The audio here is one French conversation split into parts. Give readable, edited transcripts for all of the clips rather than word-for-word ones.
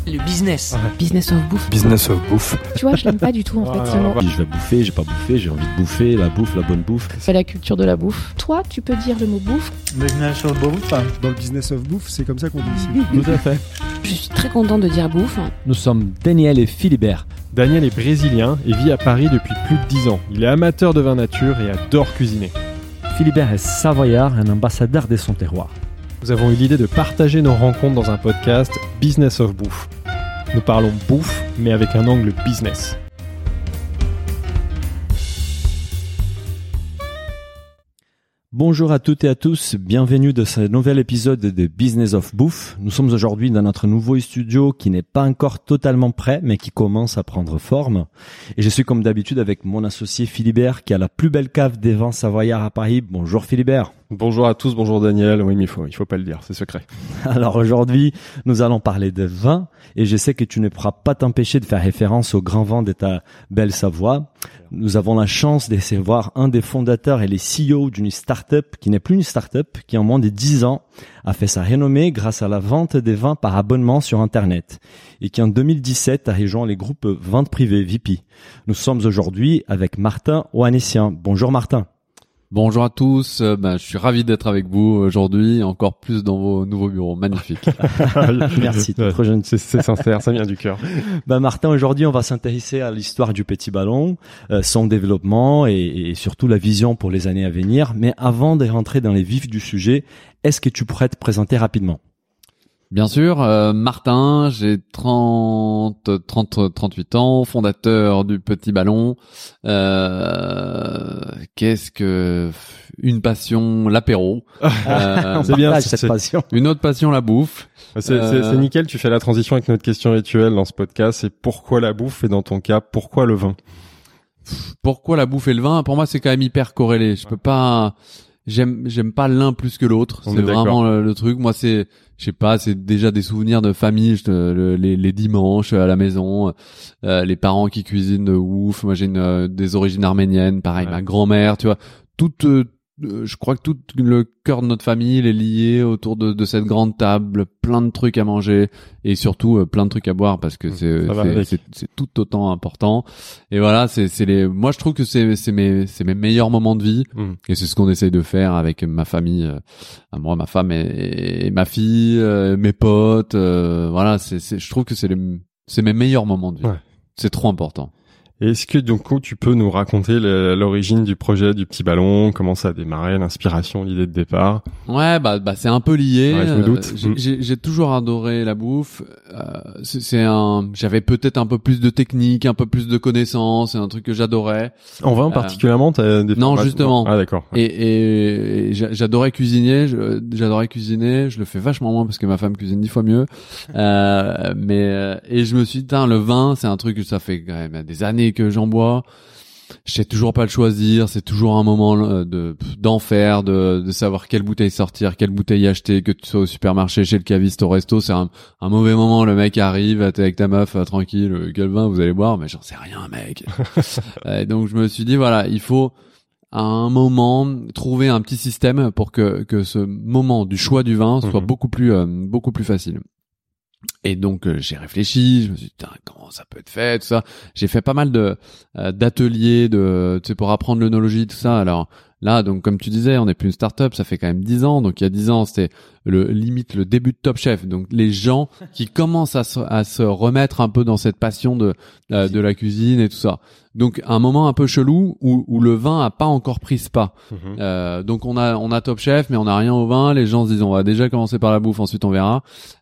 Le business. Ouais. Business of bouffe. Business of bouffe. Tu vois, je l'aime pas du tout en fait ce mot. Je vais bouffer, j'ai pas bouffé, j'ai envie de bouffer, la bouffe, la bonne bouffe. C'est la culture de la bouffe. Toi, tu peux dire le mot bouffe. Business of bouffe. Dans le business of bouffe, c'est comme ça qu'on dit ici. Tout à fait. Je suis très contente de dire bouffe. Nous sommes Daniel et Philibert. Daniel est brésilien et vit à Paris depuis plus de 10 ans. Il est amateur de vin nature et adore cuisiner. Philibert est savoyard, un ambassadeur de son terroir. Nous avons eu l'idée de partager nos rencontres dans un podcast Business of Bouffe. Nous parlons bouffe, mais avec un angle business. Bonjour à toutes et à tous, bienvenue dans ce nouvel épisode de Business of Bouffe. Nous sommes aujourd'hui dans notre nouveau studio qui n'est pas encore totalement prêt, mais qui commence à prendre forme. Et je suis comme d'habitude avec mon associé Philibert qui a la plus belle cave des vins savoyards à Paris. Bonjour Philibert. Bonjour à tous, bonjour Daniel. Oui, mais il faut pas le dire, c'est secret. Alors aujourd'hui, nous allons parler de vin et je sais que tu ne pourras pas t'empêcher de faire référence au grand vin de ta belle Savoie. Nous avons la chance de recevoir un des fondateurs et les CEO d'une start-up qui n'est plus une start-up, qui en moins de 10 ans a fait sa renommée grâce à la vente des vins par abonnement sur Internet et qui en 2017 a rejoint les groupes vente privée VP. Nous sommes aujourd'hui avec Martin Ohanessian. Bonjour Martin. Bonjour à tous, je suis ravi d'être avec vous aujourd'hui, encore plus dans vos nouveaux bureaux, magnifique. Merci, trop gentil. C'est sincère, ça vient du cœur. Martin, aujourd'hui on va s'intéresser à l'histoire du Petit Ballon, son développement et surtout la vision pour les années à venir. Mais avant de rentrer dans les vifs du sujet, est-ce que tu pourrais te présenter rapidement ? Bien sûr, Martin, j'ai 38 ans, fondateur du Petit Ballon. Qu'est-ce que une passion, l'apéro. C'est bien cette passion. Une autre passion, la bouffe. C'est nickel, tu fais la transition avec notre question rituelle dans ce podcast. C'est pourquoi la bouffe et dans ton cas, pourquoi le vin ? Pourquoi la bouffe et le vin ? Pour moi, c'est quand même hyper corrélé. Je peux pas... J'aime pas l'un plus que l'autre. C'est vraiment le truc. Moi, c'est déjà des souvenirs de famille, les dimanches à la maison, les parents qui cuisinent de ouf. Moi, j'ai des origines arméniennes, pareil, ma grand-mère, tu vois. Je crois que tout le cœur de notre famille est lié autour de cette grande table, plein de trucs à manger et surtout plein de trucs à boire parce que c'est tout autant important. Et voilà, moi je trouve que c'est mes meilleurs moments de vie et c'est ce qu'on essaye de faire avec ma famille, moi, ma femme et ma fille, mes potes. Voilà, je trouve que c'est mes meilleurs moments de vie. Ouais. C'est trop important. Est-ce que donc tu peux nous raconter l'origine du projet du Petit Ballon, comment ça a démarré, l'inspiration, l'idée de départ ? Ouais, c'est un peu lié. Ouais, je me doute. J'ai toujours adoré la bouffe. J'avais peut-être un peu plus de technique, un peu plus de connaissances, c'est un truc que j'adorais. En vin particulièrement, t'as des non, justement. Ah d'accord. Ouais. Et j'adorais cuisiner. J'adorais cuisiner. Je le fais vachement moins parce que ma femme cuisine 10 fois mieux. Et je me suis dit, le vin, c'est un truc que ça fait quand même des années que j'en bois. Je sais toujours pas le choisir, c'est toujours un moment d'enfer, de savoir quelle bouteille sortir, quelle bouteille acheter, que tu sois au supermarché, chez le caviste, au resto, c'est un mauvais moment, le mec arrive, t'es avec ta meuf, tranquille, quel vin vous allez boire, mais j'en sais rien, mec. Donc je me suis dit, voilà, il faut à un moment trouver un petit système pour que ce moment du choix du vin soit beaucoup plus facile. Et donc j'ai réfléchi, je me suis dit comment ça peut être fait, tout ça. J'ai fait pas mal d'ateliers pour apprendre l'œnologie, tout ça. Alors là, donc comme tu disais, on n'est plus une start-up, ça fait quand même 10 ans. Donc il y a 10 ans, c'était limite le début de Top Chef. Donc les gens qui commencent à se remettre un peu dans cette passion de la cuisine et tout ça. Donc un moment un peu chelou où le vin a pas encore pris ce pas. Donc on a Top Chef mais on n'a rien au vin. Les gens se disent on va déjà commencer par la bouffe, ensuite on verra.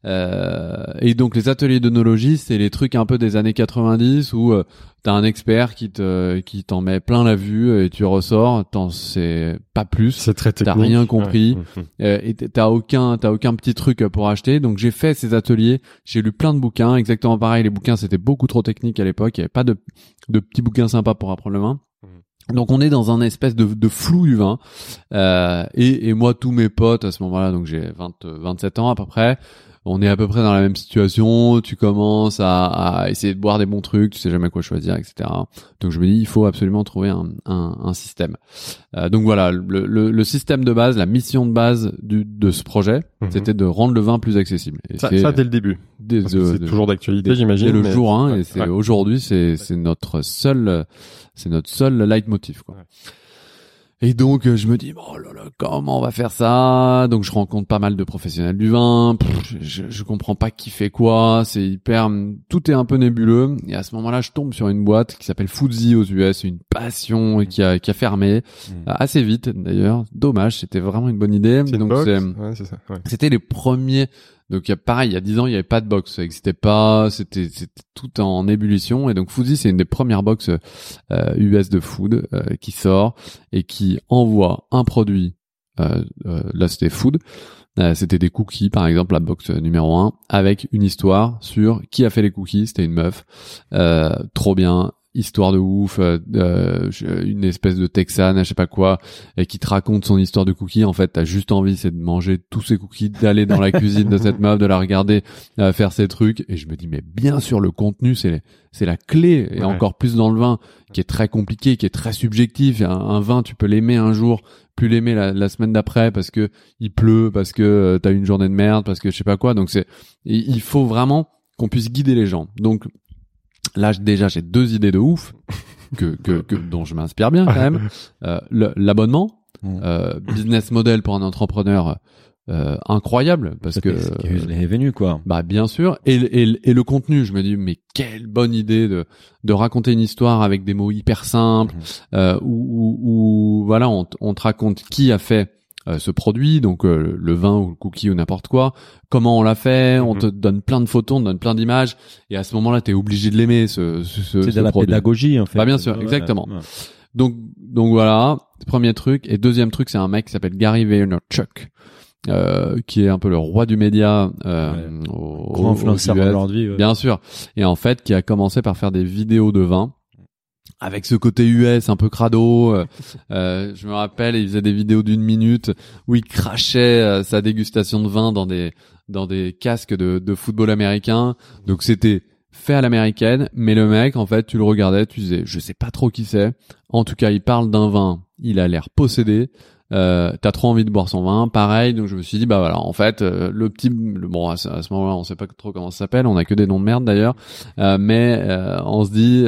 Et donc les ateliers d'œnologie, c'est les trucs un peu des années 90 où t'as un expert qui t'en met plein la vue et tu ressors, t'en sais pas plus. C'est très technique. T'as rien compris. Ouais. Et t'as aucun petit truc pour acheter. Donc j'ai fait ces ateliers, j'ai lu plein de bouquins, exactement pareil. Les bouquins c'était beaucoup trop technique à l'époque. Il y avait pas de petits bouquins sympas pour apprendre le vin. Donc on est dans un espèce de flou du vin. Et moi tous mes potes à ce moment-là, donc j'ai 27 ans à peu près. On est à peu près dans la même situation, tu commences à essayer de boire des bons trucs, tu sais jamais quoi choisir, etc. Donc je me dis, il faut absolument trouver un système. Donc voilà, le système de base, la mission de base de ce projet, c'était de rendre le vin plus accessible. Et ça dès le début. Parce que c'est toujours d'actualité, j'imagine. Dès le mais- jour 1, Ouais, et c'est ouais. aujourd'hui, c'est notre seul leitmotiv, quoi. Et donc je me dis oh là là, comment on va faire ça? Donc je rencontre pas mal de professionnels du vin. Je comprends pas qui fait quoi. C'est hyper, tout est un peu nébuleux. Et à ce moment-là, je tombe sur une boîte qui s'appelle Foodsy aux US, une passion et qui a fermé assez vite d'ailleurs. Dommage, c'était vraiment une bonne idée. C'est une Donc box. Ouais, c'est ça. Ouais. c'était les premiers. Donc pareil, il y a 10 ans, il y avait pas de box, ça existait pas, c'était tout en ébullition. Et donc Foodsy, c'est une des premières box US de food qui sort et qui envoie un produit. Là, c'était food. C'était des cookies, par exemple, la box numéro 1, avec une histoire sur qui a fait les cookies. C'était une meuf, trop bien. Histoire de ouf, une espèce de Texane, je sais pas quoi, et qui te raconte son histoire de cookies. En fait, t'as juste envie, c'est de manger tous ces cookies, d'aller dans la cuisine de cette meuf, de la regarder faire ses trucs. Et je me dis, mais bien sûr, le contenu, c'est la clé, et Ouais. encore plus dans le vin, qui est très compliqué, qui est très subjectif. Un vin, tu peux l'aimer un jour, plus l'aimer la semaine d'après parce que il pleut, parce que t'as eu une journée de merde, parce que je sais pas quoi. Donc il faut vraiment qu'on puisse guider les gens. Donc là, déjà, j'ai 2 idées de ouf dont je m'inspire bien quand même. L'abonnement, business model pour un entrepreneur incroyable parce que les revenus, quoi. bah bien sûr, et le contenu. Je me dis mais quelle bonne idée de raconter une histoire avec des mots hyper simples où voilà on te raconte qui a fait ce produit, donc le vin ou le cookie ou n'importe quoi, comment on l'a fait, on te donne plein de photos, on te donne plein d'images, et à ce moment-là, t'es obligé de l'aimer, ce C'est de la produit. pédagogie, en fait. Bah bien sûr, Ouais, exactement. ouais. Donc voilà, premier truc. Et deuxième truc, c'est un mec qui s'appelle Gary Vaynerchuk, qui est un peu le roi du média, Grand influenceur aux US, aujourd'hui. Ouais. bien sûr. Et en fait, qui a commencé par faire des vidéos de vin. Avec ce côté US un peu crado, je me rappelle, il faisait des vidéos d'1 minute où il crachait sa dégustation de vin dans des casques de football américain. Donc c'était fait à l'américaine, mais le mec, en fait, tu le regardais, tu disais, je sais pas trop qui c'est. En tout cas, il parle d'un vin, il a l'air possédé. T'as trop envie de boire son vin, pareil. Donc je me suis dit bah voilà, en fait bon à ce moment-là on sait pas trop comment ça s'appelle, on a que des noms de merde d'ailleurs, mais on se dit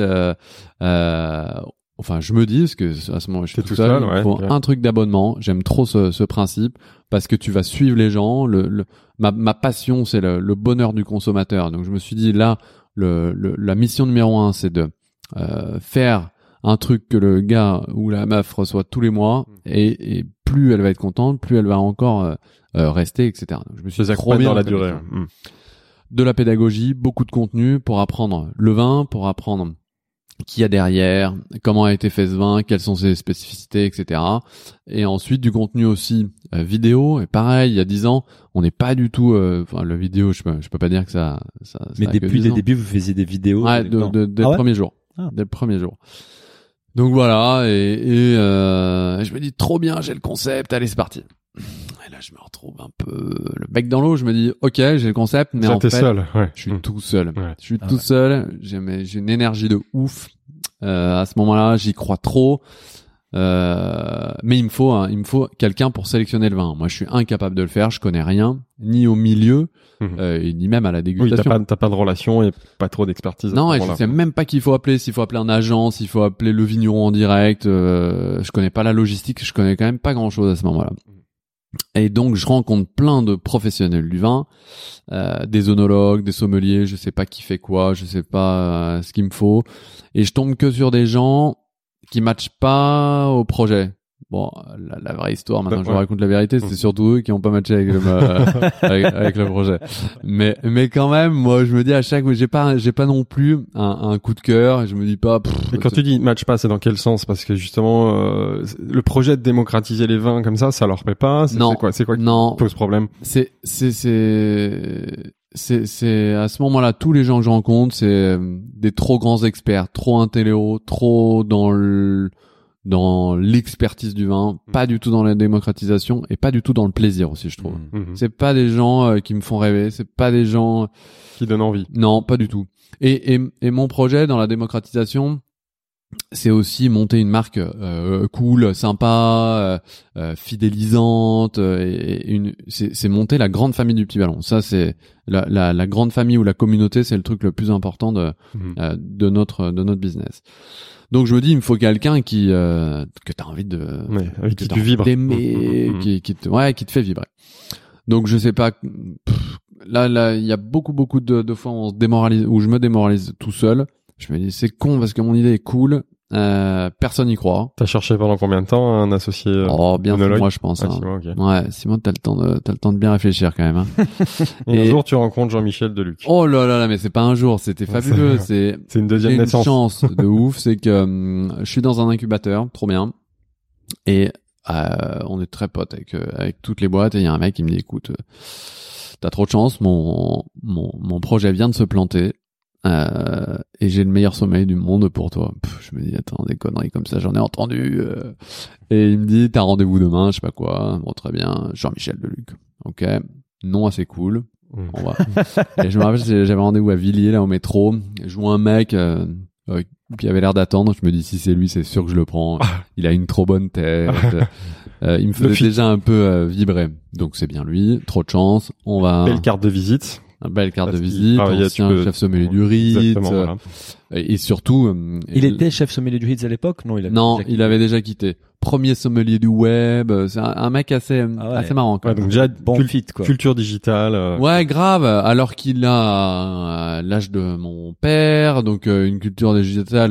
enfin je me dis parce que à ce moment je suis tout seul, il ouais, faut un truc d'abonnement. J'aime trop ce principe parce que tu vas suivre les gens. Ma passion c'est le bonheur du consommateur. Donc je me suis dit là la mission numéro 1 c'est de faire un truc que le gars ou la meuf reçoit tous les mois, et plus elle va être contente, plus elle va encore rester, etc. Donc, je me suis dit, trop bien dans la durée. de la pédagogie, beaucoup de contenu pour apprendre le vin, pour apprendre qui y a derrière, comment a été fait ce vin, quelles sont ses spécificités, etc. Et ensuite du contenu aussi vidéo. Et pareil, il y a 10 ans, on n'est pas du tout. Enfin, le vidéo, je peux pas dire que ça. Mais a que depuis 10 les ans. débuts, vous faisiez des vidéos. Ouais, dès Non. le Ah ouais premier jour. Ah. Dès le premier jour. Donc voilà, et je me dis trop bien, j'ai le concept, allez c'est parti. Et là je me retrouve un peu le bec dans l'eau, je me dis ok j'ai le concept, mais en T'es fait seul, ouais. je suis tout seul. Ouais. Je suis tout seul, j'ai une énergie de ouf. À ce moment-là, j'y crois trop. Mais il me faut quelqu'un pour sélectionner le vin. Moi je suis incapable de le faire, je connais rien, ni au milieu, et ni même à la Oui, dégustation. t'as pas de relation et pas trop d'expertise. Non, à ce et je moment-là. sais même pas qui il faut appeler, s'il faut appeler un agent, s'il faut appeler le vigneron en direct. Je connais pas la logistique, je connais quand même pas grand-chose à ce moment-là. Et donc je rencontre plein de professionnels du vin, des œnologues, des sommeliers, je sais pas qui fait quoi, je sais pas ce qu'il me faut, et je tombe que sur des gens qui matchent pas au projet. Bon, la vraie histoire, maintenant je vous raconte la vérité, c'est surtout eux qui ont pas matché avec avec le projet. Mais quand même, moi je me dis à chaque fois, j'ai pas non plus un coup de cœur, et je me dis pas. Et quand tu dis match pas, c'est dans quel sens? Parce que justement, le projet de démocratiser les vins comme ça leur plaît pas. C'est quoi qui pose problème? C'est à ce moment-là, tous les gens que je rencontre, c'est des trop grands experts, trop intello, trop dans l'expertise du vin, pas du tout dans la démocratisation et pas du tout dans le plaisir aussi, je trouve. C'est pas des gens qui me font rêver, c'est pas des gens qui donnent envie. Non, pas du tout. Et mon projet dans la démocratisation, c'est aussi monter une marque cool, sympa, fidélisante, c'est monter la grande famille du Petit Ballon. Ça, c'est la grande famille ou la communauté, c'est le truc le plus important de notre business. Donc je me dis, il me faut quelqu'un que t'as envie de, avec qui tu vibres, d'aimer, qui te fait vibrer. Donc je sais pas. Là, il y a beaucoup de fois où on se démoralise, où je me démoralise tout seul. Je me dis, c'est con parce que mon idée est cool. Personne n'y croit. T'as cherché pendant combien de temps un associé bien monologue? moi je pense. Ah, Simon, okay. Ouais, Simon, t'as le temps de bien réfléchir quand même. Hein. Et un jour, tu rencontres Jean-Michel Deluc. Oh là, mais c'est pas un jour, c'était fabuleux. C'est une deuxième j'ai naissance. Une chance de ouf, c'est que je suis dans un incubateur, trop bien. Et on est très potes avec toutes les boîtes. Et il y a un mec qui me dit, écoute, t'as trop de chance, mon projet vient de se planter. Et j'ai le meilleur sommeil du monde pour toi. Je me dis, attends, des conneries comme ça, j'en ai entendu. Et il me dit, t'as rendez-vous demain, je sais pas quoi. Bon, très bien, Jean-Michel Deluc. Ok, nom assez cool. On va. Et je me rappelle, j'avais rendez-vous à Villiers, là, au métro. Je vois un mec qui avait l'air d'attendre. Je me dis, si c'est lui, c'est sûr que je le prends. Il a une trop bonne tête. Il me faisait déjà un peu vibrer. Donc c'est bien lui, trop de chance. On va. Belle carte de visite. Un belle carte de visite, ancien chef sommelier du Ritz, voilà. Et surtout... il était chef sommelier du Ritz à l'époque? Non, il avait déjà quitté. Premier sommelier du web, c'est un mec assez marrant. Quoi. Ouais, donc déjà, bon fit, quoi. Culture digitale. Ouais, grave, alors qu'il a l'âge de mon père, donc une culture digitale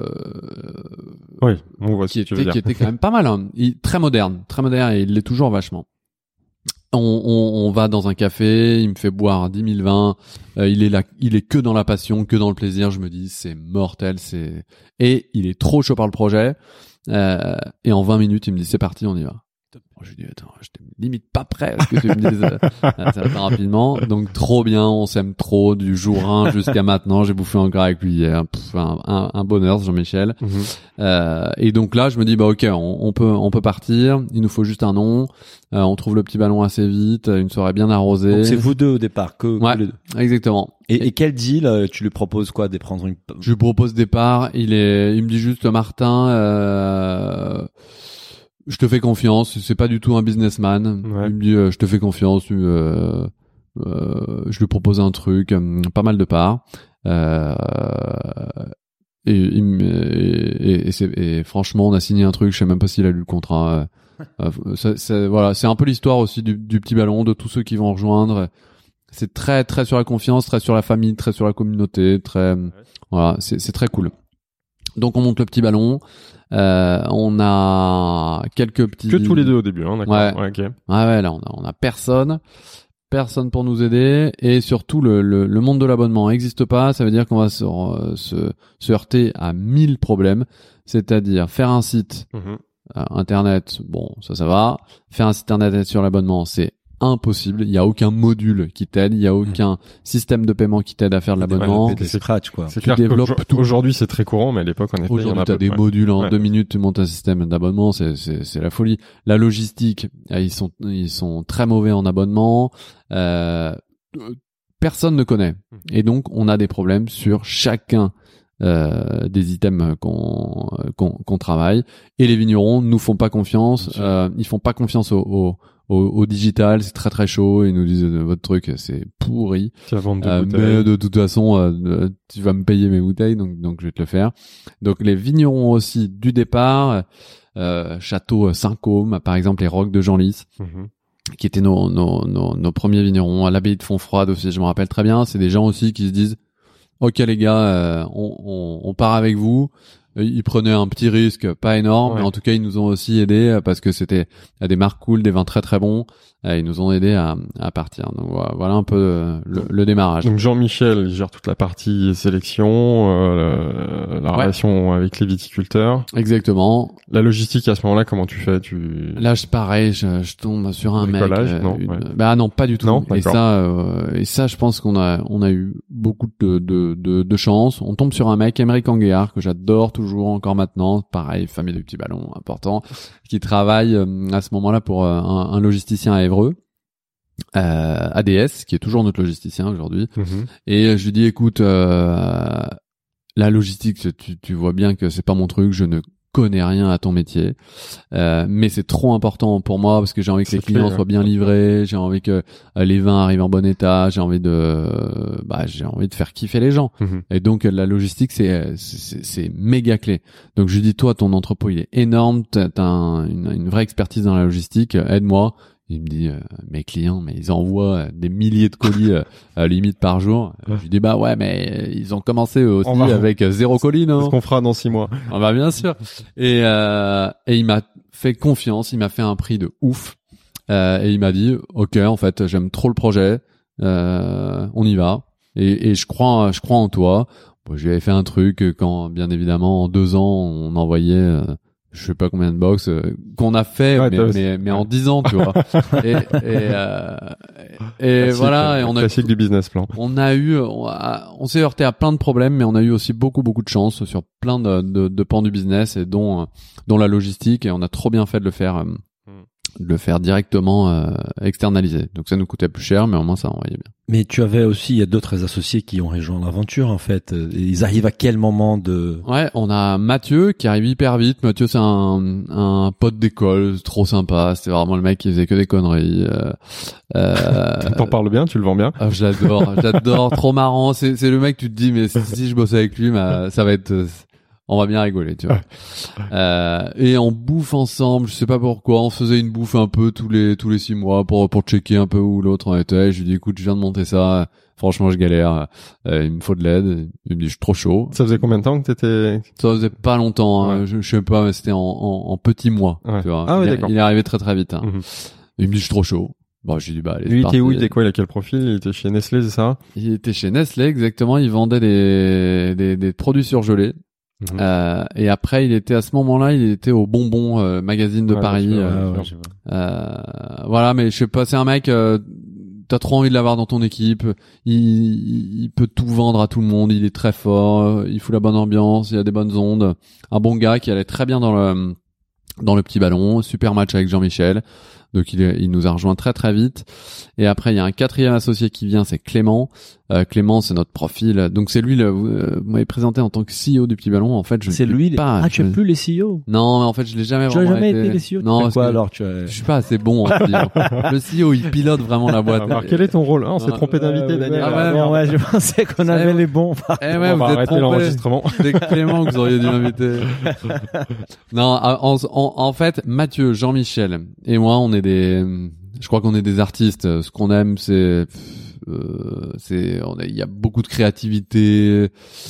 oui, on voit qui était quand même pas mal. Hein. Très moderne, et il l'est toujours vachement. On va dans un café, il me fait boire 10 000 vins, il est que dans la passion, que dans le plaisir, je me dis c'est mortel, et il est trop chaud par le projet, et en 20 minutes il me dit c'est parti, on y va. Je lui dis attends, je t'ai limite pas prêt à ce que tu me dises ça va rapidement, donc trop bien, on s'aime trop du jour 1 jusqu'à maintenant, j'ai bouffé un gras avec lui hier, un bonheur Jean-Michel. Et donc là je me dis bah ok, on peut partir, il nous faut juste un nom, on trouve le Petit Ballon assez vite, une soirée bien arrosée. Donc c'est vous deux au départ, ouais, les deux. Exactement. Et quel deal tu lui proposes quoi, de prendre une... Je lui propose des parts, il me dit juste Martin, je te fais confiance, c'est pas du tout un businessman. Ouais. Il me dit je te fais confiance, je lui propose un truc, pas mal de parts. Et franchement, on a signé un truc, je sais même pas s'il a lu le contrat. Voilà, c'est un peu l'histoire aussi du Petit Ballon, de tous ceux qui vont rejoindre. C'est très très sur la confiance, très sur la famille, très sur la communauté, voilà, c'est très cool. Donc on monte le Petit Ballon. On a quelques petits... Que tous les deux au début, hein, d'accord. Ouais. Ouais, okay. Ouais, là on a personne pour nous aider, et surtout le monde de l'abonnement n'existe pas. Ça veut dire qu'on va se heurter à 1000 problèmes, c'est-à-dire faire un site internet, bon ça va. Faire un site internet sur l'abonnement, c'est impossible. Il y a aucun module qui t'aide, il y a aucun système de paiement qui t'aide à faire de l'abonnement. C'est scratch, quoi. C'est clair qu'aujourd'hui c'est très courant, mais à l'époque en effet il y en a t'as des modules en 2 minutes, tu montes un système d'abonnement, c'est la folie. La logistique, ils sont très mauvais en abonnement. Personne ne connaît. Et donc on a des problèmes sur chacun des items qu'on travaille, et les vignerons nous font pas confiance. Ils font pas confiance au digital, c'est très très chaud. Ils nous disent votre truc c'est pourri. Tu vas vendre des mais de toute façon, tu vas me payer mes bouteilles, donc je vais te le faire. Donc les vignerons aussi du départ, Château Saint-Côme, par exemple les Rocs de Genlis, qui étaient nos premiers vignerons, à l'abbaye de Fontfroide aussi, je me rappelle très bien. C'est des gens aussi qui se disent ok les gars, on part avec vous. Ils prenaient un petit risque, pas énorme, mais en tout cas ils nous ont aussi aidés, parce que c'était des marques cool, des vins très très bons. Ils nous ont aidés à partir. Donc voilà un peu le démarrage. Donc Jean-Michel il gère toute la partie sélection, la relation avec les viticulteurs. Exactement. La logistique à ce moment-là, comment tu fais? Là pareil, je tombe sur un mec. Bah non, pas du tout. Non, et ça, je pense qu'on a eu beaucoup de chance. On tombe sur un mec, Émeric Anguéard, que j'adore toujours encore maintenant. Pareil, famille du Petit Ballon, important, qui travaille à ce moment-là pour un logisticien à Évreux, ADS, qui est toujours notre logisticien aujourd'hui. Et je lui dis écoute, la logistique, tu vois bien que c'est pas mon truc, je ne connais rien à ton métier, mais c'est trop important pour moi parce que j'ai envie que les clients soient bien livrés, j'ai envie que les vins arrivent en bon état, j'ai envie de faire kiffer les gens. Et donc la logistique c'est méga clé. Donc je lui dis toi ton entrepôt il est énorme, t'as une vraie expertise dans la logistique, aide-moi. Il me dit mes clients mais ils envoient des milliers de colis limite par jour. Je lui dis bah ouais mais ils ont commencé eux aussi avec 0 colis non. C'est ce qu'on fera dans 6 mois. Ah bah bien sûr. Et il m'a fait confiance, il m'a fait un prix de ouf. Et il m'a dit OK en fait j'aime trop le projet, on y va. Et je crois en toi. Bon, je lui avais fait un truc quand bien évidemment en 2 ans on envoyait je sais pas combien de box qu'on a fait mais en 10 ans tu vois et classique, voilà et on a classique du business plan. On s'est heurté à plein de problèmes mais on a eu aussi beaucoup de chance sur plein de pans du business et dont la logistique et on a trop bien fait de le faire directement externalisé. Donc ça nous coûtait plus cher mais au moins ça envoyait bien. Mais il y a d'autres associés qui ont rejoint l'aventure en fait. Ils arrivent à quel moment de... Ouais, on a Mathieu qui arrive hyper vite. Mathieu c'est un pote d'école, trop sympa. C'était vraiment le mec qui faisait que des conneries. T'en parles bien, tu le vends bien. J'adore, trop marrant. C'est le mec tu te dis mais si je bossais avec lui, ça va être... On va bien rigoler, tu vois. Et on bouffe ensemble, je sais pas pourquoi, on faisait une bouffe un peu tous les 6 mois pour checker un peu où l'autre en était. Je lui dis écoute, je viens de monter ça, franchement je galère, il me faut de l'aide. Il me dit je suis trop chaud. Ça faisait combien de temps que t'étais... Ça faisait pas longtemps, hein. Je sais pas, mais c'était en petits mois, tu vois. Ah ouais, d'accord. Il est arrivé très très vite. Hein. Il me dit je suis trop chaud. Bon, je lui dis bah allez. Lui, il était où? Il était quoi? Il a quel profil? Il était chez Nestlé, c'est ça? Il était chez Nestlé, exactement. Il vendait des produits surgelés. Et après, il était à ce moment-là, il était au Bonbon magazine de Paris. Voilà, mais je sais pas, c'est un mec. T'as trop envie de l'avoir dans ton équipe. Il peut tout vendre à tout le monde. Il est très fort. Il fout la bonne ambiance. Il a des bonnes ondes. Un bon gars qui allait très bien dans le petit ballon. Super match avec Jean-Michel. Donc il nous a rejoint très très vite. Et après il y a un 4e associé qui vient, c'est Clément. Clément c'est notre profil. Donc c'est lui vous m'avez présenté en tant que CEO du Petit Ballon. En fait je c'est lui pas. Ah tu as plus les CEO? Non mais en fait je l'ai jamais vraiment. Tu as jamais été les CEO? Non quoi alors je suis pas assez bon en CEO. Le CEO il pilote vraiment la boîte. Alors quel est ton rôle? On s'est trompé d'invité Daniel. Ouais, je pensais qu'on avait les bons. Ouais, on va arrêter l'enregistrement. C'est Clément que vous auriez dû m'inviter. Non en fait Mathieu, Jean-Michel et moi je crois qu'on est des artistes. Ce qu'on aime, il y a beaucoup de créativité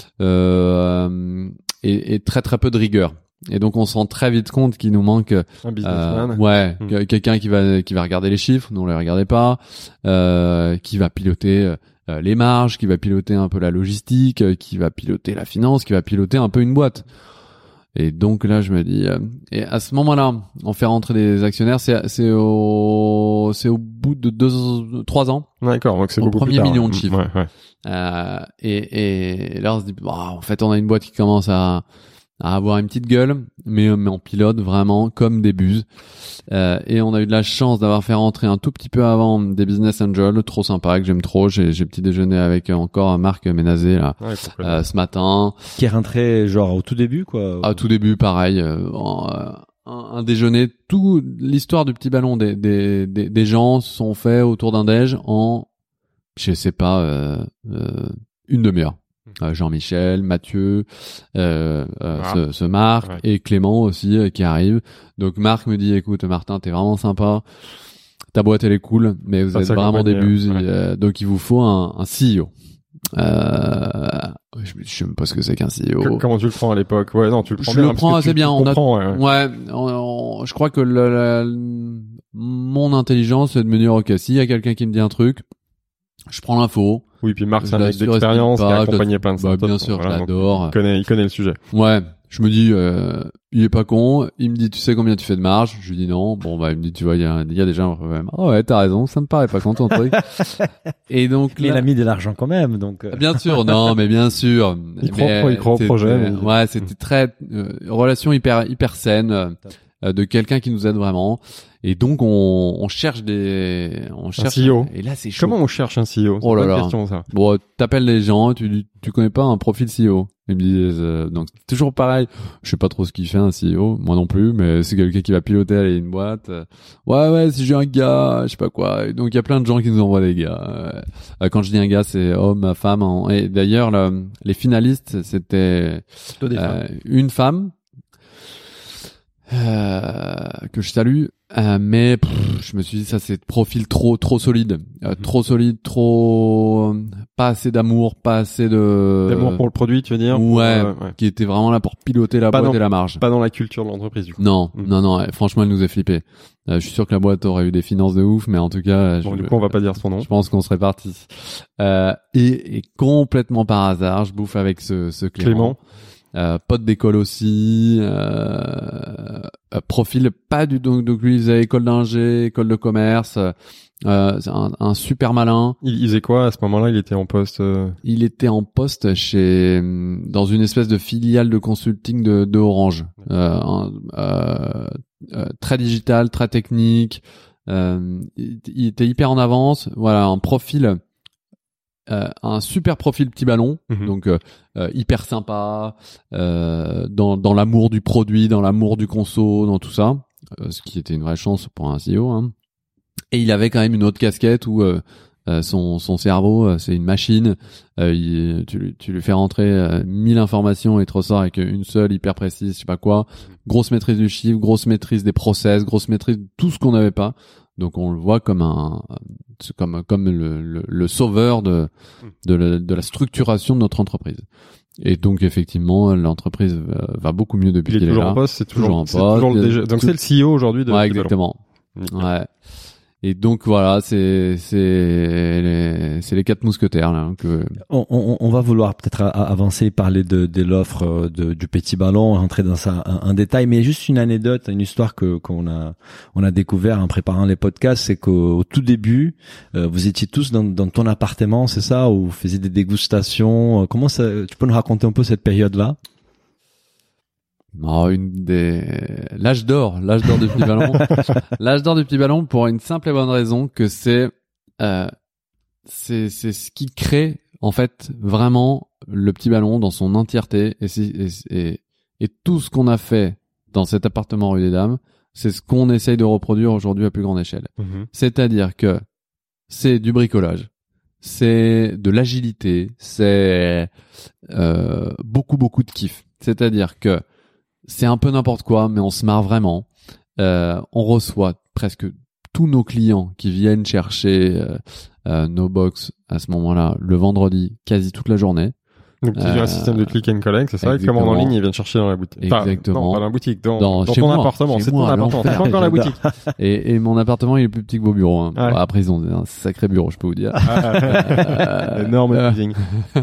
et très très peu de rigueur. Et donc on se rend très vite compte qu'il nous manque un businessman. Quelqu'un qui va regarder les chiffres, nous on les regardait pas, qui va piloter les marges, qui va piloter un peu la logistique, qui va piloter la finance, qui va piloter un peu une boîte. Et donc là, je me dis, et à ce moment-là, on fait rentrer des actionnaires, c'est au bout de 3 ans. D'accord, donc c'est beaucoup plus tard. Au premier million de chiffres. chiffres. Et là, on se dit, en fait, on a une boîte qui commence à avoir une petite gueule, mais on pilote vraiment comme des buses. Et on a eu de la chance d'avoir fait rentrer un tout petit peu avant des business angels, trop sympa, que j'aime trop. J'ai petit déjeuner avec encore Marc Ménazé là, ce matin. Qui est rentré genre au tout début quoi. À tout début, pareil. Un déjeuner, toute l'histoire du Petit Ballon des gens se sont faits autour d'un déj en, je sais pas, une demi-heure. Jean-Michel, Mathieu, ce Marc et Clément aussi qui arrive. Donc Marc me dit écoute Martin, t'es vraiment sympa, ta boîte elle est cool, mais vous êtes vraiment des buses, donc il vous faut un CEO. Je sais même pas ce que c'est qu'un CEO. Comment tu le prends à l'époque? Ouais, non, tu le prends je bien. Je le prends assez bien. Je crois que mon intelligence c'est de me dire ok, s'il y a quelqu'un qui me dit un truc, je prends l'info. Oui, puis Marc, c'est un mec d'expérience qui a accompagné plein de startups. Bien sûr, je l'adore. Il connaît le sujet. Ouais. Je me dis, il est pas con. Il me dit, tu sais combien tu fais de marge? Je lui dis non. Bon, il me dit, tu vois, il y a déjà un problème. Oh ouais, t'as raison. Ça me paraît pas con ton truc. Et donc, il a mis de l'argent quand même, donc. Bien sûr, non, mais bien sûr. Il croit au projet. Ouais, c'était très, relation hyper saine, de quelqu'un qui nous aide vraiment. Et donc on cherche un CEO. Et là c'est chaud. Comment on cherche un CEO? Oh là là. Question, ça. Bon, t'appelles les gens, tu connais pas un profil CEO. Ils me disent donc toujours pareil, je sais pas trop ce qu'il fait un CEO, moi non plus, mais c'est quelqu'un qui va piloter aller une boîte. Ouais, si j'ai un gars, je sais pas quoi. Et donc il y a plein de gens qui nous envoient des gars. Quand je dis un gars, c'est homme, femme. Et d'ailleurs les finalistes, c'était une femme que je salue. Mais je me suis dit ça c'est profil trop solide, trop pas assez d'amour, pas assez d'amour pour le produit, tu veux dire? Ouais. Qui était vraiment là pour piloter la boîte et la marge. Pas dans la culture de l'entreprise du coup. Non, franchement elle nous a flippé. Je suis sûr que la boîte aurait eu des finances de ouf, mais en tout cas du coup on va pas dire son nom. Je pense qu'on serait parti. Et complètement par hasard, je bouffe avec ce Clément. Pote d'école aussi, profil pas du tout, donc lui il faisait école d'ingé, école de commerce, c'est un super malin. Il faisait quoi à ce moment-là? Il était en poste Il était en poste dans une espèce de filiale de consulting de Orange, très digital, très technique, il était hyper en avance, voilà, un profil un super profil petit ballon, donc hyper sympa, dans l'amour du produit, dans l'amour du conso, dans tout ça, ce qui était une vraie chance pour un CEO. Hein. Et il avait quand même une autre casquette où son cerveau, c'est une machine. Tu lui fais rentrer 1000 informations et te ressort avec une seule hyper précise, je sais pas quoi. Grosse maîtrise du chiffre, grosse maîtrise des process, grosse maîtrise de tout ce qu'on n'avait pas. Donc on le voit comme le sauveur de la structuration de notre entreprise. Et donc effectivement l'entreprise va beaucoup mieux depuis qu'il est là. En poste, c'est toujours en poste. Donc c'est le CEO aujourd'hui de. Ouais, exactement. Ouais. Et donc voilà, c'est les 4 mousquetaires là. Hein, que on va vouloir peut-être avancer, parler de l'offre du petit ballon, rentrer dans ça un détail, mais juste une anecdote, une histoire qu'on a découvert en préparant les podcasts, c'est qu'au tout début, vous étiez tous dans ton appartement, c'est ça, où vous faisiez des dégustations. Comment ça? Tu peux nous raconter un peu cette période-là? Non, l'âge d'or du petit ballon. L'âge d'or du petit ballon pour une simple et bonne raison que c'est ce qui crée en fait vraiment le petit ballon dans son entièreté et tout ce qu'on a fait dans cet appartement rue des Dames, c'est ce qu'on essaye de reproduire aujourd'hui à plus grande échelle. C'est-à-dire que c'est du bricolage, c'est de l'agilité, c'est beaucoup de kiff. C'est-à-dire que c'est un peu n'importe quoi, mais on se marre vraiment. On reçoit presque tous nos clients qui viennent chercher nos box à ce moment-là le vendredi, quasi toute la journée. Donc tu as un système de click and collect, c'est ça? Ils commandent en ligne, ils viennent chercher dans la boutique. Exactement. Non, pas dans la boutique, dans ton appartement. C'est ton appartement, c'est pas encore la boutique. Et mon appartement, il est plus petit que vos bureaux. Hein. Ouais. Bon, après, ils ont un sacré bureau, je peux vous dire. Énorme building.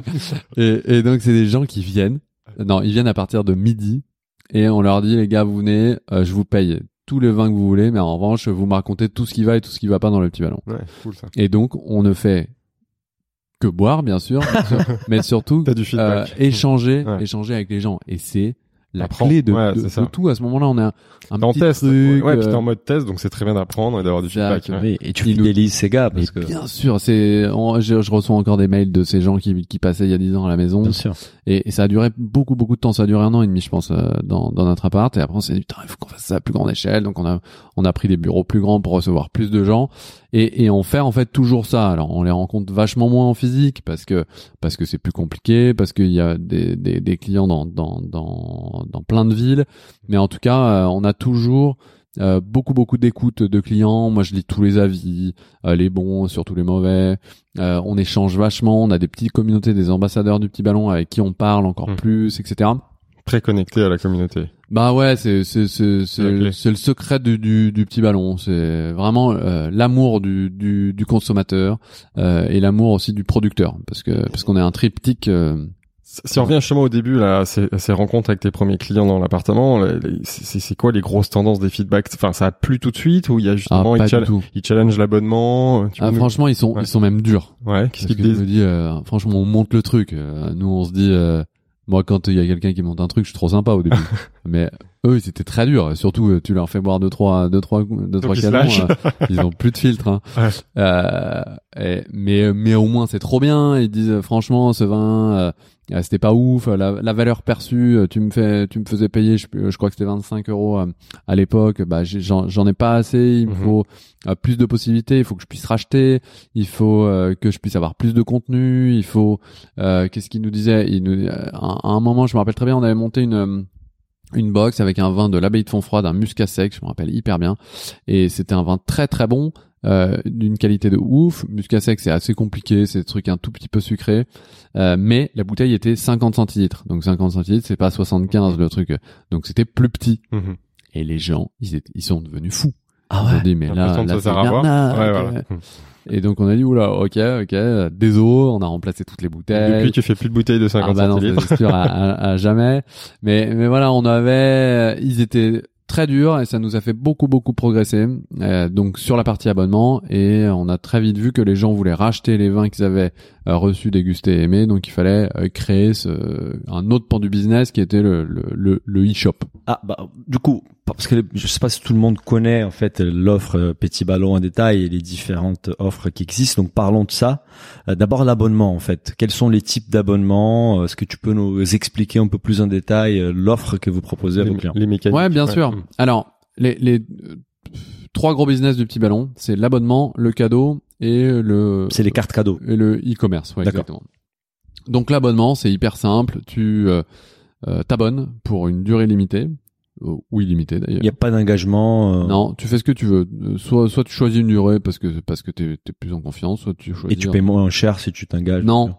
Et donc, c'est des gens qui viennent. Non, ils viennent à partir de midi. Et on leur dit, les gars, vous venez, je vous paye tous les vins que vous voulez, mais en revanche, vous me racontez tout ce qui va et tout ce qui va pas dans le petit ballon. Ouais, cool ça. Et donc, on ne fait que boire, bien sûr, mais surtout échanger avec les gens. Et c'est la clé de tout. À ce moment-là, on a un petit test. truc. Ouais, puis t'es en mode test, donc c'est très bien d'apprendre et d'avoir du feedback. Oui, et tu fidélises ces gars parce que. Bien sûr, je reçois encore des mails de ces gens qui passaient il y a 10 ans à la maison. Bien sûr. Et ça a duré beaucoup de temps. Ça a duré 1 an et demi, je pense, dans notre appart. Et après, on s'est dit, putain, il faut qu'on fasse ça à plus grande échelle. Donc, on a pris des bureaux plus grands pour recevoir plus de gens. Et on fait, en fait, toujours ça. Alors, on les rencontre vachement moins en physique parce que c'est plus compliqué, parce qu'il y a des clients dans plein de villes. Mais en tout cas, on a toujours beaucoup d'écoute de clients. Moi, je lis tous les avis, les bons, surtout les mauvais. On échange vachement. On a des petites communautés, des ambassadeurs du petit ballon avec qui on parle encore plus, etc. Très connecté à la communauté. Bah ouais, c'est le secret du petit ballon. C'est vraiment l'amour du consommateur et l'amour aussi du producteur, parce qu'on est un triptyque. Si on revient justement au début là, ces rencontres avec tes premiers clients dans l'appartement, c'est quoi les grosses tendances des feedbacks? Enfin, ça a plu tout de suite ou il y a justement ils challenge l'abonnement? Franchement, ils sont même durs. Ouais. Qu'est-ce qu'ils te disent? Je me dis, franchement, on monte le truc. Nous, on se dit, moi, quand il y a quelqu'un qui monte un truc, je suis trop sympa au début. Mais eux, ils étaient très durs. Surtout, tu leur fais boire deux, trois canons, ils ont plus de filtre. Hein. Ouais. Mais au moins, c'est trop bien. Ils disent, franchement, ce vin, c'était pas ouf. La valeur perçue, tu me faisais payer, je crois que c'était 25 € à l'époque. Bah, j'en ai pas assez. Il me faut plus de possibilités. Il faut que je puisse racheter. Il faut que je puisse avoir plus de contenu. Il faut, qu'est-ce qu'il nous disait? À un moment, je me rappelle très bien, on avait monté une box avec un vin de l'abbaye de Fontfroid, un muscat sec, je me rappelle hyper bien. Et c'était un vin très très bon, d'une qualité de ouf. Muscat sec, c'est assez compliqué, c'est des trucs un tout petit peu sucrés. Mais la bouteille était 50 centilitres. Donc 50 centilitres, c'est pas 75 le truc. Donc c'était plus petit. Et les gens, ils sont devenus fous. Ah ouais. Ils ont dit, mais là c'est l'arnaque. Ouais, voilà. Et donc on a dit, oula, ok, désolé, on a remplacé toutes les bouteilles. Depuis tu fais plus de bouteilles de 50 centilitres. Non, c'est sûr, à jamais. Mais voilà, ils étaient très durs et ça nous a fait beaucoup progresser. Donc sur la partie abonnement, et on a très vite vu que les gens voulaient racheter les vins qu'ils avaient reçus, dégustés et aimés. Donc il fallait créer un autre pan du business qui était le e-shop. Ah bah du coup, parce que je sais pas si tout le monde connaît en fait l'offre Petit Ballon en détail et les différentes offres qui existent. Donc parlons de ça. D'abord l'abonnement en fait. Quels sont les types d'abonnements? Est-ce que tu peux nous expliquer un peu plus en détail l'offre que vous proposez à vos clients? Les mécaniques. Ouais, bien sûr. Alors les trois gros business du Petit Ballon, c'est l'abonnement, le cadeau et c'est les cartes cadeaux et le e-commerce. Ouais, exactement. Donc l'abonnement, c'est hyper simple. Tu t'abonnes pour une durée limitée. Ou illimité d'ailleurs. Il n'y a pas d'engagement. Non, tu fais ce que tu veux. Soit tu choisis une durée parce que t'es plus en confiance, soit tu choisis. Et tu payes moins cher si tu t'engages. Non,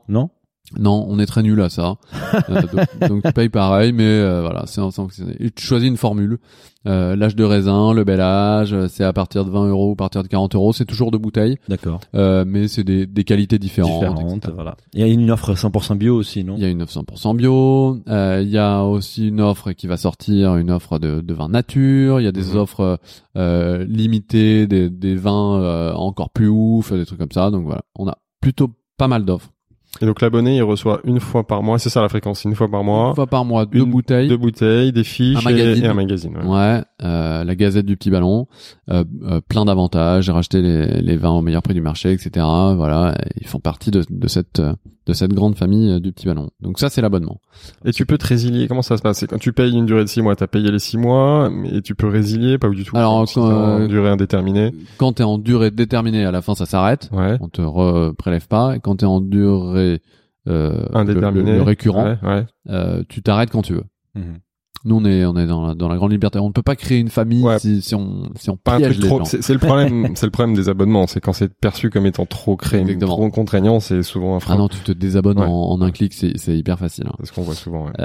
on est très nul à ça. Donc tu payes pareil, mais voilà, c'est fonctionner. Et tu choisis une formule. L'âge de raisin, le bel âge, c'est à partir de 20 €, à partir de 40 €. C'est toujours de bouteilles. D'accord. Mais c'est des qualités différentes. Voilà. Il y a une offre 100% bio aussi, non? Il y a une offre 100% bio. Il y a aussi une offre qui va sortir, une offre de vin nature. Il y a des offres limitées, des vins encore plus ouf, des trucs comme ça. Donc voilà, on a plutôt pas mal d'offres. Et donc l'abonné, il reçoit une fois par mois, c'est ça la fréquence, une fois par mois. Une fois par mois, deux bouteilles, des fiches et un magazine. Ouais, la Gazette du Petit Ballon, plein d'avantages, j'ai racheté les vins au meilleur prix du marché, etc. Voilà, ils font partie de cette grande famille du Petit Ballon. Donc ça, c'est l'abonnement. Et tu peux te résilier, comment ça se passe? C'est quand tu payes une durée de 6 mois, t'as payé les 6 mois, mais tu peux résilier, pas ou du tout? Alors, en durée indéterminée. Quand t'es en durée déterminée, à la fin, ça s'arrête. Ouais. On te prélève pas. Et quand t'es en durée indéterminée, le récurrent, ouais. Tu t'arrêtes quand tu veux. Nous, on est dans la grande liberté. On ne peut pas créer une famille si on pas piège un truc les trop, gens. c'est le problème, c'est le problème des abonnements. C'est quand c'est perçu comme étant trop trop contraignant, c'est souvent un frein. Ah non, tu te désabonnes en un clic, c'est hyper facile. Hein. C'est ce qu'on voit souvent. Ouais.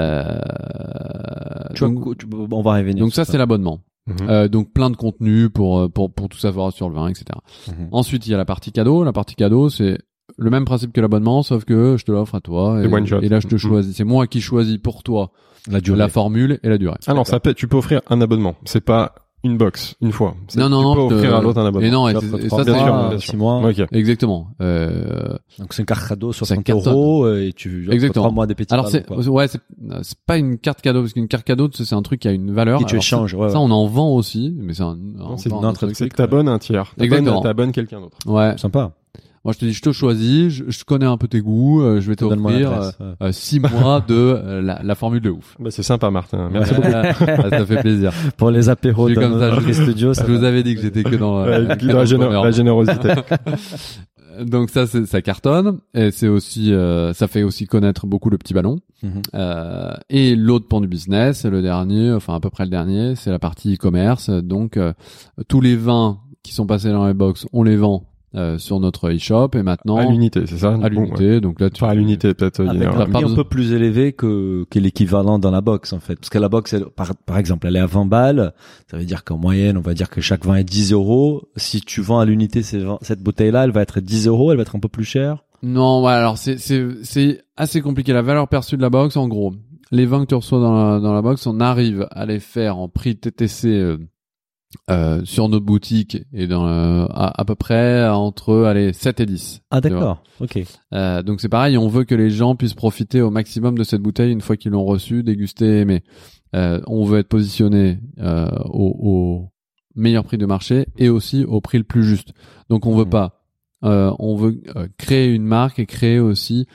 On va revenir. Donc ça, c'est l'abonnement. Donc plein de contenu pour tout savoir sur le vin, etc. Ensuite, il y a la partie cadeau. La partie cadeau, c'est le même principe que l'abonnement, sauf que je te l'offre à toi. Et là, je te choisis. C'est moi qui choisis pour toi la formule et la durée. Ah non, tu peux offrir un abonnement. C'est pas une box, une fois. Non, tu peux offrir à l'autre un abonnement. Et non, et ça, bien sûr. 6 mois. Okay. Exactement. Donc c'est une carte cadeau sur 50 € et tu offres 3 mois des petits Alors c'est pas une carte cadeau, parce qu'une carte cadeau, c'est un truc qui a une valeur. Et tu échanges, ça, on en vend aussi, mais c'est c'est que t'abonnes un tiers. T'abonnes quelqu'un d'autre. Ouais. Sympa. Moi, je te dis, je te choisis, je connais un peu tes goûts, je vais t'offrir 6 mois de la formule de ouf. Bah, c'est sympa, Martin. Merci beaucoup. Ça fait plaisir. Pour les apéros dans notre studio, je vous avais dit que j'étais que dans la générosité. Donc ça cartonne, et c'est aussi ça fait aussi connaître beaucoup le Petit Ballon. Et l'autre pan du business, le dernier, enfin à peu près le dernier, c'est la partie e-commerce. Donc tous les vins qui sont passés dans les box, on les vend sur notre e-shop, et maintenant à l'unité, c'est ça? À l'unité, donc là à l'unité peut-être. Avec un prix un peu plus élevé que l'équivalent dans la box en fait, parce que la box, par exemple, elle est à 20 balles. Ça veut dire qu'en moyenne, on va dire que chaque vin est 10 €. Si tu vends à l'unité cette bouteille-là, elle va être 10 €, elle va être un peu plus chère. Non, ouais, alors c'est assez compliqué. La valeur perçue de la box, en gros, les vins que tu reçois dans la box, on arrive à les faire en prix TTC sur notre boutique, et à peu près entre 7 et 10. Ah d'accord, ok. Donc c'est pareil, on veut que les gens puissent profiter au maximum de cette bouteille une fois qu'ils l'ont reçue, déguster, aimer. on veut être positionné au meilleur prix de marché et aussi au prix le plus juste. Donc on veut pas, on veut créer une marque et créer aussi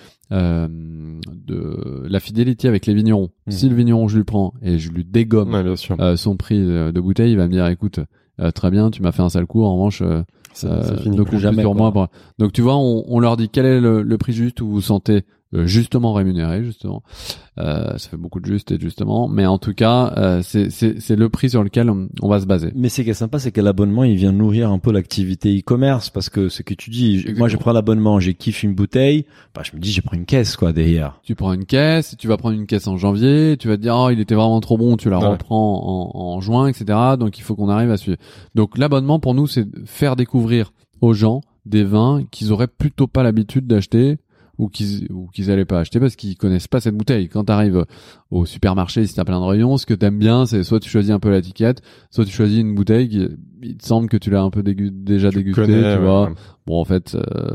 de la fidélité avec les vignerons. Si le vigneron, je lui prends et je lui dégomme son prix de bouteille, il va me dire écoute, très bien, tu m'as fait un sale coup, en revanche c'est fini, donc jamais sur moi. Donc tu vois, on leur dit quel est le prix juste où vous vous sentez justement rémunéré, justement. Ça fait beaucoup de juste et justement, mais en tout cas, c'est le prix sur lequel on va se baser. Mais ce qui est sympa, c'est que l'abonnement, il vient nourrir un peu l'activité e-commerce, parce que ce que tu dis, exactement. Moi, je prends l'abonnement, j'ai kiffé une bouteille, bah, je me dis, j'ai pris une caisse, quoi, derrière. Tu prends une caisse, tu vas prendre une caisse en janvier, tu vas te dire, oh, il était vraiment trop bon, tu la reprends en juin, etc. Donc, il faut qu'on arrive à suivre. Donc, l'abonnement, pour nous, c'est faire découvrir aux gens des vins qu'ils auraient plutôt pas l'habitude d'acheter, ou qu'ils allaient pas acheter parce qu'ils connaissent pas cette bouteille. Quand t'arrives au supermarché, si t'as plein de rayons, ce que t'aimes bien, c'est soit tu choisis un peu l'étiquette, soit tu choisis une bouteille qui, il te semble que tu l'as un peu déjà dégustée, tu vois. Ouais. Bon, en fait,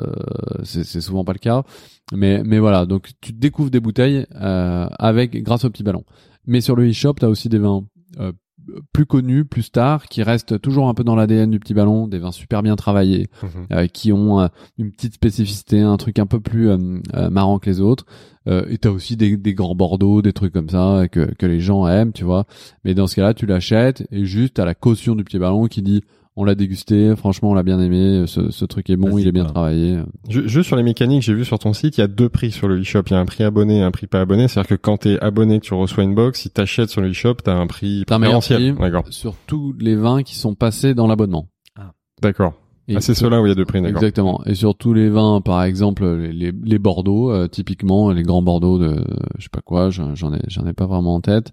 c'est souvent pas le cas. Mais voilà. Donc, tu découvres des bouteilles, grâce au petit ballon. Mais sur le e-shop, t'as aussi des vins, plus connus, plus stars, qui restent toujours un peu dans l'ADN du petit ballon, des vins super bien travaillés, qui ont une petite spécificité, un truc un peu plus marrant que les autres. Et t'as aussi des grands Bordeaux, des trucs comme ça que les gens aiment, tu vois. Mais dans ce cas-là, tu l'achètes et juste t'as la caution du petit ballon qui dit on l'a dégusté, franchement on l'a bien aimé, ce truc est bon, il est bien travaillé. Juste sur les mécaniques, j'ai vu sur ton site, il y a 2 prix sur le e-shop, il y a un prix abonné et un prix pas abonné, c'est-à-dire que quand t'es abonné, que tu reçois une box, si t'achètes sur le e-shop, t'as un prix préférentiel. D'accord. Sur tous les vins qui sont passés dans l'abonnement. Ah. D'accord. C'est ceux-là où il y a 2 prix, d'accord. Exactement. Et sur tous les vins, par exemple, les Bordeaux, typiquement, les grands Bordeaux de, je sais pas quoi, j'en ai pas vraiment en tête,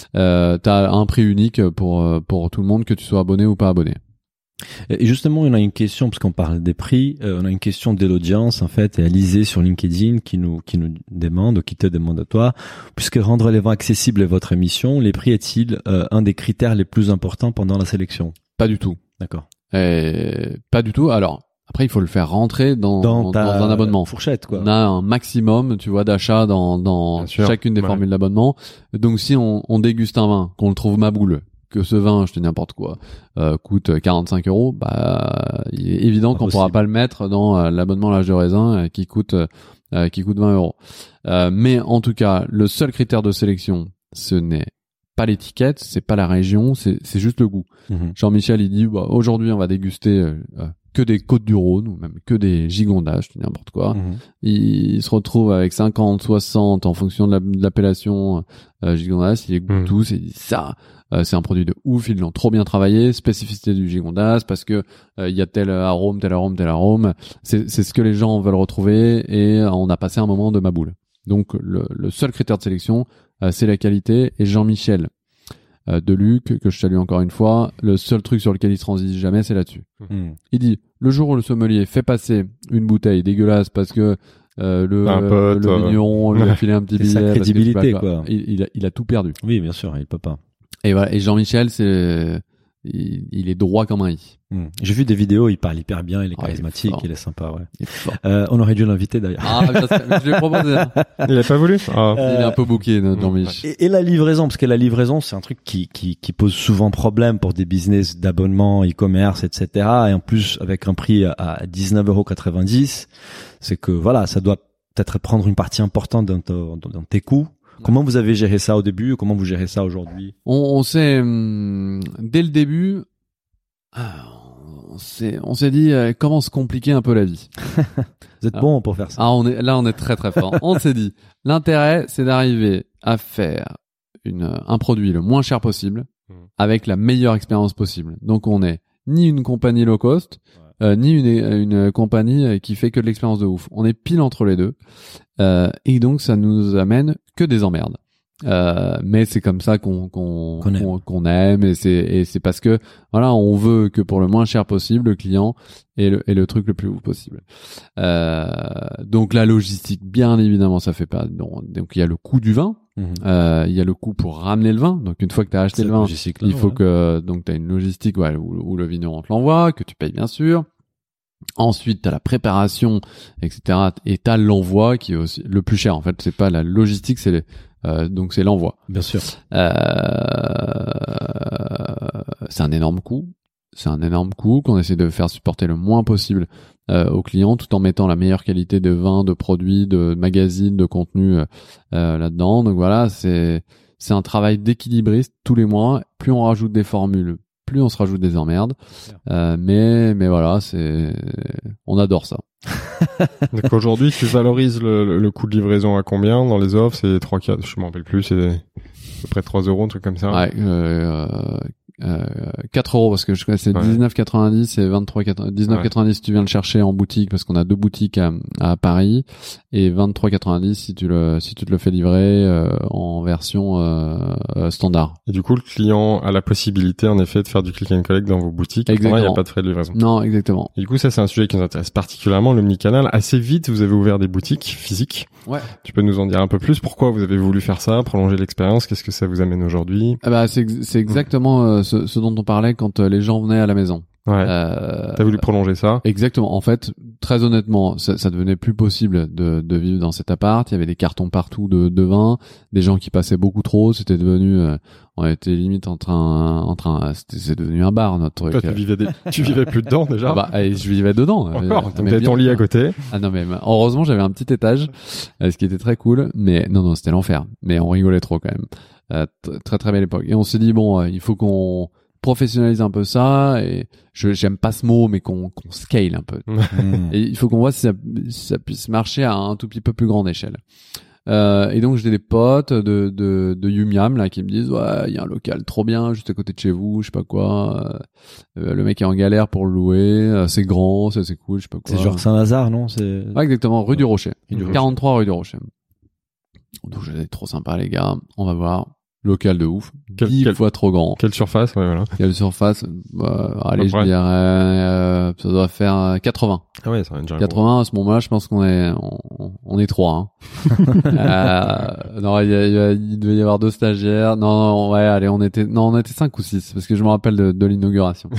t'as un prix unique pour tout le monde, que tu sois abonné ou pas abonné. Et justement, on a une question, parce qu'on parle des prix, on a une question de l'audience, en fait, et Alizé sur LinkedIn qui nous demande, ou qui te demande à toi, puisque rendre les vins accessibles est votre mission, les prix est-il un des critères les plus importants pendant la sélection? Pas du tout. D'accord. Pas du tout. Alors, après, il faut le faire rentrer dans un abonnement. Fourchette, quoi. On a un maximum, tu vois, d'achat dans chacune des formules d'abonnement. Donc, si on déguste un vin, qu'on le trouve maboule, que ce vin, je te dis n'importe quoi, coûte 45 €, bah, il est évident qu'on pourra pas le mettre dans l'abonnement l'âge de raisin qui coûte 20 €. Mais en tout cas, le seul critère de sélection, ce n'est pas l'étiquette, c'est pas la région, c'est juste le goût. Jean-Michel, il dit, bah, aujourd'hui, on va déguster que des Côtes du Rhône, ou même que des Gigondas, je te dis n'importe quoi. Il se retrouve avec 50, 60, en fonction de l'appellation Gigondas, il est goûteux, il dit ça. C'est un produit de ouf, ils l'ont trop bien travaillé, spécificité du Gigondas, parce que il y a tel arôme. C'est ce que les gens veulent retrouver, et on a passé un moment de maboule. Donc le seul critère de sélection, c'est la qualité. Et Jean-Michel de Luc, que je salue encore une fois, le seul truc sur lequel il transige jamais, c'est là-dessus. Il dit, le jour où le sommelier fait passer une bouteille dégueulasse parce que le vigneron lui a filé un petit billet, sa crédibilité, quoi. Il a tout perdu. Oui, bien sûr, il peut pas. Et voilà. Et Jean-Michel, il est droit comme un i. J'ai vu des vidéos, il parle hyper bien, il est charismatique, il est sympa, ouais. On aurait dû l'inviter d'ailleurs. Je l'ai proposé. Il a pas voulu. Il est un peu booké, notre Jean-Michel. Et la livraison, parce que la livraison, c'est un truc qui pose souvent problème pour des business d'abonnement, e-commerce, etc. Et en plus, avec un prix à 19,90 €, c'est que voilà, ça doit peut-être prendre une partie importante dans tes coûts. Comment vous avez géré ça au début? Comment vous gérez ça aujourd'hui? On s'est dès le début, on s'est dit comment se compliquer un peu la vie. Vous êtes bon pour faire ça. On est très très fort. On s'est dit l'intérêt, c'est d'arriver à faire un produit le moins cher possible avec la meilleure expérience possible. Donc on est ni une compagnie low cost, ni une compagnie qui fait que de l'expérience de ouf. On est pile entre les deux. Et donc ça nous amène que des emmerdes. Mais c'est comme ça qu'on aime, et c'est parce que voilà, on veut que pour le moins cher possible, le client ait le truc le plus ouf possible. Donc la logistique, bien évidemment, ça fait pas. Donc il y a le coût du vin. Il y a le coût pour ramener le vin. Donc une fois que tu as acheté le vin, il faut que donc tu as une logistique où le vigneron te l'envoie, que tu payes bien sûr. Ensuite, t'as la préparation, etc. Et t'as l'envoi qui est aussi le plus cher. En fait, c'est pas la logistique, donc c'est l'envoi. Bien sûr. C'est un énorme coût. C'est un énorme coût qu'on essaie de faire supporter le moins possible aux clients, tout en mettant la meilleure qualité de vin, de produits, de magazines, de contenu là-dedans. Donc voilà, c'est un travail d'équilibriste tous les mois. Plus on rajoute des formules, plus on se rajoute des emmerdes. Mais voilà, on adore ça. Donc aujourd'hui, tu valorises le coût de livraison à combien dans les offres? C'est 3-4, je m'en rappelle plus, c'est à peu près 3 €, un truc comme ça. Ouais, 4 € parce que je crois que c'est 19,90 et 19,90 si tu viens le chercher en boutique parce qu'on a 2 boutiques à Paris et 23,90 si tu te le fais livrer en version standard. Et du coup, le client a la possibilité en effet de faire du click and collect dans vos boutiques. Exactement. Il n'y a pas de frais de livraison. Non, exactement. Et du coup, ça c'est un sujet qui nous intéresse particulièrement, l'omnicanal. Assez vite, vous avez ouvert des boutiques physiques. Ouais. Tu peux nous en dire un peu plus? Pourquoi vous avez voulu faire ça, prolonger l'expérience? Qu'est-ce que ça vous amène aujourd'hui? Ah bah c'est exactement ce dont on parlait quand les gens venaient à la maison. Ouais. T'as voulu prolonger ça? Exactement. En fait, très honnêtement, ça devenait plus possible de vivre dans cet appart. Il y avait des cartons partout de vin, des gens qui passaient beaucoup trop. C'était devenu, on était limite en train, c'est devenu un bar notre truc. Toi, tu vivais plus dedans déjà? Ah bah, et je vivais dedans. Encore. T'avais ton lit à côté. Ah non mais heureusement j'avais un petit étage, ce qui était très cool. Mais non c'était l'enfer. Mais on rigolait trop quand même. Très très belle époque. Et on s'est dit bon, il faut qu'on professionnalise un peu ça, et j'aime pas ce mot, mais qu'on scale un peu. Et il faut qu'on voit si ça puisse marcher à un tout petit peu plus grande échelle. Et donc j'ai des potes de Yum Yam là qui me disent ouais, il y a un local trop bien juste à côté de chez vous, je sais pas quoi. Le mec est en galère pour le louer, c'est grand, c'est cool, je sais pas quoi. C'est genre Saint-Lazare, non? Ouais, exactement, rue du Rocher. 43 rue du Rocher. Donc j'ai trop sympa les gars, on va voir. Local de ouf, 10 fois trop grand. Quelle surface? Ouais, voilà. Quelle surface? Allez, je dirais, ça doit faire 80. Ah ouais, ça va déjà. 80, à ce moment-là, je pense qu'on est 3, hein. Non, il devait y avoir 2 stagiaires. Non, ouais, allez, on était 5 ou 6, parce que je me rappelle de l'inauguration.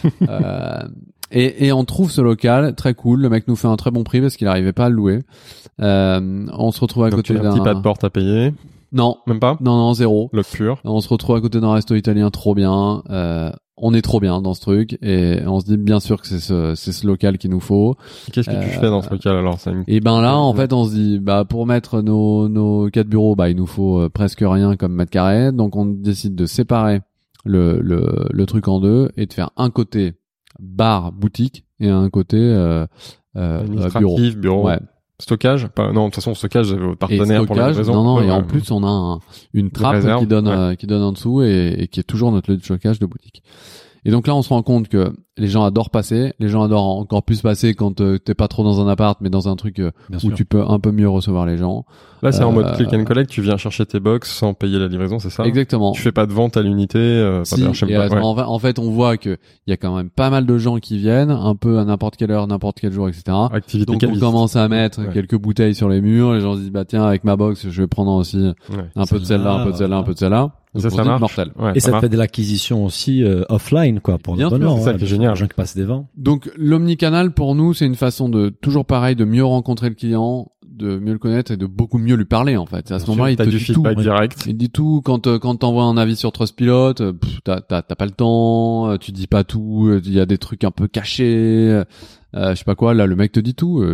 Et on trouve ce local très cool. Le mec nous fait un très bon prix parce qu'il arrivait pas à le louer. On se retrouve à donc côté d'un... un petit pas de porte à payer. Non. Même pas? Non, 0. Loc pur. On se retrouve à côté d'un resto italien trop bien. On est trop bien dans ce truc et on se dit bien sûr que c'est ce local qu'il nous faut. Qu'est-ce que tu fais dans ce local alors? Et ben là, en fait, on se dit pour mettre nos 4 bureaux, il nous faut presque rien comme mètre carré. Donc on décide de séparer le truc en deux et de faire un côté bar boutique et un côté bureau. Ouais. Stockage? Non, de toute façon, stockage, j'avais votre partenaire pour la livraison. Non, et en plus, on a une trappe qui donne en dessous et qui est toujours notre lieu de stockage de boutique. Et donc là, on se rend compte que les gens adorent passer. Les gens adorent encore plus passer quand t'es pas trop dans un appart, mais dans un truc où tu peux un peu mieux recevoir les gens. Là, c'est en mode click and collect. Tu viens chercher tes box sans payer la livraison, c'est ça? Exactement. Tu fais pas de vente à l'unité. En fait, on voit que il y a quand même pas mal de gens qui viennent, un peu à n'importe quelle heure, n'importe quel jour, etc. Activité donc caviste. On commence à mettre quelques bouteilles sur les murs. Les gens se disent tiens, avec ma box, je vais prendre aussi un peu de celle-là, un peu de celle-là, un peu de celle-là. Ça marche. Mortel. Ouais, et ça te fait de l'acquisition aussi offline, quoi, pour bien le bonheur. C'est ça qui est génial. Les gens qui passent des vents. Donc l'omnicanal pour nous, c'est une façon de toujours pareil de mieux rencontrer le client, de mieux le connaître et de beaucoup mieux lui parler en fait. À ce moment-là, il te dit tout. Direct. Il dit tout. Quand t'envoies un avis sur Trustpilot, t'as pas le temps, tu dis pas tout. Il y a des trucs un peu cachés. Je sais pas quoi. Là, le mec te dit tout.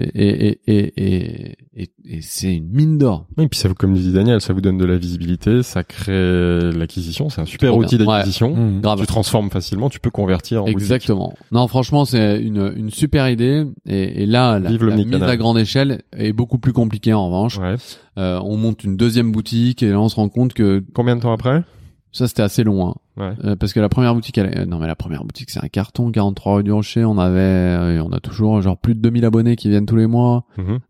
Et c'est une mine d'or. Oui, puis ça vous, comme dit Daniel, ça vous donne de la visibilité, ça crée l'acquisition. C'est un super outil d'acquisition. Ouais. Tu transformes facilement, tu peux convertir en exactement. boutique. Non, franchement, c'est une super idée. Et là, la mise à grande échelle est beaucoup plus compliquée en revanche. Ouais. On monte une deuxième boutique et là, on se rend compte que... Combien de temps après? Ça, c'était assez long, hein. Ouais. Parce que la première boutique, la première boutique, c'est un carton, 43 rue du Rocher. On a toujours genre plus de 2000 abonnés qui viennent tous les mois.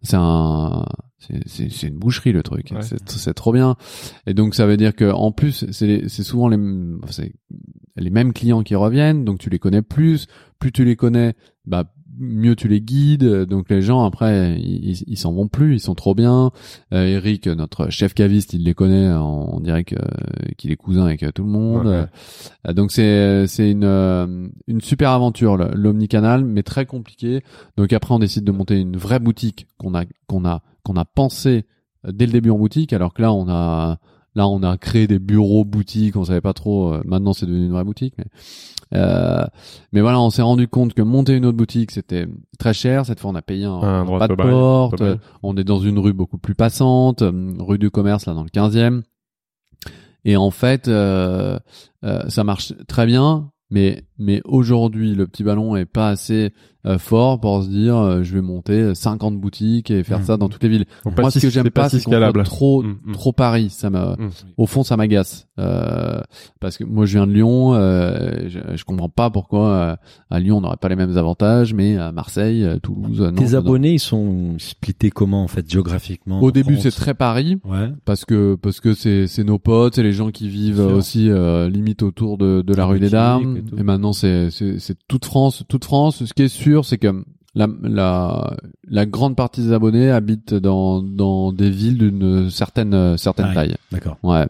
C'est une boucherie, le truc. Ouais. C'est trop bien. Et donc, ça veut dire que, en plus, c'est souvent les mêmes clients qui reviennent. Donc, tu les connais plus tu les connais, mieux tu les guides. Donc les gens après ils s'en vont plus, ils sont trop bien. Eric, notre chef caviste, il les connaît, on dirait qu'il est cousin avec tout le monde. Okay. Donc c'est une super aventure l'omnicanal, mais très compliqué. Donc après on décide de monter une vraie boutique qu'on a pensé dès le début en boutique, alors que là on a créé des bureaux boutiques, on savait pas trop. Maintenant c'est devenu une vraie boutique, mais voilà, on s'est rendu compte que monter une autre boutique c'était très cher. Cette fois on a payé un pas de porte. On est dans une rue beaucoup plus passante, rue du Commerce là dans le 15e. Et en fait ça marche très bien, mais aujourd'hui le petit ballon est pas assez fort pour se dire je vais monter 50 boutiques et faire ça dans toutes les villes. Donc, moi ce que j'aime pas c'est qu'on fait trop Paris, au fond ça m'agace parce que moi je viens de Lyon, je comprends pas pourquoi à Lyon on n'aurait pas les mêmes avantages, mais à Marseille, Toulouse non. Tes abonnés ils sont splittés comment en fait géographiquement? Au début c'est très Paris, parce que c'est nos potes, c'est les gens qui vivent aussi limite autour de la rue des Dames, et maintenant c'est toute France. Ce qui est sûr, c'est que la grande partie des abonnés habitent dans des villes d'une certaine taille. D'accord. Ouais.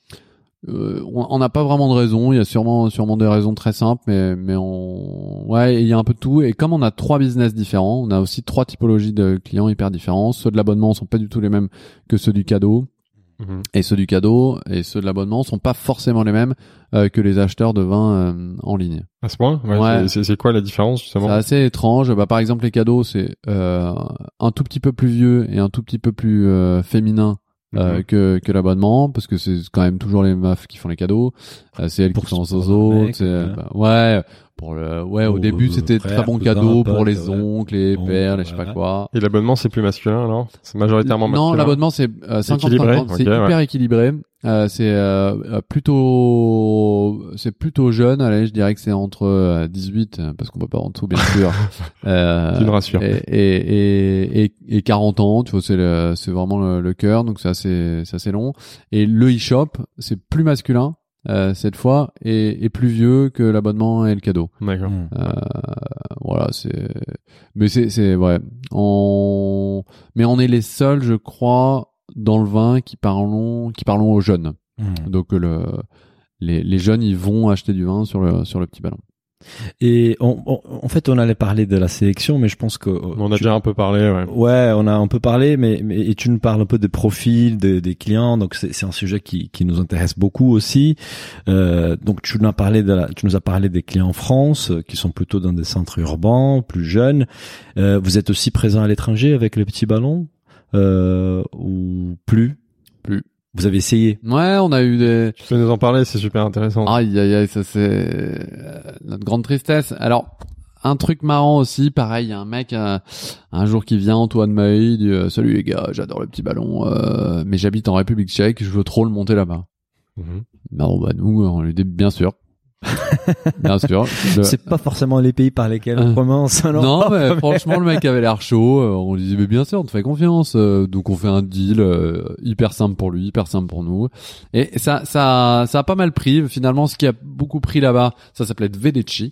On n'a pas vraiment de raison. Il y a sûrement des raisons très simples, mais il y a un peu de tout. Et comme on a 3 business différents, on a aussi 3 typologies de clients hyper différents. Ceux de l'abonnement sont pas du tout les mêmes que ceux du cadeau. Et ceux du cadeau et ceux de l'abonnement sont pas forcément les mêmes que les acheteurs de vin en ligne. À ce point? Ouais. C'est quoi la différence justement? C'est assez étrange. Par exemple, les cadeaux, c'est un tout petit peu plus vieux et un tout petit peu plus féminin que l'abonnement, parce que c'est quand même toujours les meufs qui font les cadeaux. C'est elles qui pensent aux autres. Au début c'était très bon cadeau pour les oncles, les pères, les je sais pas quoi. Et l'abonnement c'est plus masculin alors? C'est majoritairement masculin? Non, l'abonnement c'est 50-50, c'est hyper équilibré. C'est plutôt jeune. Allez, je dirais que c'est entre 18 parce qu'on peut pas en dessous bien sûr. Tu me rassures. Et 40 ans, tu vois, c'est vraiment le cœur, donc c'est assez long. Et le e-shop, c'est plus masculin. Cette fois et plus vieux que l'abonnement et le cadeau. D'accord. Voilà, mais c'est ouais. Mais on est les seuls, je crois, dans le vin qui parlons aux jeunes. Donc les jeunes ils vont acheter du vin sur le petit ballon. Et en fait, on allait parler de la sélection, mais je pense que on a déjà un peu parlé. Ouais, on a un peu parlé, mais et tu nous parles un peu des profils des clients, donc c'est un sujet qui nous intéresse beaucoup aussi. Donc tu nous as parlé des clients en France qui sont plutôt dans des centres urbains, plus jeunes. Vous êtes aussi présent à l'étranger avec le petit ballon ou plus? Vous avez essayé? Ouais, on a eu des... Tu peux nous en parler, c'est super intéressant. Aïe, ça c'est notre grande tristesse. Alors, un truc marrant aussi, pareil, il y a un mec un jour qui vient, Antoine Maï, il dit « Salut les gars, j'adore le petit ballon, mais j'habite en République tchèque, je veux trop le monter là-bas. » Non, nous, on lui dit « Bien sûr. » Bien sûr. C'est pas forcément les pays par lesquels on commence. Non, mais franchement, le mec avait l'air chaud. On lui disait, mais bien sûr, on te fait confiance. Donc on fait un deal hyper simple pour lui, hyper simple pour nous. Et ça a pas mal pris. Finalement, ce qui a beaucoup pris là-bas, ça s'appelait Vedeci.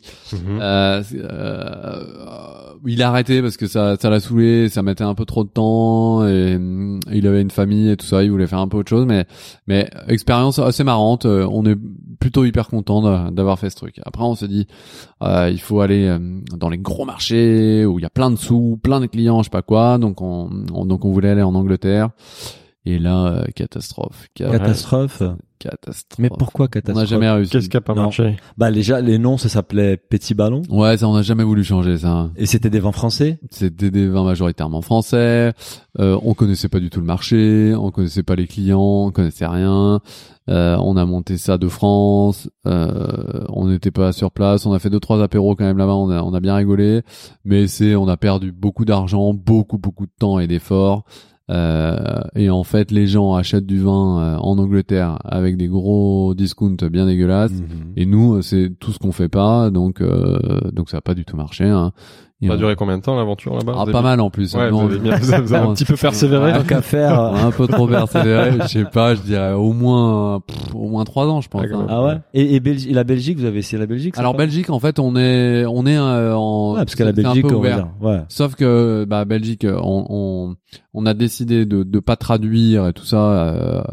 Il a arrêté parce que ça l'a saoulé, ça mettait un peu trop de temps et il avait une famille et tout ça. Il voulait faire un peu autre chose, mais expérience assez marrante. On est plutôt hyper content d'avoir fait ce truc. Après, on se dit, il faut aller dans les gros marchés où il y a plein de sous, plein de clients, je sais pas quoi. Donc on voulait aller en Angleterre. Et là, catastrophe. Mais pourquoi catastrophe? On n'a jamais réussi. Qu'est-ce qui a pas marché? Déjà, les noms, ça s'appelait Petit Ballon. Ouais, ça, on n'a jamais voulu changer, ça. Et c'était des vins français? C'était des vins majoritairement français. On connaissait pas du tout le marché. On connaissait pas les clients. On connaissait rien. On a monté ça de France. On n'était pas sur place. On a fait 2-3 apéros quand même là-bas. On a bien rigolé. Mais on a perdu beaucoup d'argent, beaucoup de temps et d'efforts. Et en fait, les gens achètent du vin en Angleterre avec des gros discounts bien dégueulasses. Et nous, c'est tout ce qu'on fait pas, donc ça a pas du tout marché. Hein. Ça a duré combien de temps l'aventure là-bas? Pas mal en plus. Ouais, vous avez un petit peu persévéré. Tant qu'à faire. Un peu trop persévéré. Je sais pas, je dirais au moins 3 ans, je pense. Ah ouais. Et la Belgique, vous avez essayé la Belgique? Alors Belgique, en fait, on est en. Ouais, parce que la Belgique, on va dire. Ouais. Sauf que Belgique, on a décidé de pas traduire et tout ça.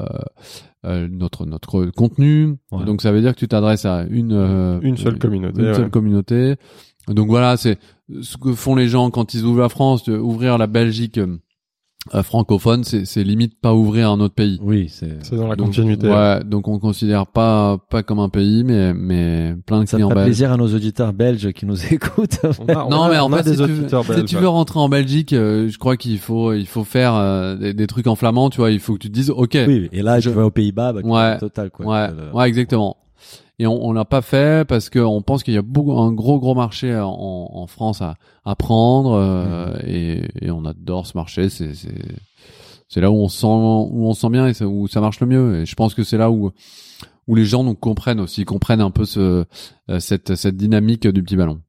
Notre contenu. Ouais. Donc ça veut dire que tu t'adresses à une seule communauté. Une seule communauté. Donc voilà, c'est ce que font les gens quand ils ouvrent la France, ouvrir la Belgique francophone, c'est limite pas ouvrir un autre pays. Oui, c'est dans la continuité. Ouais, donc on considère pas comme un pays, mais plein de clients belges. Ça fait plaisir à nos auditeurs belges qui nous écoutent. Non, mais en fait, si tu veux rentrer en Belgique, je crois qu'il faut faire des trucs en flamand, tu vois, il faut que tu te dises, ok. Oui, et là, je vais aux Pays-Bas, ouais, total, quoi. Ouais, exactement. Et on l'a pas fait parce que on pense qu'il y a un gros marché en France à prendre et on adore ce marché. C'est là où on sent bien et où ça marche le mieux. Et je pense que c'est là où les gens nous comprennent aussi, comprennent un peu cette dynamique du petit ballon.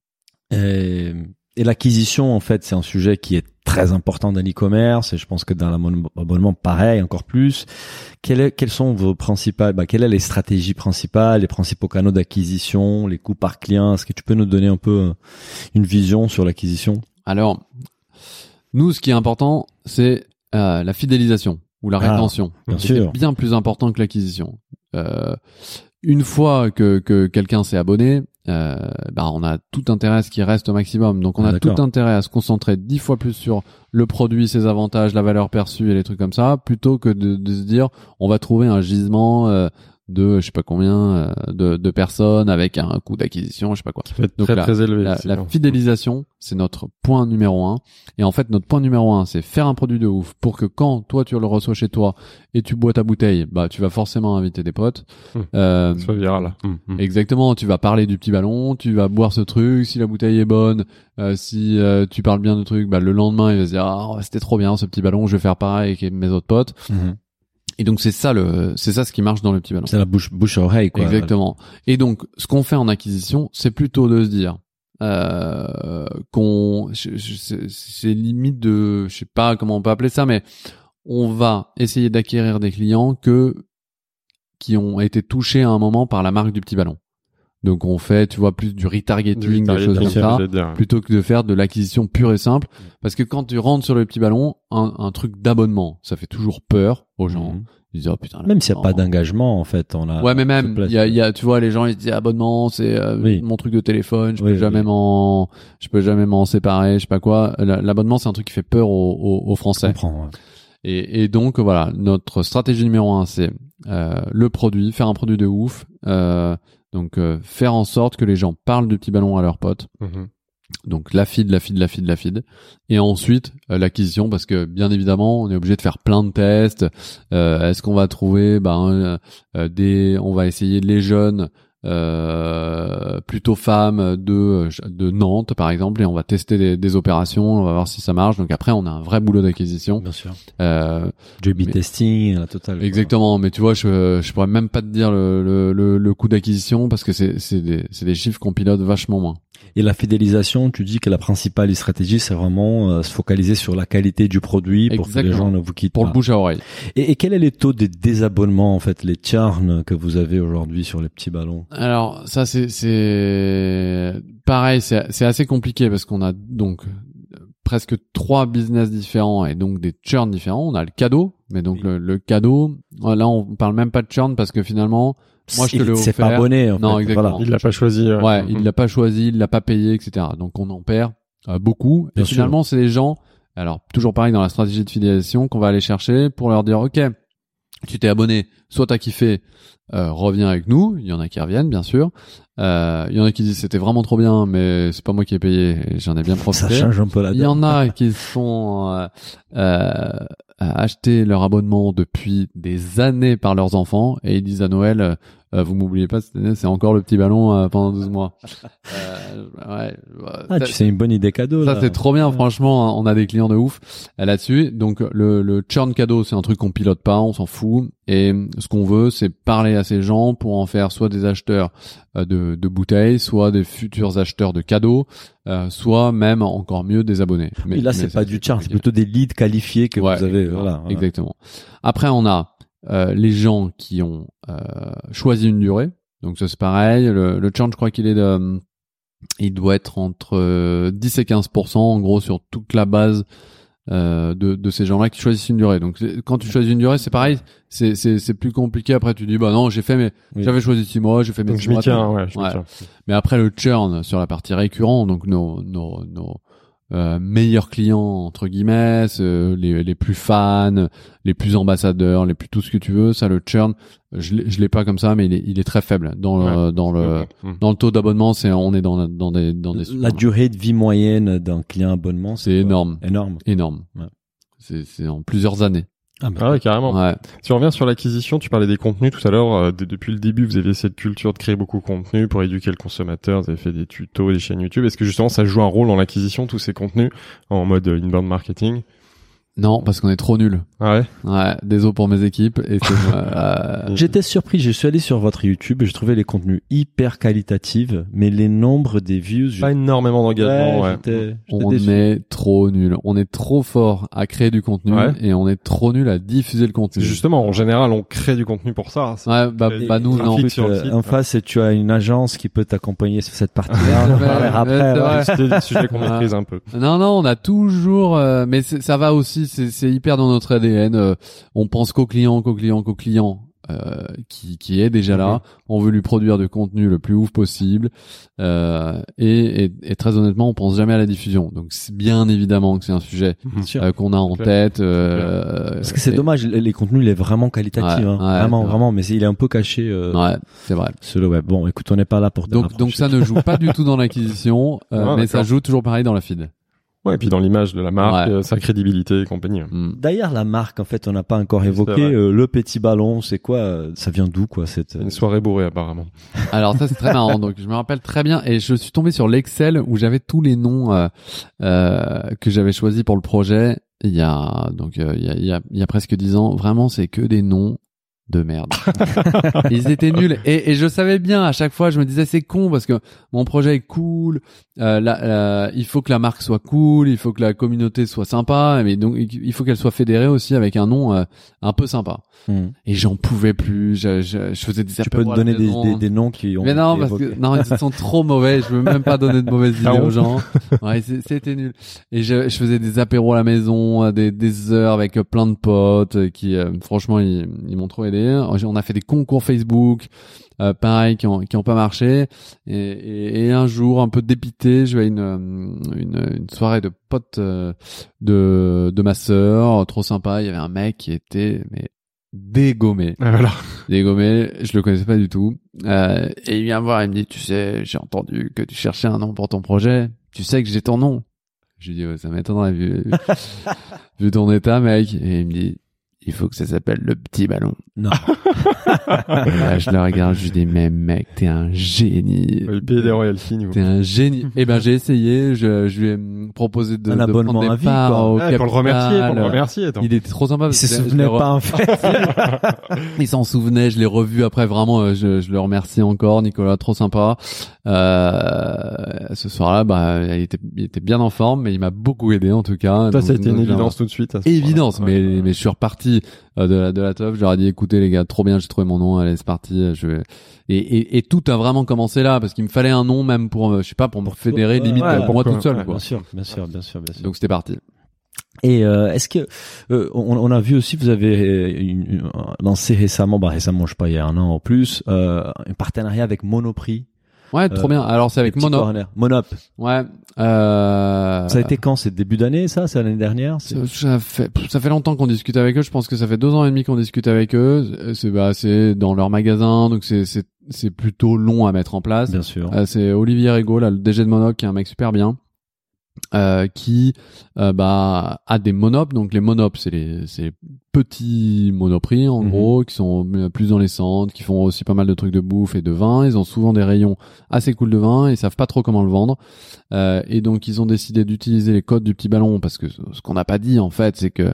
Et l'acquisition, en fait, c'est un sujet qui est très important dans l'e-commerce et je pense que dans l'abonnement, pareil, encore plus. Quelles sont vos principales, quelles sont les stratégies principales, les principaux canaux d'acquisition, les coûts par client? Est-ce que tu peux nous donner un peu une vision sur l'acquisition? Alors, nous, ce qui est important, c'est la fidélisation ou la rétention. Bien sûr. C'est bien plus important que l'acquisition. Une fois que quelqu'un s'est abonné, on a tout intérêt à ce qu'il reste au maximum. Donc on a tout intérêt à se concentrer 10 fois plus sur le produit, ses avantages, la valeur perçue et les trucs comme ça, plutôt que de se dire on va trouver un gisement de je sais pas combien de personnes avec un coût d'acquisition, je sais pas quoi. Donc très élevé. La fidélisation, c'est notre point numéro 1. Et en fait, notre point numéro 1, c'est faire un produit de ouf pour que quand toi tu le reçois chez toi et tu bois ta bouteille, tu vas forcément inviter des potes. Soit viral. Exactement. Tu vas parler du petit ballon, tu vas boire ce truc. Si la bouteille est bonne, si tu parles bien du truc, le lendemain il va se dire c'était trop bien ce petit ballon, je vais faire pareil avec mes autres potes. Et donc c'est ça ce qui marche dans le petit ballon. C'est la bouche à oreille, quoi. Exactement. Et donc ce qu'on fait en acquisition, c'est plutôt de se dire c'est limite de, je sais pas comment on peut appeler ça, mais on va essayer d'acquérir des clients qui ont été touchés à un moment par la marque du petit ballon. Donc on fait, tu vois, plus du retargeting, des choses comme ça, plutôt que de faire de l'acquisition pure et simple. Parce que quand tu rentres sur le petit ballon, un truc d'abonnement, ça fait toujours peur aux gens. Ils disent, oh putain. Même s'il n'y a pas d'engagement, en fait, ouais, mais même, il y a, tu vois, les gens, ils se disent, abonnement, c'est mon truc de téléphone, je peux jamais m'en séparer, je sais pas quoi. L'abonnement, c'est un truc qui fait peur aux Français. Je comprends, ouais. Et donc, voilà, notre stratégie numéro 1, c'est le produit, faire un produit de ouf, donc faire en sorte que les gens parlent du petit ballon à leurs potes. Donc la feed. Et ensuite l'acquisition, parce que bien évidemment on est obligé de faire plein de tests. Est-ce qu'on va trouver on va essayer les jeunes plutôt femmes de Nantes par exemple, et on va tester des opérations, on va voir si ça marche. Donc après on a un vrai boulot d'acquisition. Bien sûr. JB testing, la totale. Exactement, mais tu vois, je pourrais même pas te dire le coût d'acquisition parce que c'est des chiffres qu'on pilote vachement moins. Et la fidélisation, tu dis que la principale stratégie, c'est vraiment se focaliser sur la qualité du produit pour que les gens ne vous quittent pas. Pour le bouche à oreille. Et quel est les taux de désabonnement, en fait, les churn que vous avez aujourd'hui sur les petits ballons? Alors, ça, c'est pareil, c'est assez compliqué parce qu'on a donc presque 3 business différents et donc des churns différents. On a le cadeau, mais donc le cadeau, là, on parle même pas de churn parce que finalement, moi, je te l'ai offert. C'est pas abonné, en fait. Non, exactement. Il l'a pas choisi. Ouais, il l'a pas choisi, il l'a pas payé, etc. Donc, on en perd beaucoup. Bien et finalement, c'est les gens, alors, toujours pareil dans la stratégie de fidélisation, qu'on va aller chercher pour leur dire, OK, tu t'es abonné, soit t'as kiffé, reviens avec nous. Il y en a qui reviennent, bien sûr. Il y en a qui disent, c'était vraiment trop bien, mais c'est pas moi qui ai payé, et j'en ai bien profité. Ça change un peu la donne. Il y en a qui sont acheté leur abonnement depuis des années par leurs enfants et ils disent à Noël Vous m'oubliez pas, cette année, c'est encore le petit ballon pendant 12 mois. Tu sais, une bonne idée cadeau. Ça, là. c'est trop bien, franchement. On a des clients de ouf là-dessus. Donc, le churn cadeau, c'est un truc qu'on pilote pas, on s'en fout. Et ce qu'on veut, c'est parler à ces gens pour en faire soit des acheteurs de bouteilles, soit des futurs acheteurs de cadeaux, soit même encore mieux des abonnés. Mais là, c'est pas du churn, c'est plutôt des leads qualifiés que vous avez. Voilà. Exactement. Après, on a les gens qui ont choisi une durée. Donc ça, c'est pareil. Le churn, je crois qu'il est il doit être entre 10 et 15% en gros sur toute la base de ces gens-là qui choisissent une durée. Donc quand tu choisis une durée, c'est pareil, c'est plus compliqué. Après tu dis bah non, j'avais choisi 6 mois, j'ai fait mes 6 mois. Je m'y tiens. Mais après le churn sur la partie récurrent, donc nos meilleurs clients entre guillemets, les plus fans, les plus ambassadeurs, les plus tout ce que tu veux, ça le churn, je l'ai pas comme ça, mais il est très faible dans le taux d'abonnement. On est dans des la durée de vie moyenne d'un client abonnement, c'est énorme. Ouais. C'est en plusieurs années. Ah ouais, carrément. Ouais. Si on revient sur l'acquisition, tu parlais des contenus tout à l'heure. Depuis le début, vous aviez cette culture de créer beaucoup de contenu pour éduquer le consommateur. Vous avez fait des tutos, des chaînes YouTube. Est-ce que justement ça joue un rôle dans l'acquisition, tous ces contenus, en mode inbound marketing? Non, parce qu'on est trop nuls. Ah ouais? Ouais, désolé pour mes équipes. Et J'étais surpris, je suis allé sur votre YouTube et je trouvais les contenus hyper qualitatifs, mais les nombres des views... Pas énormément d'engagement, On est trop nuls. On est trop fort à créer du contenu et on est trop nuls à diffuser le contenu. Justement, en général, on crée du contenu pour ça. Ouais, bah nous, non. En face, tu as une agence qui peut t'accompagner sur cette partie-là. Après, c'est des sujets qu'on maîtrise un peu. Non, on a toujours... mais ça va aussi, c'est hyper dans notre ADN. On pense qu'au client qui est déjà là. On veut lui produire du contenu le plus ouf possible. Et très honnêtement, on pense jamais à la diffusion. Donc c'est bien évidemment que c'est un sujet qu'on a en tête. Parce que c'est dommage, les contenus, il est vraiment qualitatif. Vraiment, mais il est un peu caché. Ouais, c'est vrai. Sur le web. Bon, écoute, on n'est pas là pour donc ça ne joue pas du tout dans l'acquisition, mais ça joue toujours pareil dans la feed. Ouais, et puis dans l'image de la marque, sa crédibilité et compagnie. D'ailleurs, la marque, en fait, on n'a pas encore évoqué le petit ballon. C'est quoi? Ça vient d'où, quoi, cette une soirée bourrée, apparemment. Alors ça, c'est très marrant. Donc, je me rappelle très bien, et je suis tombé sur l'Excel où j'avais tous les noms que j'avais choisis pour le projet. Il y a presque 10 ans. Vraiment, c'est que des noms de merde. Ils étaient nuls et je savais bien, à chaque fois je me disais c'est con parce que mon projet est cool, il faut que la marque soit cool, il faut que la communauté soit sympa, mais donc il faut qu'elle soit fédérée aussi avec un nom un peu sympa. Et j'en pouvais plus, je faisais des... Tu peux te donner des noms qui ont... Mais non, parce que non, ils sont trop mauvais, je veux même pas donner de mauvaises idées aux gens. Ouais, c'était nul. Et je faisais des apéros à la maison, des heures avec plein de potes qui franchement ils m'ont trop aidé. On a fait des concours Facebook, pareil, qui ont pas marché. Et un jour, un peu dépité, je vais à une soirée de potes de ma sœur, trop sympa. Il y avait un mec qui était dégommé. Voilà. Dégommé, je le connaissais pas du tout. Et il vient me voir, il me dit, tu sais, j'ai entendu que tu cherchais un nom pour ton projet. Tu sais que j'ai ton nom. Je lui dis, ça m'étonnerait vu ton état, mec. Et il me dit, il faut que ça s'appelle le petit ballon. Non. Là, je le regarde, je lui dis, mais mec, t'es un génie. Le payer des royalties, niveau. T'es un génie. Eh ben, j'ai essayé, je lui ai proposé de abonnement prendre à des parts au capital. Pour le remercier, attends. Il était trop sympa. Il se souvenait pas, en fait. Il s'en souvenait, je l'ai revu après, vraiment, je le remercie encore, Nicolas, trop sympa. Ce soir-là, il était bien en forme, mais il m'a beaucoup aidé, en tout cas. Ça a été une évidence tout de suite. Évidence, mais je suis reparti de la teuf. Je leur ai dit, écoutez les gars, trop bien, j'ai trouvé mon nom, allez c'est parti. Et tout a vraiment commencé là parce qu'il me fallait un nom même pour me fédérer limite pour moi toute seule quoi. Bien sûr. Donc c'était parti. Et est-ce que on a vu aussi, vous avez lancé récemment, je sais pas, il y a un an en plus, un partenariat avec Monoprix. Ouais, trop bien. Alors c'est avec Monop. Ouais. Ça a été quand? C'est début d'année, ça? C'est l'année dernière? Ça fait longtemps qu'on discute avec eux. Je pense que ça fait 2 ans et demi qu'on discute avec eux. C'est dans leur magasin, donc c'est plutôt long à mettre en place. Bien sûr. C'est Olivier Rigaud, là, le DG de Monop, qui est un mec super bien. qui a des monopes. Donc les monopes, c'est les petits monoprix en gros, qui sont plus dans les centres, qui font aussi pas mal de trucs de bouffe et de vin. Ils ont souvent des rayons assez cool de vin, ils savent pas trop comment le vendre, et donc ils ont décidé d'utiliser les codes du petit ballon, parce que ce qu'on n'a pas dit en fait, c'est que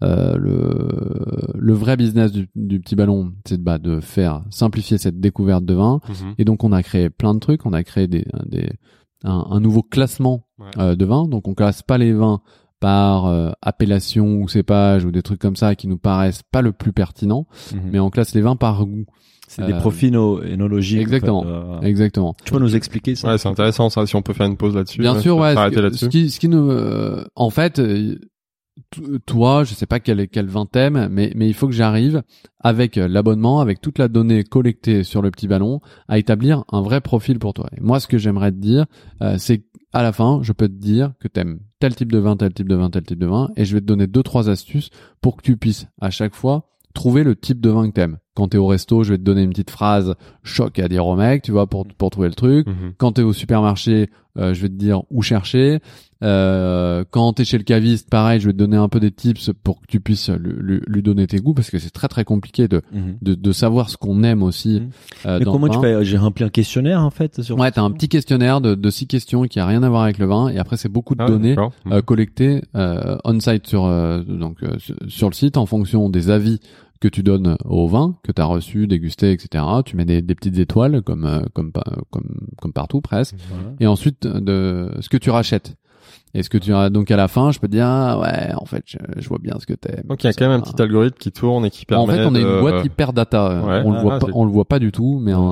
le vrai business du petit ballon, c'est de faire simplifier cette découverte de vin. Et donc on a créé plein de trucs, on a créé un nouveau classement de vins. Donc on classe pas les vins par appellation ou cépage ou des trucs comme ça qui nous paraissent pas le plus pertinent, mais on classe les vins par goût. C'est des profils énologiques. Exactement. En fait. Exactement. Tu peux nous expliquer ça? Ouais, c'est intéressant ça, si on peut faire une pause là-dessus. Bien sûr, ouais. Là-dessus. Ce qui nous, en fait, toi, je sais pas quel vin t'aimes, mais il faut que j'arrive avec l'abonnement, avec toute la donnée collectée sur le petit ballon, à établir un vrai profil pour toi. Et moi, ce que j'aimerais te dire, c'est à la fin, je peux te dire que t'aimes tel type de vin, tel type de vin, tel type de vin, et je vais te donner 2-3 astuces pour que tu puisses à chaque fois trouver le type de vin que t'aimes. Quand t'es au resto, je vais te donner une petite phrase choc à dire au mec, tu vois, pour trouver le truc. Quand t'es au supermarché, je vais te dire où chercher. Quand t'es chez le caviste, pareil, je vais te donner un peu des tips pour que tu puisses lui donner tes goûts, parce que c'est très très compliqué de savoir ce qu'on aime aussi. Mais comment tu fais? J'ai rempli un questionnaire en fait sur... Ouais, t'as un petit questionnaire de 6 questions qui a rien à voir avec le vin, et après c'est beaucoup de données collectées on-site sur le site en fonction des avis que tu donnes au vin que tu as reçu, dégusté, etc. Tu mets des petites étoiles comme partout presque. Et ensuite de ce que tu rachètes. Et ce que tu as donc à la fin, je peux te dire ouais, en fait, je vois bien ce que t'aimes. Donc il y a quand même un petit algorithme qui tourne et qui permet. En fait, on a une boîte hyper data. Ouais. On le voit pas du tout, mais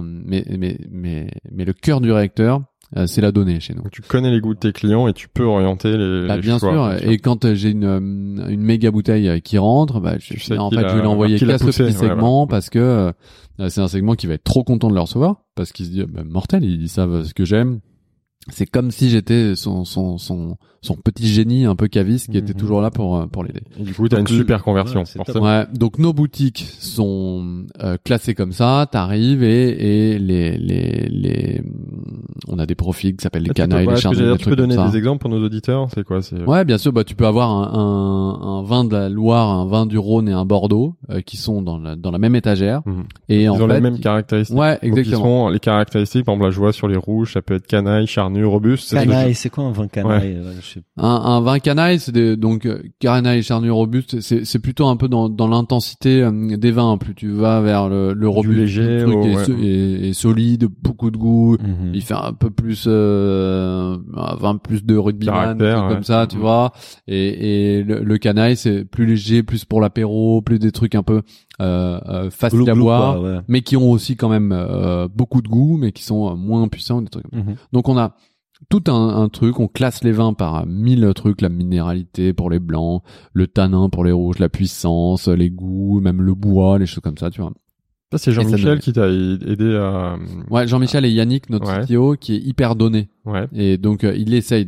le cœur du réacteur, c'est la donnée chez nous. Donc, tu connais les goûts de tes clients et tu peux orienter les bien choix. sûr. Et quand j'ai une méga bouteille qui rentre, je vais l'envoyer qu'à ce petit segment, parce que c'est un segment qui va être trop content de le recevoir, parce qu'il se dit mortel, ils savent ce que j'aime. C'est comme si j'étais son petit génie un peu caviste qui était toujours là pour l'aider. Et du coup, t'as une super conversion. Forcément. Ouais, donc nos boutiques sont classées comme ça. T'arrives et les on a des profils qui s'appellent les canailles, les chardonnays. Tu peux donner des exemples pour nos auditeurs? C'est quoi? Ouais, bien sûr. Tu peux avoir un vin de la Loire, un vin du Rhône et un Bordeaux qui sont dans la même étagère. Et ils ont les mêmes caractéristiques. Ouais, exactement. Les caractéristiques, par exemple, la joie sur les rouges, ça peut être canaille, charnu, robuste. Canaille, c'est quoi un vin canaille? Un vin canaille, c'est donc canaille, charnu, robuste. C'est plutôt un peu dans l'intensité des vins. Plus tu vas vers le robuste, léger, le truc est solide, beaucoup de goût. Il fait un peu plus vin plus de rugbyman, comme ça, tu vois. Et le canaille, c'est plus léger, plus pour l'apéro, plus des trucs un peu faciles à boire, mais qui ont aussi quand même beaucoup de goût, mais qui sont moins puissants, des trucs comme ça. Donc on a tout un truc, on classe les vins par 1000 trucs, la minéralité pour les blancs, le tanin pour les rouges, la puissance, les goûts, même le bois, les choses comme ça, tu vois. Ça, c'est Jean-Michel qui t'a aidé à... Ouais, Jean-Michel et Yannick, notre CTO, qui est hyper donné. Ouais. Et donc, il essaye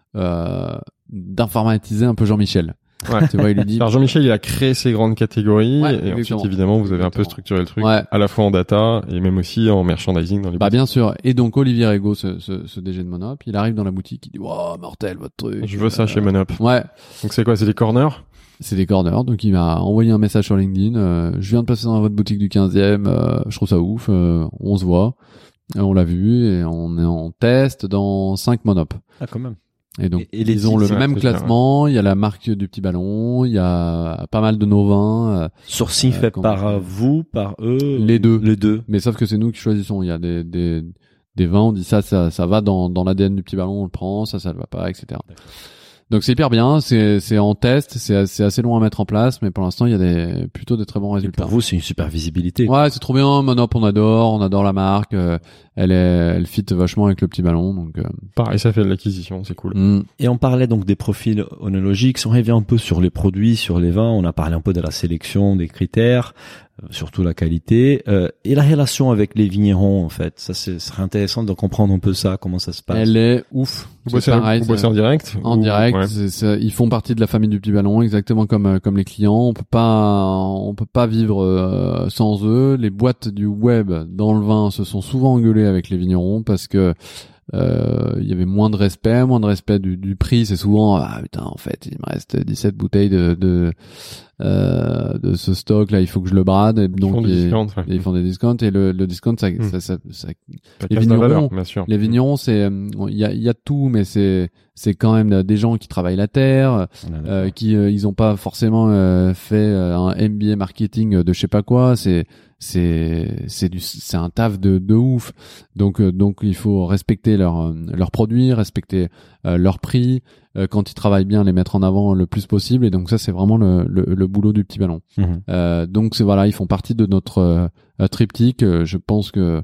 d'informatiser un peu Jean-Michel. Ouais. Tu vois, il lui dit. Alors Jean-Michel, il a créé ses grandes catégories, et ensuite évidemment vous avez un peu structuré le truc, à la fois en data et même aussi en merchandising dans les boutiques. Bien sûr. Et donc Olivier Rego, ce DG de Monop, il arrive dans la boutique, il dit wow, mortel votre truc. Je veux ça chez Monop. Ouais. Donc c'est quoi, c'est des corners? C'est des corners. Donc il m'a envoyé un message sur LinkedIn. Je viens de passer dans votre boutique du 15e. Je trouve ça ouf. On se voit. On l'a vu et on est en test dans 5 Monop. Ah quand même. Et donc ils ont le même classement, il y a la marque du petit ballon, il y a pas mal de nos vins. Sourcing fait par vous, par eux? Les deux. Mais sauf que c'est nous qui choisissons. Il y a des vins, on dit ça va dans l'ADN du petit ballon, on le prend, ça le va pas, etc. D'accord. Donc c'est hyper bien, c'est en test, c'est assez long à mettre en place, mais pour l'instant il y a plutôt des très bons résultats. Et pour vous c'est une super visibilité. Ouais, c'est trop bien. Monop, on adore la marque, elle fit vachement avec le petit ballon, donc. Pareil, ça fait de l'acquisition, c'est cool. Et on parlait donc des profils onologiques. Si on revient un peu sur les produits, sur les vins, on a parlé un peu de la sélection, des critères, surtout la qualité, et la relation avec les vignerons en fait. Ça serait intéressant de comprendre un peu ça, comment ça se passe. Elle est ouf. Vous bossez en direct? En direct. Ouais. Ils font partie de la famille du petit ballon, exactement comme les clients. On peut pas vivre sans eux. Les boîtes du web dans le vin se sont souvent engueulées avec les vignerons parce que il y avait moins de respect du prix. C'est souvent putain, en fait il me reste 17 bouteilles de ce stock là, il faut que je le brade, et donc ils font des discounts, et le discount ça les vignerons, bien sûr. les vignerons, c'est il y a tout, mais c'est quand même des gens qui travaillent la terre, qui ils ont pas forcément fait un MBA marketing de je sais pas quoi. C'est un taf de ouf. Donc il faut respecter leurs produits, respecter leur prix, quand ils travaillent bien, les mettre en avant le plus possible. Et donc ça, c'est vraiment le boulot du Petit Ballon. Donc voilà, ils font partie de notre triptyque. Je pense que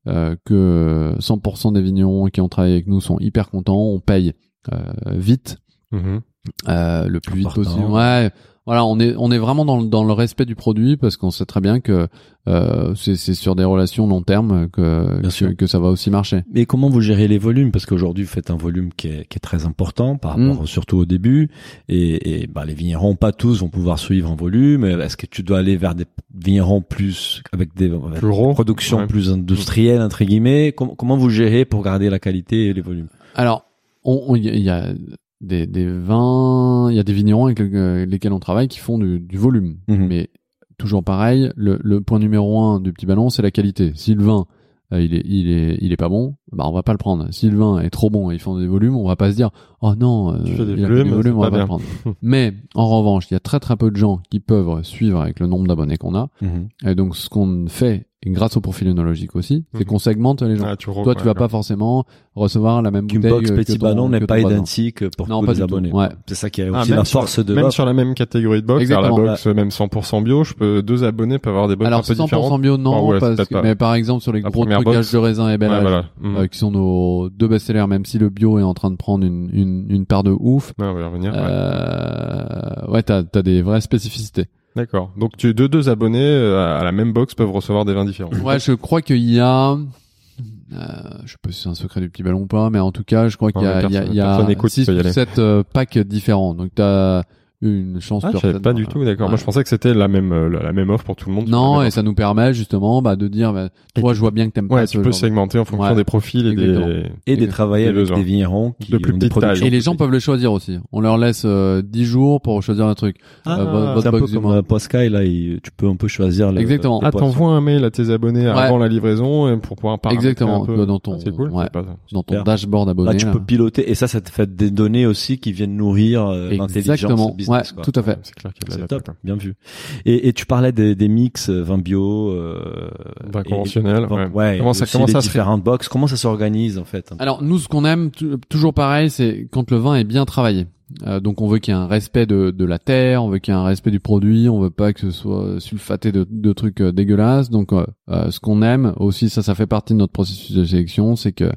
100% des vignerons qui ont travaillé avec nous sont hyper contents. On paye vite, le plus vite possible. Ouais. Voilà, on est vraiment dans le respect du produit, parce qu'on sait très bien que c'est sur des relations long terme que ça va aussi marcher. Mais comment vous gérez les volumes? Parce qu'aujourd'hui, vous faites un volume qui est très important par rapport surtout au début, et les vignerons, pas tous vont pouvoir suivre en volume. Est-ce que tu dois aller vers des vignerons plus avec des productions plus industrielles entre guillemets? Comment vous gérez pour garder la qualité et les volumes? Alors, il y a des vins, il y a des vignerons avec lesquels on travaille qui font du volume. Mais toujours pareil, le point numéro 1 du Petit Ballon, c'est la qualité. Si le vin il est pas bon, on va pas le prendre. Si le vin est trop bon et ils font des volumes, on va pas se dire oh non, il a fait des volumes, on va pas le prendre. Mais en revanche, il y a très très peu de gens qui peuvent suivre avec le nombre d'abonnés qu'on a. Et donc ce qu'on fait, et grâce au profil œnologique aussi, c'est qu'on segmente les gens. Toi, tu vas pas forcément recevoir la même bouteille box Petit Ballon n'est pas identique pour tous les abonnés. Ouais. C'est ça qui est aussi la force de même sur la même catégorie de box, vers la box même 100% bio, deux abonnés peuvent avoir des box un peu différentes. Alors 100% bio non, mais par exemple sur les gros trucages de raisin et bellage, qui sont nos deux best-sellers, même si le bio est en train de prendre une part de ouf. On va y revenir. T'as des vraies spécificités. D'accord. Donc deux abonnés à la même box peuvent recevoir des vins différents. Ouais, je crois qu'il y a je sais pas si c'est un secret du Petit Ballon ou pas, mais en tout cas, je crois qu'il y a 6 ou 7 packs différents. Donc t'as une chance je savais pas du tout, d'accord. Moi je pensais que c'était la même offre pour tout le monde. Non, et ça nous permet justement de dire toi je vois bien que t'aimes pas ce tu peux segmenter en fonction des profils et des travailler avec des vignerons de plus petite taille. Et les gens peuvent le choisir aussi. On leur laisse 10 jours pour choisir un truc. C'est un peu comme Poscaï là, tu peux un peu choisir le Exactement. T'envoies un mail à tes abonnés avant la livraison pour pouvoir paramétrer un peu. Dans ton dans ton dashboard abonné. Là tu peux piloter, et ça te fait des données aussi qui viennent nourrir l'intelligence business. Ouais, tout à fait. C'est clair qu'il y a de la top, bien vu. Et tu parlais des mix vin bio, vin conventionnel. Comment ça différentes box, comment ça s'organise en fait? Alors nous, ce qu'on aime toujours pareil, c'est quand le vin est bien travaillé. Donc on veut qu'il y ait un respect de la terre, on veut qu'il y ait un respect du produit, on veut pas que ce soit sulfaté de trucs dégueulasses. Donc ce qu'on aime aussi, ça fait partie de notre processus de sélection, c'est que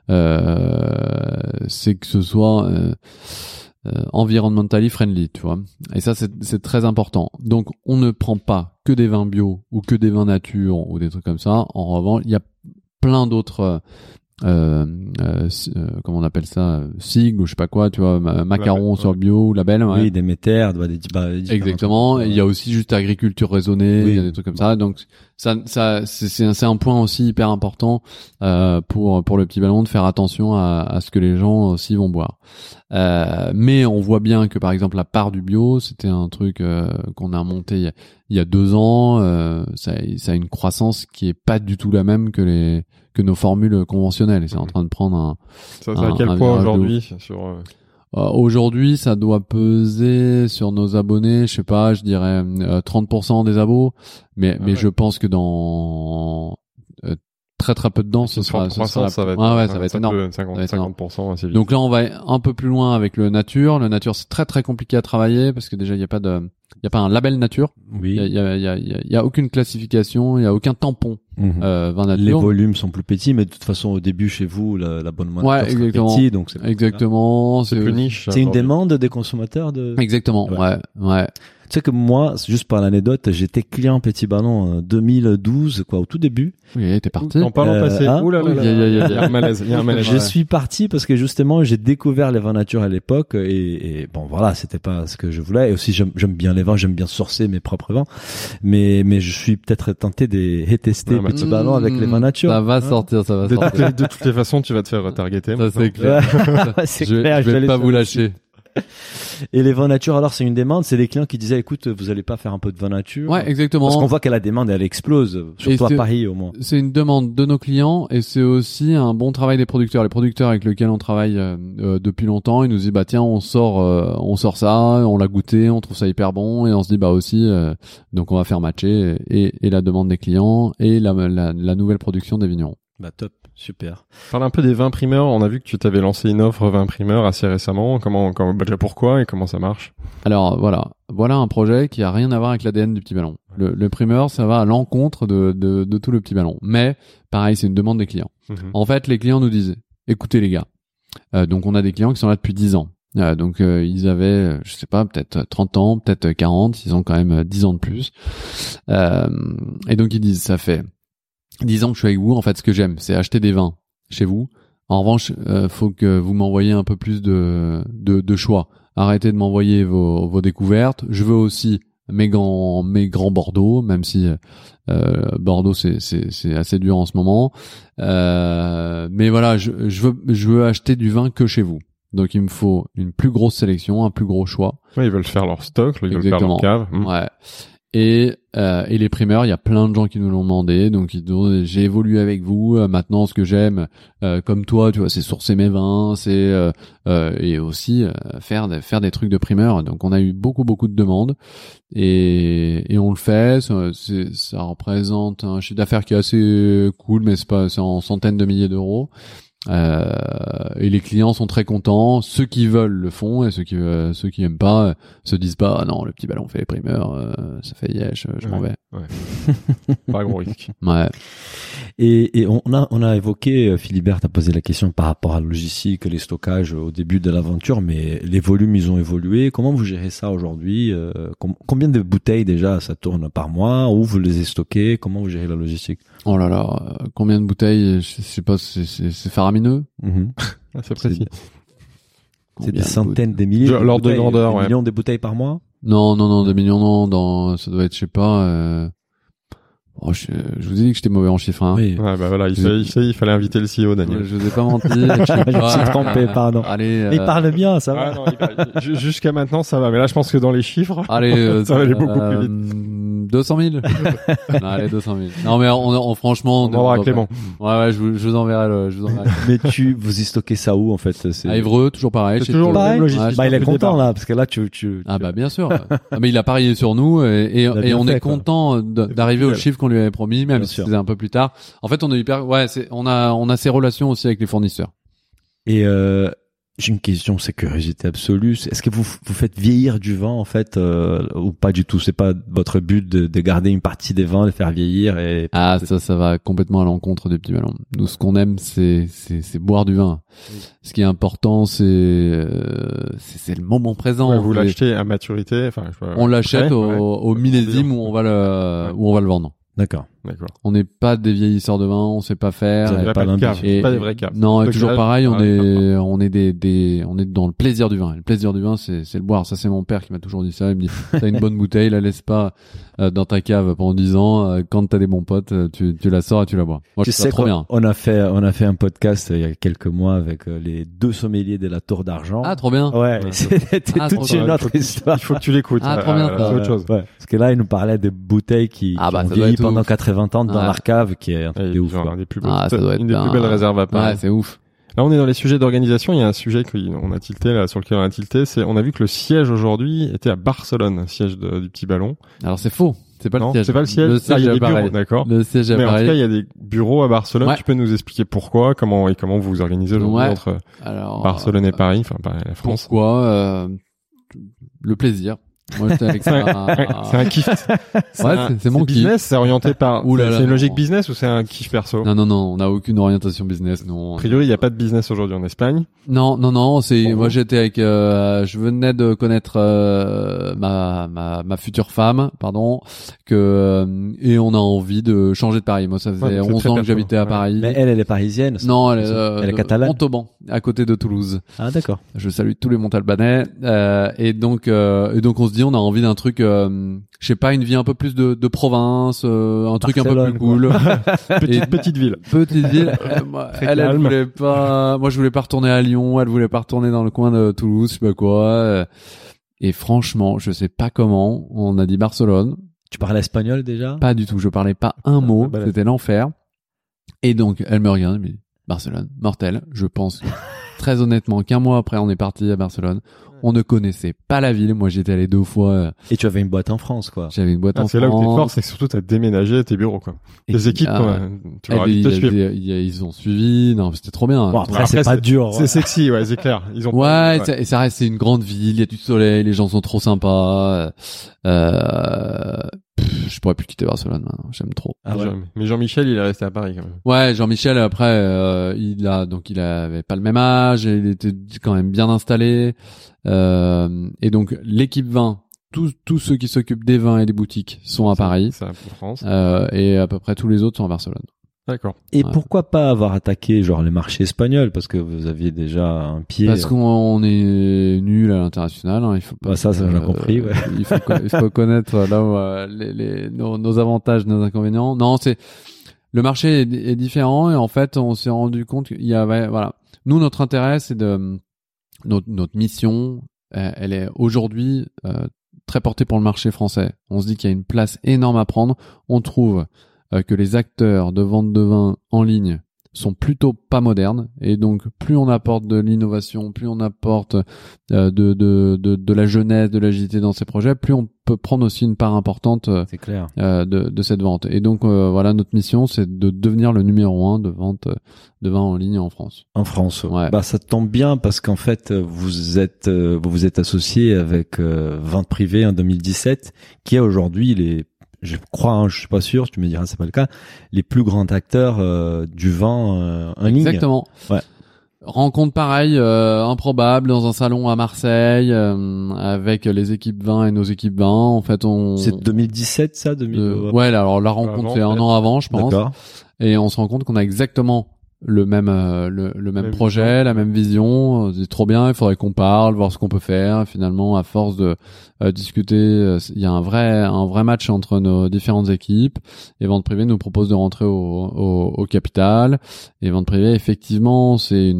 ce soit environmentally friendly, tu vois. Et ça, c'est très important. Donc, on ne prend pas que des vins bio ou que des vins nature ou des trucs comme ça. En revanche, il y a plein d'autres, comment on appelle ça, sigles ou je sais pas quoi, tu vois, macarons sur bio ou label. Ouais. Oui, des métères, exactement. Il y a aussi juste agriculture raisonnée, il y a des trucs comme ça. Donc, c'est un point aussi hyper important, pour le Petit Ballon, de faire attention à ce que les gens aussi vont boire. Mais on voit bien que par exemple la part du bio, c'était un truc qu'on a monté il y a 2 ans. Ça a une croissance qui est pas du tout la même que nos formules conventionnelles. Et c'est en train de prendre ça à quel point aujourd'hui sur aujourd'hui, ça doit peser sur nos abonnés, je sais pas, je dirais 30% des abos, mais je pense que dans très très peu de temps, ça va être énorme. 50% assez vite. Donc là, on va un peu plus loin avec le nature. Le nature, c'est très très compliqué à travailler parce que déjà il y a pas un label nature. Oui. Il y a aucune classification, il y a aucun tampon. Vin nature. Les volumes sont plus petits, mais de toute façon au début chez vous l'abonnement est petit, donc c'est exactement. C'est plus niche. C'est une demande des consommateurs Exactement. Ouais. Tu sais que moi, juste par l'anecdote, j'étais client Petit Ballon en 2012, quoi, au tout début. Oui, t'es parti. En parlant passé. Hein? Ouh là là là. Il y a un malaise. Il y a un malaise. Je suis parti parce que justement, j'ai découvert les vins nature à l'époque et bon, voilà, c'était pas ce que je voulais. Et aussi, j'aime bien les vins, j'aime bien sourcer mes propres vins. Mais je suis peut-être tenté de tester Ouais, Petit Ballon avec les vins nature. Ça va Hein? sortir, ça va sortir. De toutes les façons, tu vas te faire retargeter. Ça, c'est clair. Ouais, c'est Je clair. vais allais pas sur vous le lâcher. Et les vins nature, alors c'est une demande, c'est les clients qui disaient écoute, vous allez pas faire un peu de vin nature? Ouais, exactement. Parce qu'on voit que la demande elle explose, surtout à c'est- Paris au moins. C'est une demande de nos clients et c'est aussi un bon travail des producteurs. Les producteurs avec lesquels on travaille depuis longtemps, ils nous disent bah tiens on sort ça, on l'a goûté, on trouve ça hyper bon et on se dit bah aussi donc on va faire matcher et la demande des clients et la nouvelle production des vignerons. Bah top, super. Parle un peu des vins primeurs. On a vu que tu t'avais lancé une offre vin primeur assez récemment. Déjà pourquoi et comment ça marche? Alors voilà un projet qui a rien à voir avec l'ADN du Petit Ballon. Le primeur ça va à l'encontre de tout le Petit Ballon. Mais pareil c'est une demande des clients. En fait, les clients nous disent, écoutez les gars, donc on a des clients qui sont là depuis 10 ans. Donc ils avaient, je sais pas, peut-être 30 ans, peut-être 40, ils ont quand même 10 ans de plus. Et donc ils disent, ça fait 10 ans que je suis avec vous, en fait ce que j'aime, c'est acheter des vins chez vous. En revanche, faut que vous m'envoyiez un peu plus de choix. Arrêtez de m'envoyer vos découvertes. Je veux aussi mes grands Bordeaux, même si Bordeaux c'est assez dur en ce moment. Mais voilà, je veux acheter du vin que chez vous. Donc il me faut une plus grosse sélection, un plus gros choix. Ouais, ils veulent faire leur stock, ils veulent faire Exactement. leur cave. Ouais. Et les primeurs, il y a plein de gens qui nous l'ont demandé, donc ils disent j'ai évolué avec vous. Maintenant, ce que j'aime, comme toi, tu vois, c'est sourcer mes vins, c'est et aussi faire des trucs de primeurs. Donc, on a eu beaucoup de demandes et on le fait. Ça représente un chiffre d'affaires qui est assez cool, mais c'est en centaines de milliers d'euros. Et les clients sont très contents. Ceux qui veulent le font et ceux qui aiment pas se disent pas ah non le Petit Ballon fait les primeurs, ça fait yesh, je m'en vais. Ouais. Pas gros risque. Ouais. Et on a évoqué, Philibert a posé la question par rapport à la logistique, les stockages au début de l'aventure, mais les volumes ils ont évolué. Comment vous gérez ça aujourd'hui? Combien de bouteilles déjà ça tourne par mois? Où vous les stockez? Comment vous gérez la logistique? Oh là là, combien de bouteilles? Je sais pas, c'est faramineux. C'est précis. C'est des centaines, des milliers. L'ordre de grandeur, des ouais. millions de bouteilles par mois? Non, 2 millions, non, ça doit être, je sais pas, je vous ai dit que j'étais mauvais en chiffres, hein. Oui. Ouais, bah voilà, il fallait inviter le CEO, Daniel. Je vous ai pas menti. Je me suis trompé, pardon. Allez, Mais il parle bien, ça va. Ah non, jusqu'à maintenant ça va, mais là je pense que dans les chiffres, allez, ça va aller beaucoup plus vite. 200 000. Non, allez, 200 000. Non, mais on franchement, on enverra Clément. Ouais, je vous enverrai Mais vous y stockez ça où, en fait? À Évreux, toujours pareil. C'est chez toujours Théo. le même Ouais, logistique. Bah, il est depuis le content, départ. là, parce que là, tu... Ah bah bien sûr. Ah, mais il a parié sur nous et Il a bien on fait, est quoi. content d'arriver au chiffre qu'on lui avait promis, même Bien si sûr. c'était un peu plus tard. En fait, on est hyper, on a ces relations aussi avec les fournisseurs. Et j'ai une question, c'est curiosité absolue. Est-ce que vous faites vieillir du vin, en fait, ou pas du tout? C'est pas votre but de garder une partie des vins, de faire vieillir et... Ah, ça va complètement à l'encontre des Petits Ballons. Nous, ce qu'on aime, c'est boire du vin. Ce qui est important, c'est le moment présent. Ouais, vous l'achetez à maturité, enfin, On l'achète prêt, au millésime où on va le vendre. D'accord. D'accord. On n'est pas des vieillisseurs de vin, on sait pas faire. Vous avez Pas pas de l'ambition. cave, Et- pas des vraies caves. Non, et Donc, toujours là, pareil, on ah, est on est dans le plaisir du vin. Et le plaisir du vin, c'est le boire. Ça, c'est mon père qui m'a toujours dit ça. Il me dit, t'as une bonne bouteille, la laisse pas dans ta cave pendant 10 ans. Quand t'as des bons potes, tu la sors et tu la bois. Moi, je Tu trouve ça sais trop bien. on a fait un podcast il y a quelques mois avec les 2 sommeliers de la Tour d'Argent. Ah, trop bien. Ouais, Ouais. c'était Ah, toute trop une bien. autre histoire. Il faut que tu l'écoutes. Ah, trop bien, ça. C'est autre chose. Ouais. Parce que là, il nous parlait des bouteilles qui Ah, bah, ont ça doit vieilli être pendant ouf. 80 ans dans Ouais. leur cave, qui est un truc Et de ouf. genre, quoi. un des plus Ah, ça doit être une des bien. plus belles réserves à Paris. Ouais, c'est ouf. Là, on est dans les sujets d'organisation. Il y a un sujet qu'on a tilté, là, sur lequel on a tilté. On a vu que le siège aujourd'hui était à Barcelone, siège du Petit Ballon. Alors, c'est faux. C'est pas Non, le siège. c'est pas le siège. Le Ah, siège il y a est des à bureaux, Paris. d'accord. Le siège est à Mais en tout Paris. cas, il y a des bureaux à Barcelone. Ouais. Tu peux nous expliquer pourquoi, comment vous vous organisez aujourd'hui Ouais. entre Alors, Barcelone et Paris, enfin, Paris et la France. Pourquoi le plaisir. Moi, j'étais avec C'est un kiff. c'est mon kiff. business, c'est orienté par. Ouh là là, c'est une logique non. business ou c'est un kiff perso? Non, on n'a aucune orientation business, non. A priori, il n'y a pas de business aujourd'hui en Espagne. Non, c'est Pour moi vous. j'étais avec je venais de connaître ma future femme, pardon, et on a envie de changer de Paris. Moi ça faisait Ouais, donc c'est 11 très ans que perso. j'habitais à Ouais. Paris. Mais elle est parisienne. Non, elle Elle est de catalane. Montauban, à côté de Toulouse. Ah, d'accord. Je salue tous les Montalbanais. Et donc on se dit on a envie d'un truc, je sais pas, une vie un peu plus de province, un truc un peu Barcelone, plus cool. Petite ville. Petite ville. Moi, Très elle calme. voulait pas. Moi, je voulais pas retourner à Lyon. Elle voulait pas retourner dans le coin de Toulouse, je sais pas quoi. Et franchement, je sais pas comment. On a dit Barcelone. Tu parles espagnol déjà? Pas du tout. Je parlais pas un mot. Balade. C'était l'enfer. Et donc, elle me regarde. Elle me dit Barcelone, mortel. Je pense très honnêtement qu'un mois après, on est parti à Barcelone. On ne connaissait pas la ville. Moi, j'étais allé 2 fois. Et tu avais une boîte en France, quoi. J'avais une boîte en C'est là où t'es France. fort, c'est que surtout t'as déménagé tes bureaux, quoi. Et Les équipes, ah, quoi, tu leur as dit de te suivre. ils ont suivi. Non, c'était trop bien. Bon, après, Après, c'est pas dur. C'est sexy, ouais, c'est clair. Ils ont Ouais, et ça reste, c'est une grande ville, il y a du soleil, les gens sont trop sympas. Je pourrais plus quitter Barcelone maintenant, j'aime trop. Ah ouais. Mais Jean-Michel, il est resté à Paris, quand même. Ouais, Jean-Michel après il avait pas le même âge, et il était quand même bien installé. Et donc l'équipe vin, tous ceux qui s'occupent des vins et des boutiques sont à Paris. C'est en France. Et à peu près tous les autres sont à Barcelone. D'accord. Et Ouais. pourquoi pas avoir attaqué genre les marchés espagnols, parce que vous aviez déjà un pied. Parce qu'on est nul à l'international, hein, il faut pas. Bah, ça j'ai compris. Ouais. Il faut connaître là où nos avantages, nos inconvénients. Non, c'est le marché est différent, et en fait, on s'est rendu compte qu'il y avait voilà. Nous, notre intérêt, c'est de notre mission, elle est aujourd'hui très portée pour le marché français. On se dit qu'il y a une place énorme à prendre. On trouve que les acteurs de vente de vin en ligne sont plutôt pas modernes, et donc plus on apporte de l'innovation, plus on apporte de la jeunesse, de l'agilité dans ces projets, plus on peut prendre aussi une part importante C'est clair. de cette vente. Et donc voilà, notre mission, c'est de devenir le numéro 1 de vente de vin en ligne en France. En France. Ouais. Bah ça tombe bien parce qu'en fait vous êtes associé avec Vente Privée en 2017, qui est aujourd'hui je crois, hein, je suis pas sûr, tu me diras c'est pas le cas, les plus grands acteurs du vin en ligne. Exactement. Ouais. Rencontre pareille, improbable, dans un salon à Marseille, avec les équipes vin et nos équipes vin. En fait, C'est 2017 ça, 2000. ouais, alors la rencontre Avant, c'est un peut-être. an avant, je pense. D'accord. Et on se rend compte qu'on a exactement le même Même projet, vision. la même vision. C'est trop bien, il faudrait qu'on parle, voir ce qu'on peut faire. Finalement, à force de discuter, il y a un vrai match entre nos différentes équipes. Et Vente Privée nous propose de rentrer au capital. Et Vente Privée, effectivement, c'est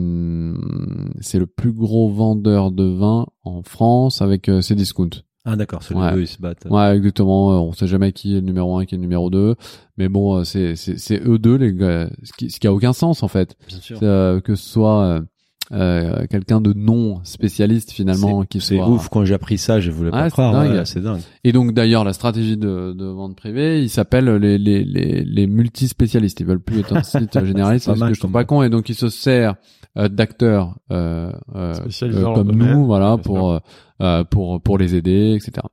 le plus gros vendeur de vin en France avec ses discounts. Ah d'accord, c'est Ouais. les deux ils se battent. Ouais, exactement. On sait jamais qui est le numéro 1, qui est le numéro 2. Mais bon, c'est eux deux, les gars. Ce qui a aucun sens, en fait. Bien sûr. Que ce soit quelqu'un de non spécialiste, finalement, qui C'est soit... ouf quand j'ai appris ça, je voulais pas Ouais, croire. c'est dingue. Ouais, c'est dingue. Et donc, d'ailleurs, la stratégie de vente privée, il s'appelle les multispécialistes. Ils veulent plus être un site généraliste, C'est pas parce mal que je trouve comme pas con. Et donc, ils se sert d'acteurs Spécialisés dans leur comme domaine, nous, voilà, bien pour les aider, etc.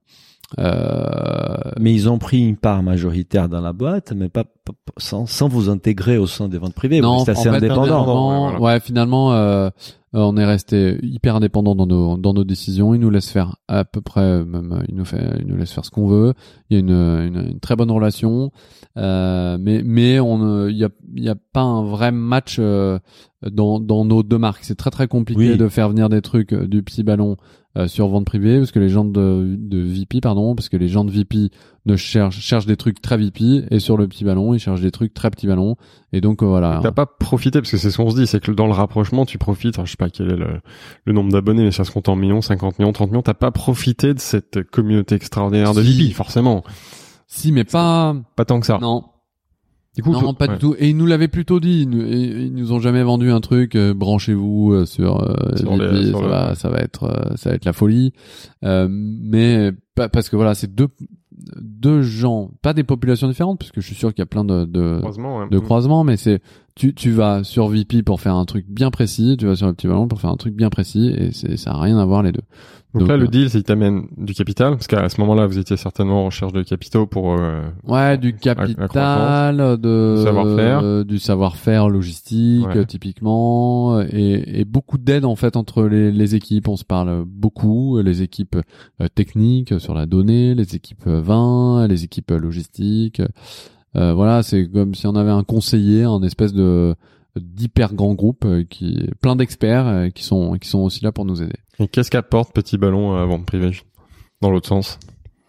Mais ils ont pris une part majoritaire dans la boîte, mais pas sans vous intégrer au sein des ventes privées. Non, Vous restez assez en fait, indépendant. indépendant. Ouais, finalement, on est resté hyper indépendant dans nos décisions. Il nous laisse faire à peu près, même il nous laisse faire ce qu'on veut. Il y a une très bonne relation, mais il y a pas un vrai match dans nos deux marques. C'est très très compliqué Oui. de faire venir des trucs du petit ballon sur vente privée, parce que les gens de VP, parce que les gens de VP ne cherchent des trucs très VP, et sur le petit ballon, ils cherchent des trucs très petits ballons. Et donc voilà. T'as pas profité, parce que c'est ce qu'on se dit, c'est que dans le rapprochement, tu profites, alors, je sais pas quel est le nombre d'abonnés, mais ça se compte en millions, 50 millions, 30 millions, t'as pas profité de cette communauté extraordinaire de Si. VP, forcément. Si, mais pas Pas tant que ça. non. Du coup, Non, pas du tout. Et ils nous l'avaient plutôt dit. Ils nous ont jamais vendu un truc. Branchez-vous sur VP, ça va être la folie. Mais parce que voilà, c'est deux gens, pas des populations différentes, parce que je suis sûr qu'il y a plein de Heureusement, ouais. croisements, mais c'est tu vas sur VP pour faire un truc bien précis, tu vas sur le petit ballon pour faire un truc bien précis, et ça a rien à voir les deux. Donc là, le deal, c'est qu'il t'amène du capital, parce qu'à ce moment-là, vous étiez certainement en recherche de capitaux pour... du capital, du savoir-faire logistique, typiquement, et beaucoup d'aide, en fait, entre les équipes. On se parle beaucoup, les équipes techniques sur la donnée, les équipes vin, les équipes logistiques. Voilà, c'est comme si on avait un conseiller, un espèce d'hyper grand groupe plein d'experts qui sont aussi là pour nous aider. Et qu'est-ce qu'apporte Petit Ballon à Vente Privée dans l'autre sens?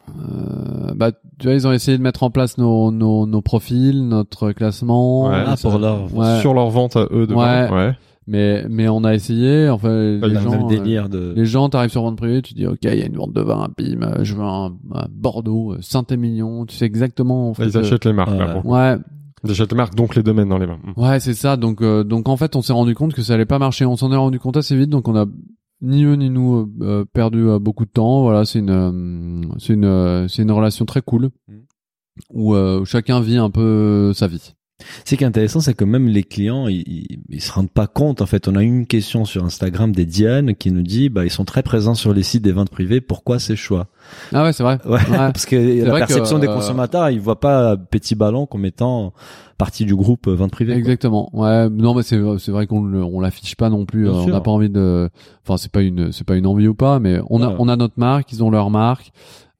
Tu vois, ils ont essayé de mettre en place nos profils, notre classement, sur leur vente à eux de vin. Ouais. Mais on a essayé, enfin les gens t'arrives sur Vente Privée, tu dis OK, il y a une vente de vin, bim, je veux un Bordeaux, Saint-Émilion, tu sais exactement en fait, ils achètent les marques là. Ils achètent les marques, donc les domaines dans les vins. Ouais, c'est ça. Donc en fait, on s'est rendu compte que ça allait pas marcher. On s'en est rendu compte assez vite, donc on a ni eux ni nous perdu beaucoup de temps. Voilà, c'est une relation très cool où chacun vit un peu sa vie. Ce qui est intéressant, c'est que même les clients, ils se rendent pas compte. En fait, on a une question sur Instagram des Diane qui nous dit, ils sont très présents sur les sites des ventes privées. Pourquoi ces choix? Ah ouais, c'est vrai. Ouais. Parce que la perception des consommateurs, ils voient pas Petit Ballon comme étant partie du groupe vente privée. Exactement. Quoi. Ouais. Non, mais c'est vrai qu'on l'affiche pas non plus. On n'a pas envie de. Enfin, c'est pas une envie ou pas, mais on a notre marque, ils ont leur marque.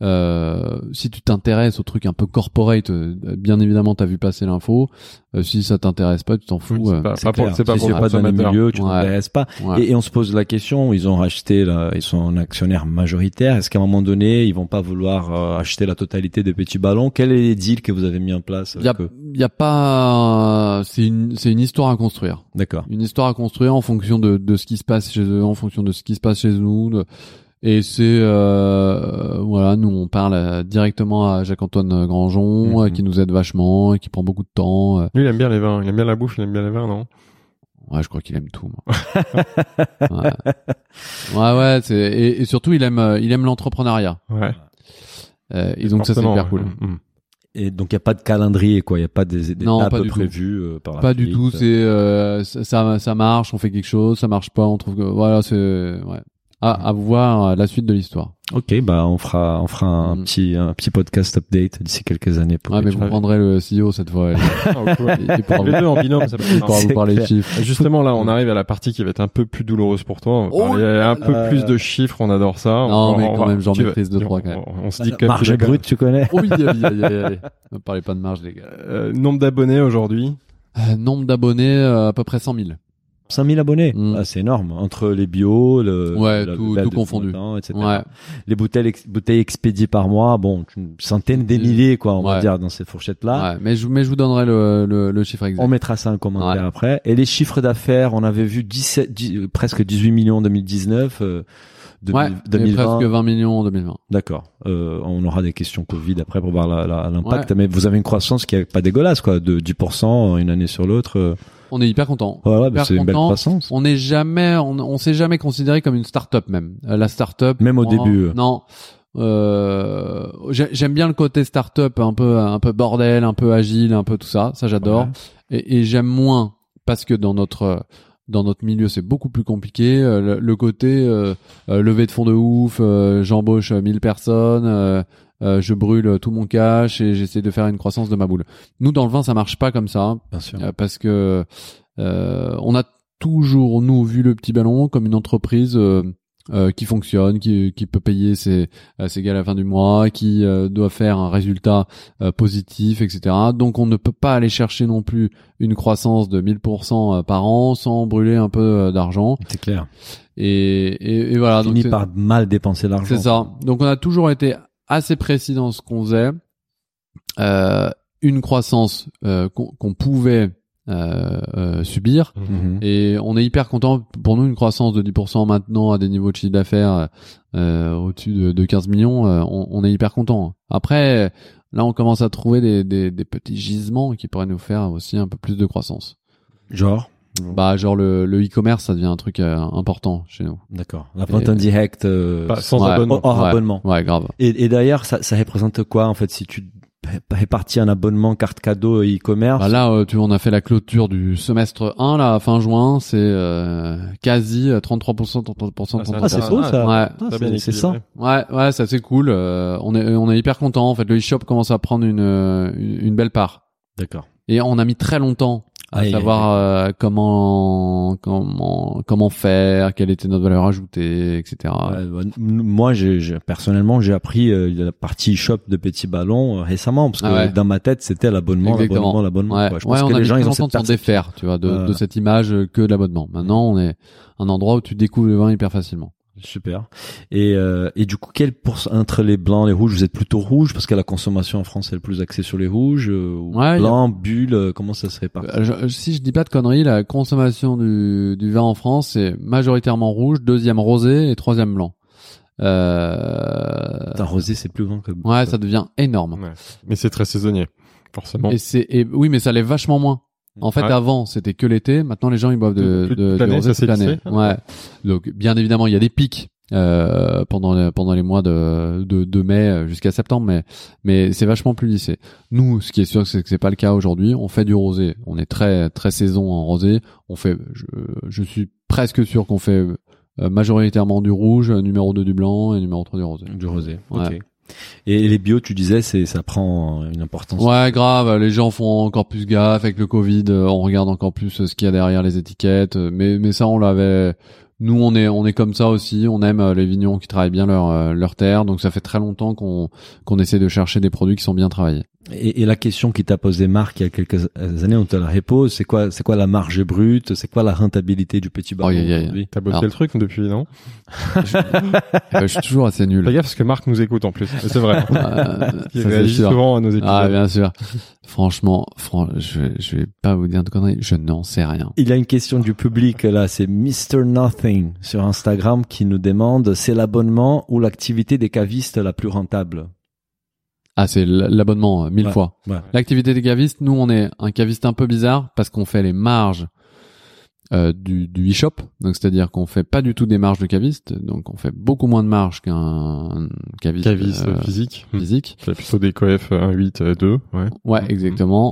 Si tu t'intéresses au truc un peu corporate, bien évidemment t'as vu passer l'info. Si ça t'intéresse pas, tu t'en fous. C'est pas dans le milieu, tu t'intéresses pas. Ouais. Et on se pose la question, ils ont racheté ils sont actionnaires majoritaires. Est-ce qu'à un moment donné, ils vont pas vouloir acheter la totalité des Petits Ballons? Quel est les deals que vous avez mis en place? Il y a pas, c'est une histoire à construire. D'accord. Une histoire à construire en fonction de ce qui se passe chez eux, en fonction de ce qui se passe chez nous. Et c'est voilà, nous on parle directement à Jacques-Antoine Grangeon qui nous aide vachement et qui prend beaucoup de temps. Lui il aime bien les vins, il aime bien la bouffe, il aime bien les vins, non? Ouais, je crois qu'il aime tout. Moi. ouais, et surtout il aime l'entrepreneuriat. Ouais. Et donc ça c'est hyper cool. Et donc il y a pas de calendrier quoi, il y a pas des dates prévues par la pas suite. Du tout, c'est ça marche, on fait quelque chose, ça marche pas, on trouve que voilà, c'est ouais. À voir la suite de l'histoire. Ok, on fera un petit podcast update d'ici quelques années. Mais vous prendrez le CEO cette fois. Il pourra les deux en binôme, ça pourra vous parler de chiffres. Justement, là, on arrive à la partie qui va être un peu plus douloureuse pour toi. On va parler un peu plus de chiffres, on adore ça. Non, mais quand même, j'en maîtrise 2-3 quand même. On se dit que marge brute, tu connais? Oui, allez. Ne parlez pas de marge, les gars. Nombre d'abonnés aujourd'hui? Nombre d'abonnés, à peu près 100 000. 100 000 abonnés, c'est énorme. Entre les bios, tout confondu, etc. Ouais. Les bouteilles expédiées par mois, une centaine des milliers, quoi, on va dire dans ces fourchettes-là. Ouais, mais je vous donnerai le chiffre exact. On mettra ça en commentaire après. Et les chiffres d'affaires, on avait vu presque 18 millions en 2019. 2020. Presque 20 millions en 2020. D'accord. On aura des questions Covid après pour voir l'impact. Mais vous avez une croissance qui est pas dégueulasse, quoi, de 10% une année sur l'autre. On est hyper content. Ouais, c'est une belle croissance. On s'est jamais considéré comme une start-up même. La start-up. Même au début. Non. J'aime bien le côté start-up, un peu bordel, un peu agile, un peu tout ça. Ça, j'adore. Ouais. Et j'aime moins parce que dans notre milieu, c'est beaucoup plus compliqué. Le côté levée de fonds de ouf, j'embauche 1000 personnes, je brûle tout mon cash et j'essaie de faire une croissance de ma boule. Nous, dans le vin, ça marche pas comme ça. Bien sûr. Parce que on a toujours, nous, vu le Petit Ballon comme une entreprise qui fonctionne, qui peut payer ses gars à la fin du mois, qui doit faire un résultat positif, etc. Donc on ne peut pas aller chercher non plus une croissance de 1000% par an sans brûler un peu d'argent. C'est clair. Et voilà. Fini par mal dépenser l'argent. C'est ça. Donc on a toujours été assez précis dans ce qu'on faisait. Une croissance qu'on pouvait subir et on est hyper content. Pour nous, une croissance de 10% maintenant à des niveaux de chiffre d'affaires au-dessus de 15 millions, on est hyper content. Après, là on commence à trouver des petits gisements qui pourraient nous faire aussi un peu plus de croissance. Genre le e-commerce, ça devient un truc important chez nous. D'accord. La vente en direct sans abonnement. Hors abonnement. Ouais, grave. Et d'ailleurs, ça représente quoi en fait si tu réparti un abonnement carte cadeau et e-commerce. Bah là, on a fait la clôture du semestre 1 là, fin juin, c'est quasi 33%, 33%, 33%. Ah, c'est beau ça. Ouais. Ah, c'est ça. Ouais, ça c'est cool. On est hyper content. En fait, le e-shop commence à prendre une belle part. D'accord. Et on a mis très longtemps à savoir comment faire, quelle était notre valeur ajoutée, etc. Moi, personnellement, j'ai appris la partie shop de Petit Ballon récemment, parce que dans ma tête, c'était l'abonnement. Ouais. Je pense que on a les gens, mis ils ont longtemps de cette s'en défaire, tu vois, de cette image que de l'abonnement. Maintenant, on est un endroit où tu découvres le vin hyper facilement. Super. Et du coup, entre les blancs, les rouges, vous êtes plutôt rouge parce que la consommation en France est le plus axée sur les rouges, blanc, bulle, comment ça se répare? Si je dis pas de conneries, la consommation du vin en France c'est majoritairement rouge, deuxième rosé et troisième blanc. Un rosé, c'est plus grand que blanc. Ouais, ça devient énorme. Ouais. Mais c'est très saisonnier, forcément. Oui, mais ça l'est vachement moins. En fait, avant, c'était que l'été. Maintenant, les gens, ils boivent de rosé toute l'année. Ouais. Donc, bien évidemment, il y a des pics, pendant les mois de mai jusqu'à septembre, mais c'est vachement plus lissé. Nous, ce qui est sûr, c'est que c'est pas le cas aujourd'hui. On fait du rosé. On est très, très saison en rosé. Je suis presque sûr qu'on fait, majoritairement du rouge, numéro 2 du blanc et numéro 3 du rosé. Du rosé. Ouais. Ok. Et les bio, tu disais, ça prend une importance. Ouais, grave. Les gens font encore plus gaffe avec le Covid. On regarde encore plus ce qu'il y a derrière les étiquettes. Mais ça, on l'avait. Nous, on est comme ça aussi. On aime les vignerons qui travaillent bien leur terre. Donc, ça fait très longtemps qu'on essaie de chercher des produits qui sont bien travaillés. Et la question qui t'a posé Marc il y a quelques années, on te la repose. C'est quoi la marge brute? C'est quoi la rentabilité du Petit Ballon aujourd'hui? T'as bossé le truc depuis, non? Je suis toujours assez nul. Fais gaffe parce que Marc nous écoute en plus. C'est vrai. Il ça, réagit souvent à nos épisodes. Ah, bien sûr. Franchement, je vais pas vous dire de conneries. Je n'en sais rien. Il y a une question du public là. C'est Mr. Nothing sur Instagram qui nous demande: c'est l'abonnement ou l'activité des cavistes la plus rentable? Ah, c'est l'abonnement, 1000 fois. Ouais. L'activité des cavistes, nous, on est un caviste un peu bizarre parce qu'on fait les marges du e-shop. Donc, c'est-à-dire qu'on fait pas du tout des marges de caviste. Donc, on fait beaucoup moins de marges qu'un caviste physique. Physique. C'est plutôt des coef 1,8, 2. Ouais, exactement.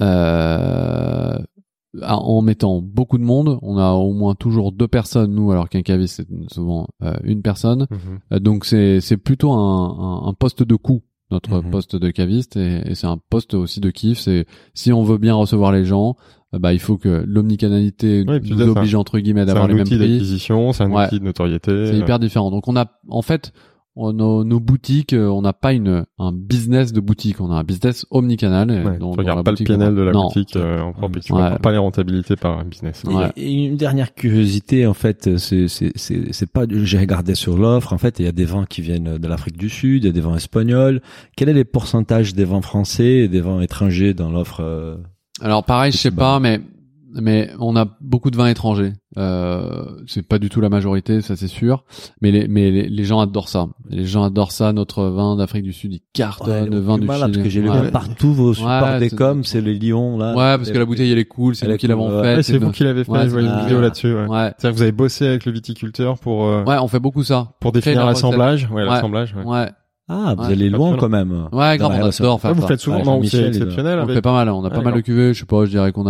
En mettant beaucoup de monde, on a au moins toujours 2 personnes, nous, alors qu'un caviste, c'est souvent une personne. Donc, c'est plutôt un poste de coût. Notre poste de caviste et c'est un poste aussi de kiff. C'est si on veut bien recevoir les gens, il faut que l'omnicanalité nous oblige entre guillemets d'avoir les mêmes prix. C'est un outil d'acquisition, c'est un outil de notoriété. C'est hyper différent. Donc on a en fait nos boutiques, on n'a pas un business de boutique, on a un business omnicanal. Tu regardes pas le PNL de la boutique en propre et tu vois pas les rentabilités par un business. Et une dernière curiosité, en fait, c'est pas, j'ai regardé sur l'offre, en fait, il y a des vins qui viennent de l'Afrique du Sud, il y a des vins espagnols. Quel est les pourcentages des vins français et des vins étrangers dans l'offre? Alors pareil, je sais pas, mais on a beaucoup de vins étrangers. C'est pas du tout la majorité, ça c'est sûr. Mais les gens adorent ça. Les gens adorent ça. Notre vin d'Afrique du Sud, il cartonne. Le vin du Chili. Parce que j'ai lu partout vos supports des coms, c'est les lions là. Ouais, parce que la bouteille elle est cool. C'est nous qui l'avons faite. C'est vous qui l'avez fait. Je vois une vidéo là-dessus. Ouais. C'est-à-dire que vous avez bossé avec le viticulteur pour. Ouais, on fait beaucoup ça. Pour définir l'assemblage. Ouais, l'assemblage. Ouais. Ah, vous allez loin quand même. Ouais, grave, on adore faire ça. Vous faites souvent, non, c'est exceptionnel. On fait pas mal, on a pas mal de cuvées, je sais pas, je dirais qu'on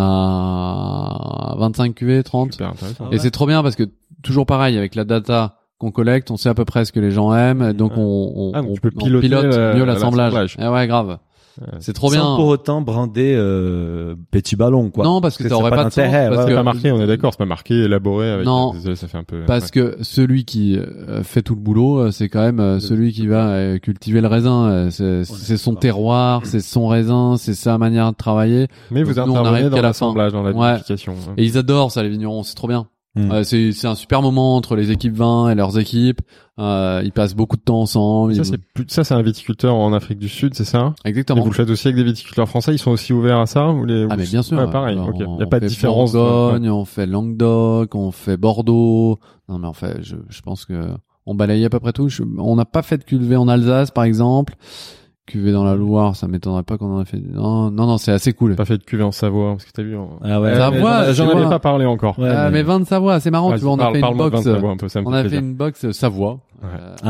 a 25 cuvées, 30. Super intéressant. Et c'est trop bien parce que, toujours pareil, avec la data qu'on collecte, on sait à peu près ce que les gens aiment, donc on pilote mieux l'assemblage. Ouais, grave. C'est trop bien. Sans pour autant brander Petit Ballon, quoi. Non, parce que ça aurait pas d'intérêt. Parce que c'est pas marqué, on est d'accord, c'est pas marqué, élaboré avec. Non, désolé, ça fait un peu. Parce que celui qui fait tout le boulot, c'est quand même celui qui va cultiver le raisin. C'est son terroir, c'est son raisin, c'est sa manière de travailler. Mais vous intervenez dans l'assemblage, dans la vinification. Et ils adorent ça, les vignerons, c'est trop bien. C'est un super moment entre les équipes vins et leurs équipes. Ils passent beaucoup de temps ensemble. Ça, c'est un viticulteur en Afrique du Sud, c'est ça? Exactement. Et vous le faites aussi avec des viticulteurs français, ils sont aussi ouverts à ça, ou Ah, mais bien sûr. Ouais, pareil. Alors, ok. Il n'y a pas de différence. Bourgogne, on fait Languedoc, on fait Bordeaux. Non, mais en fait, je pense que on balaye à peu près tout. On n'a pas fait de cuvée en Alsace, par exemple. cuvée dans la Loire, ça m'étonnerait pas qu'on en ait fait. Non, c'est assez cool. Pas fait de cuvée en Savoie, parce que t'as vu. Ah ouais. Savoie, J'en tu avais vois. pas parlé encore. Ouais, Mais vin de Savoie, c'est marrant, tu vois, on a fait une parle-moi de box. vin de Savoie un peu, ça me On fait a fait plaisir. une box Savoie. Ouais.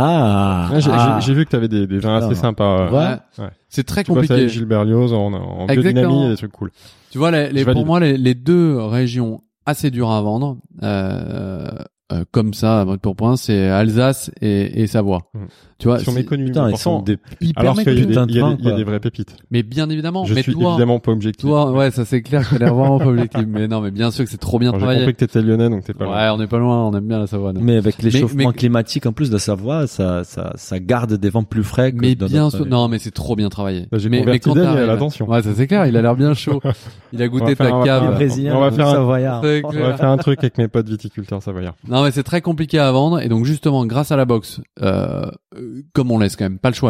J'ai J'ai vu que t'avais des vins assez Ah. sympas. Ouais. Ouais. C'est très Tu bosses compliqué. avec Gilles Berlioz en Exactement. biodynamie, il y a des trucs cool. Tu vois, Je pour valide. moi, les deux régions assez dures à vendre, comme ça, à mode pour point, c'est Alsace et Savoie. Mmh. Tu vois, Ils sont méconnus. Putain, ils pourtant. sont des hyper Alors qu'il y a méconnus. putain de vin, il y a quoi. des vraies pépites. Mais bien évidemment, Je mais suis toi, évidemment pas objectif. toi, ouais, ça c'est clair que t'as l'air vraiment pas objectif. Mais non, mais bien sûr que c'est trop bien Alors, j'ai travaillé. compris que t'étais lyonnais, donc t'es pas loin. Ouais, on n'est pas loin, on aime bien la Savoie. nous. Mais avec l'échauffement mais- climatique en plus de Savoie, ça garde des vents plus frais. Que Mais dans bien d'autres sûr, régions. non, mais c'est trop bien travaillé. Là, j'ai mais converti quand Daniel, t'arrives- attention. Ouais, ça c'est clair, il a l'air bien chaud. Il a goûté ta on va cave. faire- Brésilien, on va faire un- Savoyard. C'est On clair. va faire un truc avec mes potes viticulteurs savoyards. Non, mais c'est très compliqué à vendre et donc justement grâce à la box, comme on laisse quand même pas le choix,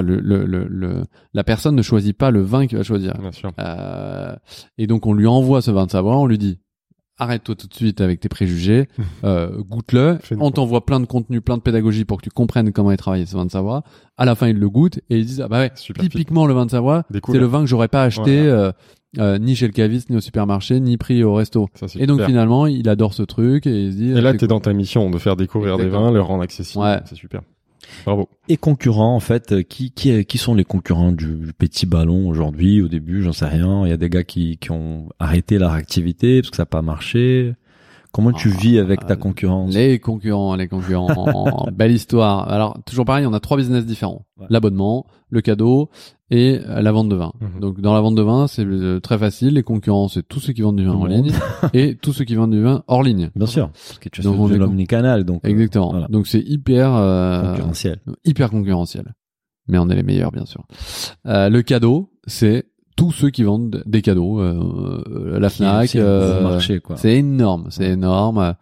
la personne ne choisit pas le vin qu'il va choisir. Bien sûr. Et donc on lui envoie ce vin de Savoie, on lui dit arrête-toi tout de suite avec tes préjugés, goûte-le, Fais-nous on t'envoie plein de contenu, plein de pédagogie pour que tu comprennes comment est travaillé ce vin de Savoie. À la fin ils le goûtent et ils disent ah bah ouais, Super typiquement le vin de Savoie, Découvre. c'est le vin que j'aurais pas acheté ni chez le caviste, ni au supermarché, ni pris au resto. Ça, c'est Et donc super. finalement il adore ce truc et il se dit Et là, c'est t'es cool. dans ta mission de faire découvrir des Exactement. vins, leur rendre accessibles. Ouais. C'est super. Bravo. Et concurrents, en fait, qui sont les concurrents du petit ballon aujourd'hui? Au début, j'en sais rien. Il y a des gars qui ont arrêté leur activité parce que ça n'a pas marché. Comment tu vis avec ta concurrence? Les concurrents. Belle histoire. Alors, toujours pareil, on a 3 business différents. Ouais. L'abonnement, le cadeau et la vente de vin. Mhm. Donc, dans la vente de vin, c'est très facile. Les concurrents, c'est tous ceux qui vendent du vin Tout en le monde. ligne et tous ceux qui vendent du vin hors ligne. Bien sûr. Parce que tu Donc, on es est de l'omnicanal, donc. Exactement. Voilà. Donc, c'est hyper Concurrentiel. Mais on est les meilleurs, bien sûr. Le cadeau, c'est tous ceux qui vendent des cadeaux. La Fnac, C'est un gros marché, quoi. c'est énorme, c'est énorme.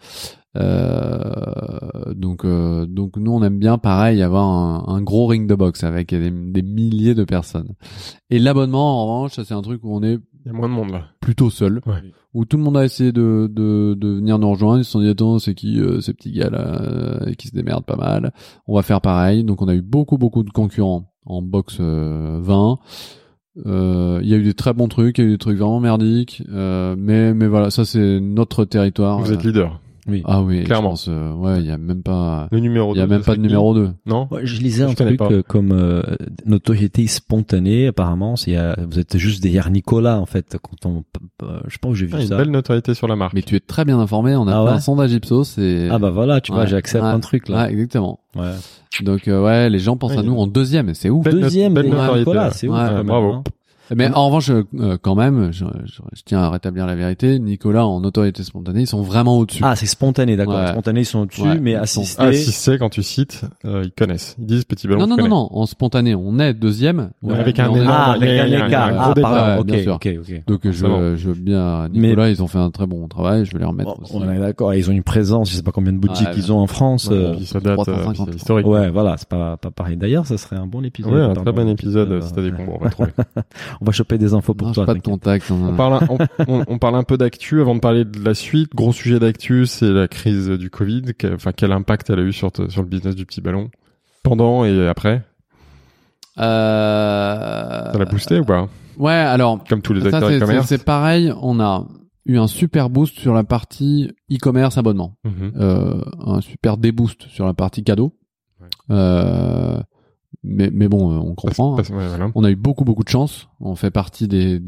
Donc nous on aime bien pareil avoir un gros ring de boxe avec des milliers de personnes. Et l'abonnement en revanche, ça c'est un truc où on est Il y a moins de monde là. plutôt seul, Ouais. où tout le monde a essayé de venir nous rejoindre. Ils se sont dit attends c'est qui ces petits gars là qui se démerdent pas mal. On va faire pareil. Donc on a eu beaucoup de concurrents en boxe 20. Il y a eu des très bons trucs, il y a eu des trucs vraiment merdiques, mais voilà, ça c'est notre territoire. Vous êtes leader. Oui. Ah oui, Clairement. je pense, ouais, il y a même pas, Le numéro 2. il y a même pas de numéro 2. Non? Ouais, je lisais un Je connais truc pas. comme notoriété spontanée. Apparemment, vous êtes juste derrière Nicolas en fait. Quand je pense que j'ai vu Une ça. belle notoriété sur la marque. Mais tu es très bien informé, on a Ah fait ouais un sondage Ipsos et Ah bah voilà, tu vois, Ouais. j'ai accès à Ouais. plein de trucs là. Ouais, exactement. Ouais. Donc ouais, les gens pensent Ouais, à nous en deuxième, et c'est ouf. Belle Deuxième belle derrière notoriété, Nicolas, là. c'est ouf. Ouais, quand même, bravo. hein. Mais en revanche, quand même, je tiens à rétablir la vérité. Nicolas en notoriété spontanée, ils sont vraiment au-dessus. Ah, c'est spontané, d'accord. Ouais. Spontané, ils sont au-dessus, Ouais, mais ils sont- assistés. Ah, si c'est quand tu cites, ils connaissent. Ils disent petit ballon. non, je connais. en spontané, on est deuxième. Ouais, mais avec on un est- énorme- Ah, avec il y a un un écart. gros Ah, débat. pardon. bien sûr. Ok. Donc Forcément. je veux bien Nicolas, ils ont fait un très bon travail, je vais les remettre aussi. On est d'accord. Ils ont une présence, je sais pas combien de boutiques Ouais, ils ont en France. Ouais, puis ça date, 350. c'est historique. Ouais, voilà, c'est pas pareil. D'ailleurs, ça serait un bon épisode. Ouais, un Pardon. très bon épisode, si t'as des combos, on va trouver. On va choper des infos pour Non, toi. j'ai pas de t'inquiète. contact. On parle un peu d'actu avant de parler de la suite. Gros sujet d'actu, c'est la crise du Covid. Quel impact elle a eu sur le business du petit ballon pendant et après. Ça l'a boosté ou pas? Ouais, alors Comme tous les ça acteurs e-commerce. c'est pareil. On a eu un super boost sur la partie e-commerce abonnement, Mhm. un super déboost sur la partie cadeau. Ouais. Mais bon, on comprend. hein. Ouais, voilà. On a eu beaucoup de chance. On fait partie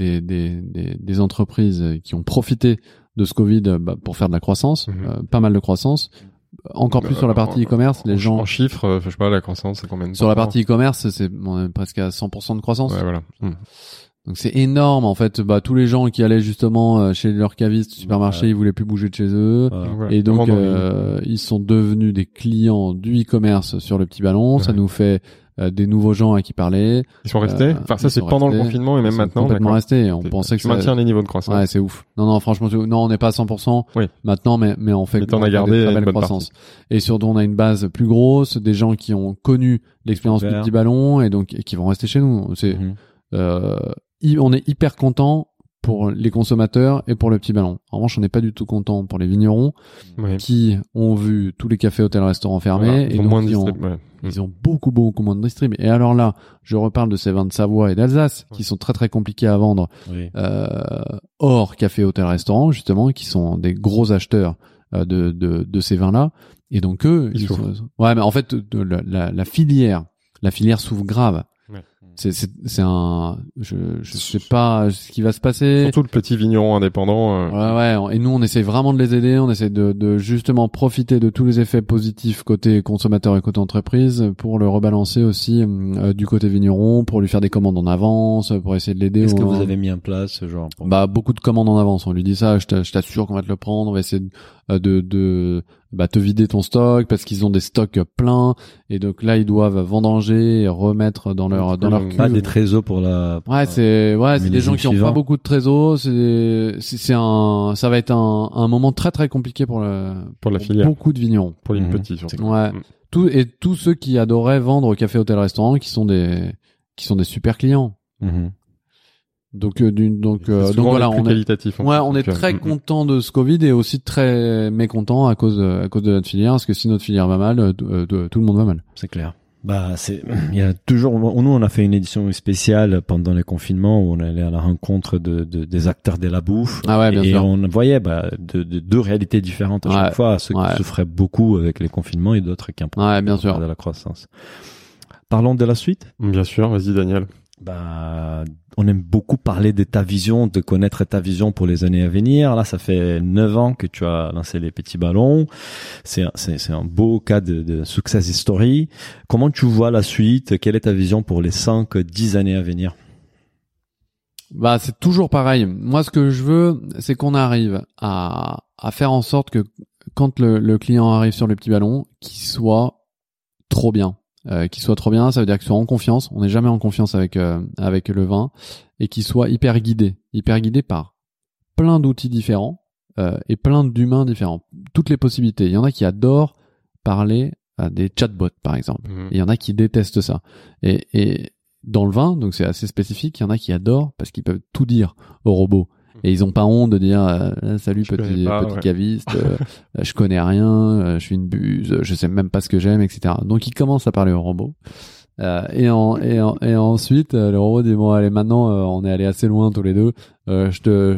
des entreprises qui ont profité de ce Covid pour faire de la croissance, Mhm. pas mal de croissance. Encore plus sur la partie e-commerce, les gens En chiffres, je sais pas, la croissance, c'est combien de sur la pourcents? partie e-commerce, on est presque à 100% de croissance. Ouais, voilà. Donc c'est énorme en fait. Tous les gens qui allaient justement chez leur caviste, supermarché, Ouais. ils voulaient plus bouger de chez eux. Voilà. Et donc Vendre en ligne. ils sont devenus des clients du e-commerce sur le petit ballon. Ça Ouais. nous fait des nouveaux gens à qui parler. Ils sont restés. Enfin, ça ils c'est sont pendant le restés. confinement et même Ils sont maintenant. complètement d'accord. restés. On pensait que tu ça... maintiens les niveaux de croissance. Ouais, c'est ouf. Non, franchement, non, on n'est pas à 100% Oui. maintenant, mais on fait Mais t'en on as fait gardé des très une belles bonne croissances. Et surtout, on a une base plus grosse, des gens qui ont connu l'expérience du Super. petit ballon et donc qui vont rester chez nous. C'est Mhm. on est hyper content pour les consommateurs et pour le petit ballon. En revanche, on n'est pas du tout content pour les vignerons Ouais. qui ont vu tous les cafés, hôtels, restaurants fermés Voilà, et ils ont donc moins de ils ont distrib- ouais. ils ont beaucoup moins de distrib. Et alors là, je reparle de ces vins de Savoie et d'Alsace qui sont très très compliqués à vendre Oui. hors café, hôtel, restaurant justement, qui sont des gros acheteurs de ces vins-là. Et donc eux, Ils souffrent. ouais, mais en fait, la filière souffre grave. Ouais. C'est un, je sais pas ce qui va se passer. Surtout le petit vigneron indépendant. Ouais, et nous on essaie vraiment de les aider, on essaie de justement profiter de tous les effets positifs côté consommateur et côté entreprise pour le rebalancer aussi du côté vigneron, pour lui faire des commandes en avance, pour essayer de l'aider. Qu'est-ce que vous avez mis en place, genre pour... Bah beaucoup de commandes en avance, on lui dit ça, je t'assure qu'on va te le prendre, on va essayer de te vider ton stock parce qu'ils ont des stocks pleins et donc là ils doivent vendanger et remettre dans leur Pas cuve. des trésors pour la... Ouais, c'est des gens qui ont pas beaucoup de trésors, ça va être un moment très très compliqué pour la filière. beaucoup de vignerons. Pour les Mhm. petits, surtout. Ouais. Tous ceux qui adoraient vendre au café, hôtel, restaurant qui sont des super clients. Mhm. Donc C'est souvent voilà, les plus qualitatifs. en Ouais, fait. on est Donc, très content de ce Covid et aussi très mécontent à cause de notre filière, parce que si notre filière va mal, tout le monde va mal. C'est clair. Bah, il y a toujours, nous, on a fait une édition spéciale pendant les confinements où on allait à la rencontre des acteurs de la bouffe. Ah ouais, bien et sûr. on voyait, deux réalités différentes à chaque Ouais. fois, ceux qui souffraient beaucoup avec les confinements et d'autres qui Ouais, bien sûr. de la croissance. Parlons de la suite. Bien sûr, vas-y Daniel. Bah, on aime beaucoup parler de ta vision, de connaître ta vision pour les années à venir. Là, ça fait 9 ans que tu as lancé les petits ballons. C'est un beau cas de success story. Comment tu vois la suite? Quelle est ta vision pour les 5-10 années à venir? Bah, c'est toujours pareil. Moi, ce que je veux, c'est qu'on arrive à faire en sorte que quand le client arrive sur le petit ballon, qu'il soit trop bien. Qu'il soit trop bien, ça veut dire qu'il soit en confiance. On n'est jamais en confiance avec le vin, et qu'il soit hyper guidé par plein d'outils différents et plein d'humains différents. Toutes les possibilités. Il y en a qui adorent parler à des chatbots, par exemple. Mhm. Et il y en a qui détestent ça. Et dans le vin, donc c'est assez spécifique, il y en a qui adorent parce qu'ils peuvent tout dire aux robots. Et ils ont pas honte de dire salut Je petit connais pas, ouais. caviste, je connais rien, je suis une buse, je sais même pas ce que j'aime, etc. Donc ils commencent à parler aux robots. Et ensuite le robot dit bon allez maintenant on est allé assez loin tous les deux, je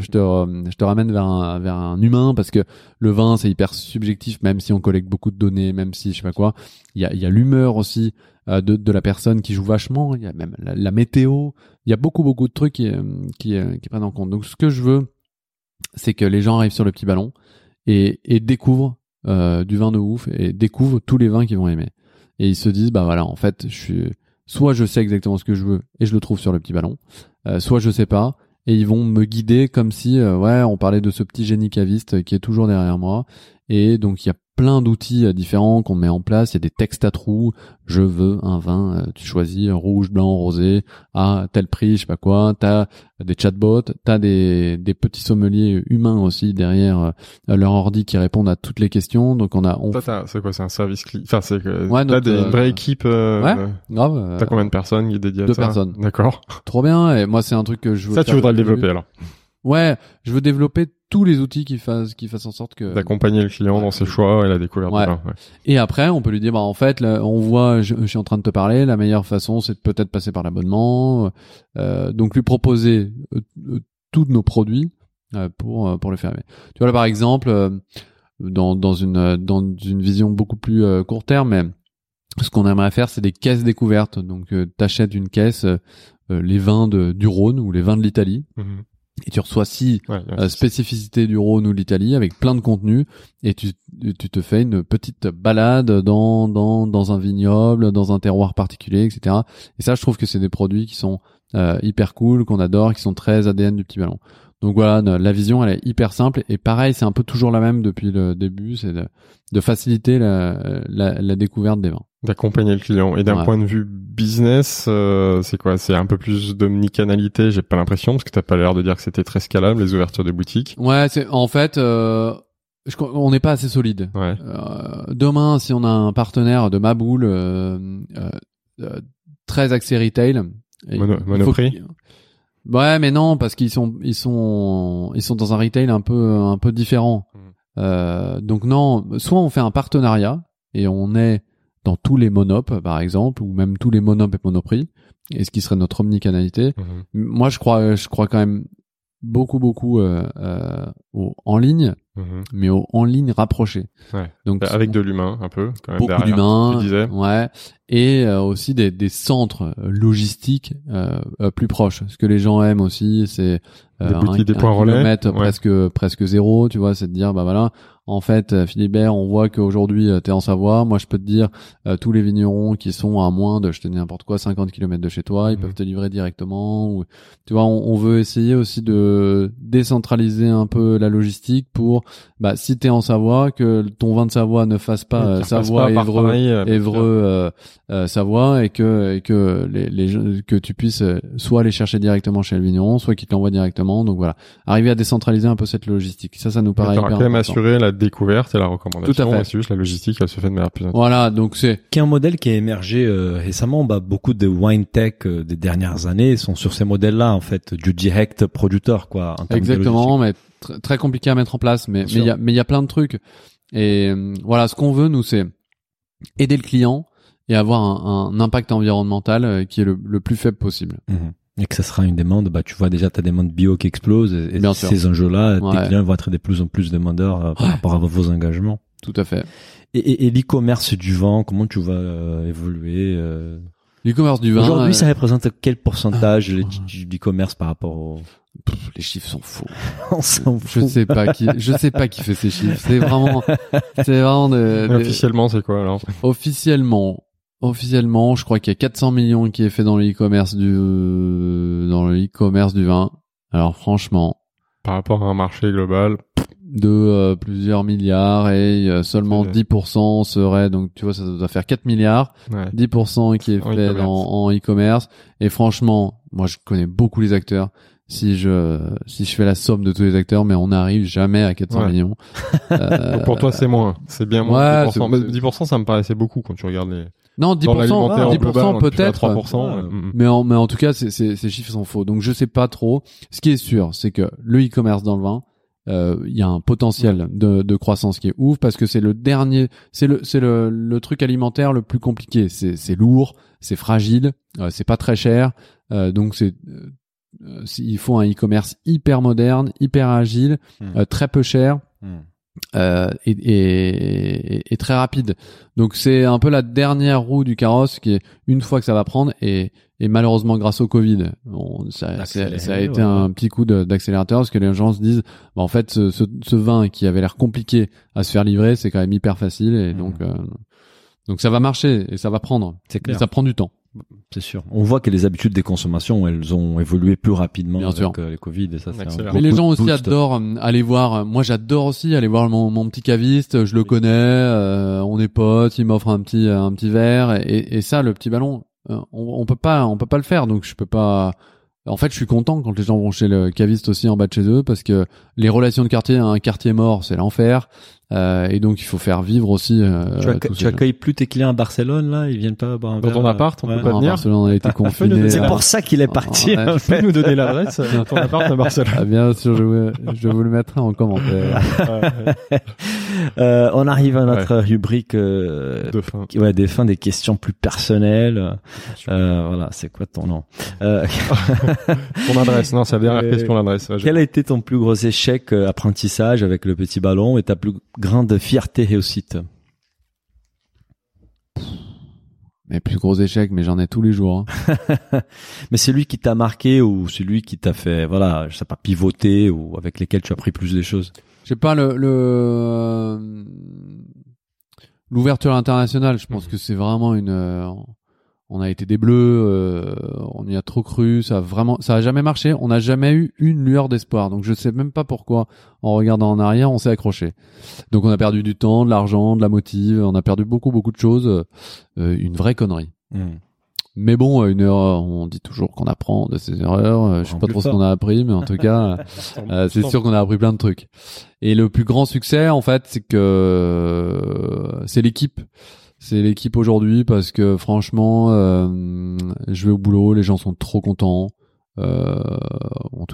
te ramène vers un humain parce que le vin c'est hyper subjectif, même si on collecte beaucoup de données, même si je sais pas quoi, il y a l'humeur aussi de la personne qui joue vachement, il y a même la météo, il y a beaucoup de trucs qui prennent en compte. Donc ce que je veux, c'est que les gens arrivent sur le petit ballon et découvrent du vin de ouf et découvrent tous les vins qu'ils vont aimer. Et ils se disent bah voilà, en fait, soit je sais exactement ce que je veux et je le trouve sur le petit ballon, soit je sais pas et ils vont me guider comme si on parlait de ce petit génie caviste qui est toujours derrière moi. Et donc il y a plein d'outils différents qu'on met en place, il y a des textes à trous, je veux un vin, tu choisis rouge, blanc, rosé, à tel prix, je sais pas quoi, t'as des chatbots, t'as des petits sommeliers humains aussi derrière leur ordi qui répondent à toutes les questions. Donc C'est quoi, c'est un service client? Enfin, c'est que Ouais, t'as notre, une vraie équipe. grave. T'as combien de personnes qui est dédiées à 2 ça? personnes. D'accord. Trop bien. Et moi, c'est un truc que je veux Ça, faire tu voudrais le depuis développer début. alors. Ouais, je veux développer tous les outils qui fassent en sorte que D'accompagner le client dans ses choix et la découverte Ouais. du vin. Ouais. Et après, on peut lui dire, bah en fait, là, on voit, je suis en train de te parler, la meilleure façon, c'est de peut-être passer par l'abonnement. Donc lui proposer tous nos produits pour le faire aimer. Tu vois là, par exemple, dans une vision beaucoup plus court terme, mais ce qu'on aimerait faire, c'est des caisses découvertes. Donc t'achètes une caisse, les vins du Rhône ou les vins de l'Italie. Mhm. Et tu reçois 6 Ouais, spécificités du Rhône ou de l'Italie avec plein de contenu et tu te fais une petite balade dans un vignoble, dans un terroir particulier, etc. Et ça, je trouve que c'est des produits qui sont hyper cool, qu'on adore, qui sont très ADN du petit ballon. Donc voilà, la vision, elle est hyper simple et pareil, c'est un peu toujours la même depuis le début, c'est de faciliter la découverte des vins. D'accompagner le client. Et d'un Ouais. point de vue business, c'est quoi? C'est un peu plus d'omnicanalité, j'ai pas l'impression, parce que t'as pas l'air de dire que c'était très scalable, les ouvertures de boutiques. Ouais, c'est en fait, on n'est pas assez solide. Ouais. Demain, si on a un partenaire de Maboul très axé retail, et il faut Monoprix. Ouais, mais non, parce qu'ils sont dans un retail un peu différent. Donc non, soit on fait un partenariat et on est dans tous les monop, par exemple, ou même tous les monop et monoprix, et ce qui serait notre omnicanalité. Moi, je crois quand même beaucoup en ligne, mais en ligne rapproché. Ouais. Donc Avec de l'humain, un peu, quand même, beaucoup derrière, d'humains, tu disais. ouais, et aussi des centres logistiques plus proches. Ce que les gens aiment aussi, c'est Des boutiques, des points relais. kilomètre Ouais. presque zéro, tu vois, c'est de dire bah voilà, en fait Philibert, on voit qu'aujourd'hui t'es en Savoie, moi je peux te dire tous les vignerons qui sont à moins de, je te dis n'importe quoi, 50 km de chez toi, ils peuvent te livrer directement, ou tu vois, on veut essayer aussi de décentraliser un peu la logistique pour bah si t'es en Savoie, que ton vin de Savoie ne fasse pas Savoie Évreux Savoie, et que que tu puisses soit aller chercher directement chez le vigneron, soit qu'il te l'envoie directement. Donc voilà, arriver à décentraliser un peu cette logistique, ça nous paraît hyper important. Quand même important. assurer la découverte et la recommandation. Tout à fait. C'est juste la logistique, elle se fait de manière plus intéressante. Voilà, donc c'est Qui est un modèle qui a émergé récemment. Bah, beaucoup de wine tech des dernières années sont sur ces modèles-là, en fait, du direct producteur, quoi. En termes de exactement, mais très compliqué à mettre en place, mais Bien sûr. il y a plein de trucs. Et voilà, ce qu'on veut nous, c'est aider le client et avoir un impact environnemental qui est le plus faible possible. logistique. Et que ça sera une demande, bah, tu vois déjà ta demande bio qui explose, et Bien sûr. ces enjeux-là, Ouais. tes clients vont être de plus en plus demandeurs par rapport à vos engagements. Tout à fait. Et l'e-commerce du vin, comment tu vas évoluer L'e-commerce du vin. Aujourd'hui, ça représente quel pourcentage du e-commerce par rapport au... Les chiffres sont faux. On s'en Je fout. sais pas qui fait ces chiffres. C'est vraiment Mais officiellement, c'est quoi, alors? officiellement, je crois qu'il y a 400 millions qui est fait dans le e-commerce du vin. Alors franchement, Par rapport à un marché global. de plusieurs milliards, et seulement C'est- 10% serait, donc tu vois, ça doit faire 4 milliards, Ouais. 10% qui est En fait e-commerce. en e-commerce. Et franchement, moi je connais beaucoup les acteurs. Si je fais la somme de tous les acteurs, mais on n'arrive jamais à 400 Ouais. millions. Donc pour toi, c'est moins. C'est bien moins. Ouais, 10%. c'est- Mais 10%, ça me paraissait beaucoup quand tu regardes les... Non, 10%, Dans l'alimentaire, en 10% global, tu vas à peut-être. 3%. Ouais. Mais en tout cas, ces chiffres sont faux. Donc je sais pas trop. Ce qui est sûr, c'est que le e-commerce dans le vin, il y a un potentiel de croissance qui est ouf, parce que c'est le dernier, c'est le truc alimentaire le plus compliqué. C'est lourd, c'est fragile, c'est pas très cher. Donc il faut un e-commerce hyper moderne, hyper agile, très peu cher. Et très rapide. Donc c'est un peu la dernière roue du carrosse qui est, une fois que ça va prendre, et malheureusement grâce au Covid, ça a été un petit coup d'accélérateur, parce que les gens se disent bah, en fait ce vin qui avait l'air compliqué à se faire livrer, c'est quand même hyper facile, et donc ça va marcher et ça va prendre. C'est clair. Et ça prend du temps. C'est sûr. On voit que les habitudes des consommations, elles ont évolué plus rapidement Bien avec sûr. Les Covid, et ça, c'est Accélère. un Mais les gros gens coup de aussi boost. adorent aller voir. Moi, j'adore aussi aller voir mon petit caviste. Je le connais. On est potes. Il m'offre un petit verre. Et ça, le petit ballon, on peut pas le faire. Donc, je peux pas. En fait, je suis content quand les gens vont chez le caviste aussi en bas de chez eux, parce que les relations de quartier, un quartier mort, c'est l'enfer. Et donc, il faut faire vivre aussi. Tu accueilles plus tes clients à Barcelone, là? Ils viennent pas boire un Dans verre? ton appart, on peut pas Non, venir. Barcelone, on a été confinés. C'est pour ça qu'il est parti. Ouais. Tu peux nous donner l'adresse de ton appart à Barcelone. Ah, bien sûr, je vous le mettrai en commentaire. On arrive à notre rubrique De fin. des fins, des questions plus personnelles. Voilà, c'est quoi ton nom? Ton adresse. Non, c'est la dernière question, l'adresse. Ouais, Quel a été ton plus gros échec apprentissage avec le petit ballon, et ta plus grande fierté réussite? Mes plus gros échecs, mais j'en ai tous les jours. Hein. Mais c'est lui qui t'a marqué, ou celui qui t'a fait, voilà, je sais pas, pivoter, ou avec lesquels tu as appris plus des choses? Je sais pas, l'ouverture internationale, je pense que c'est vraiment on a été des bleus, on y a trop cru, ça a jamais marché, on n'a jamais eu une lueur d'espoir. Donc je sais même pas pourquoi, en regardant en arrière, on s'est accroché. Donc on a perdu du temps, de l'argent, de la motive, on a perdu beaucoup de choses, une vraie connerie. Mais bon, une erreur, on dit toujours qu'on apprend de ses erreurs. Je sais pas trop ce qu'on a appris, mais en tout cas, c'est sûr qu'on a appris plein de trucs. Et le plus grand succès, en fait, c'est que c'est l'équipe. C'est l'équipe aujourd'hui, parce que franchement, je vais au boulot, les gens sont trop contents.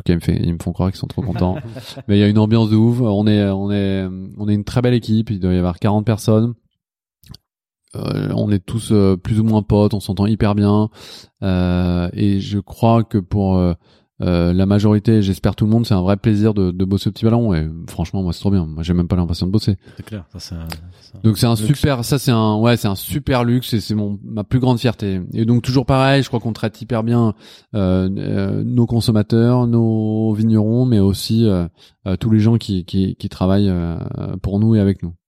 tout cas, ils me font croire qu'ils sont trop contents. Mais il y a une ambiance de ouf. On est une très belle équipe. Il doit y avoir 40 personnes. On est tous plus ou moins potes. On s'entend hyper bien. Et je crois que pour la majorité, j'espère tout le monde, c'est un vrai plaisir de bosser au Petit Ballon. Et franchement, moi, c'est trop bien. Moi, j'ai même pas l'impression de bosser. C'est clair. Donc c'est un luxe. super, ça c'est un super luxe et c'est ma plus grande fierté. Et donc toujours pareil, je crois qu'on traite hyper bien nos consommateurs, nos vignerons, mais aussi tous les gens qui travaillent pour nous et avec nous.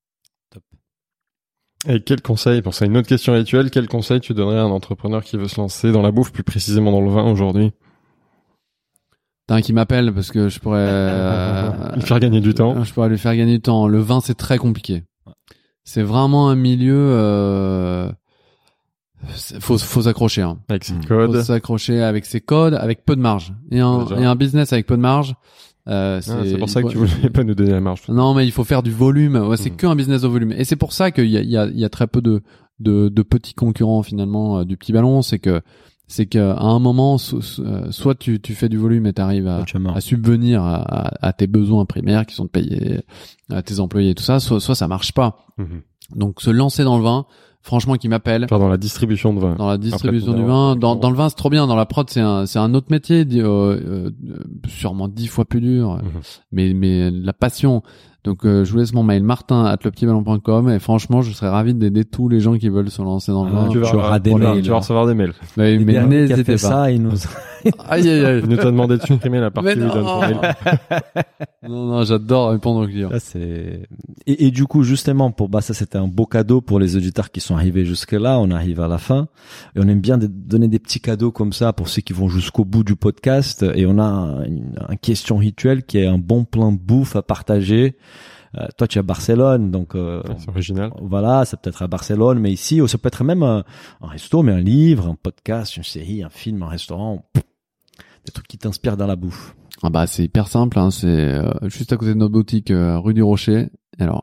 Et quel conseil, pour ça, une autre question rituelle, quel conseil tu donnerais à un entrepreneur qui veut se lancer dans la bouffe, plus précisément dans le vin aujourd'hui? T'as un qui m'appelle parce que je pourrais lui faire gagner du temps. Je pourrais lui faire gagner du temps. Le vin c'est très compliqué. C'est vraiment un milieu. Faut s'accrocher. Hein. Avec ses codes. Faut s'accrocher avec ses codes, avec peu de marge. Et un business avec peu de marge. C'est pour ça que tu voulais pas nous donner la marge. Non, mais il faut faire du volume. Ouais, c'est qu'un business au volume. Et c'est pour ça qu'il y a très peu de petits concurrents finalement du Petit Ballon. C'est qu'à un moment, soit tu fais du volume et t'arrives à subvenir à tes besoins primaires qui sont de payer à tes employés et tout ça, soit ça marche pas. Donc se lancer dans le vin, franchement, qui m'appelle. Dans la distribution de vin. Dans la distribution du vin, dans le vin, c'est trop bien. Dans la prod, c'est un autre métier, sûrement 10 fois plus dur, mais la passion. Donc je vous laisse mon mail martin@lepetitballon.com et franchement je serais ravi d'aider tous les gens qui veulent se lancer dans le vin. Tu vas recevoir des mails. Mais n'hésitez pas. Ça, il nous aïe. Il nous a demandé de supprimer la partie où il donne ton mail. Non, j'adore répondre aux clients. Ça, et du coup, justement, ça, c'était un beau cadeau pour les auditeurs qui sont arrivés jusque-là. On arrive à la fin. Et on aime bien donner des petits cadeaux comme ça pour ceux qui vont jusqu'au bout du podcast. Et on a un question rituel qui est un bon plan de bouffe à partager. Toi, tu es à Barcelone, donc c'est original. Voilà, c'est peut-être à Barcelone, mais ici, ça peut être même un resto, mais un livre, un podcast, une série, un film, un restaurant, des trucs qui t'inspirent dans la bouffe. Ah bah c'est hyper simple, hein, c'est juste à côté de notre boutique rue du Rocher. Alors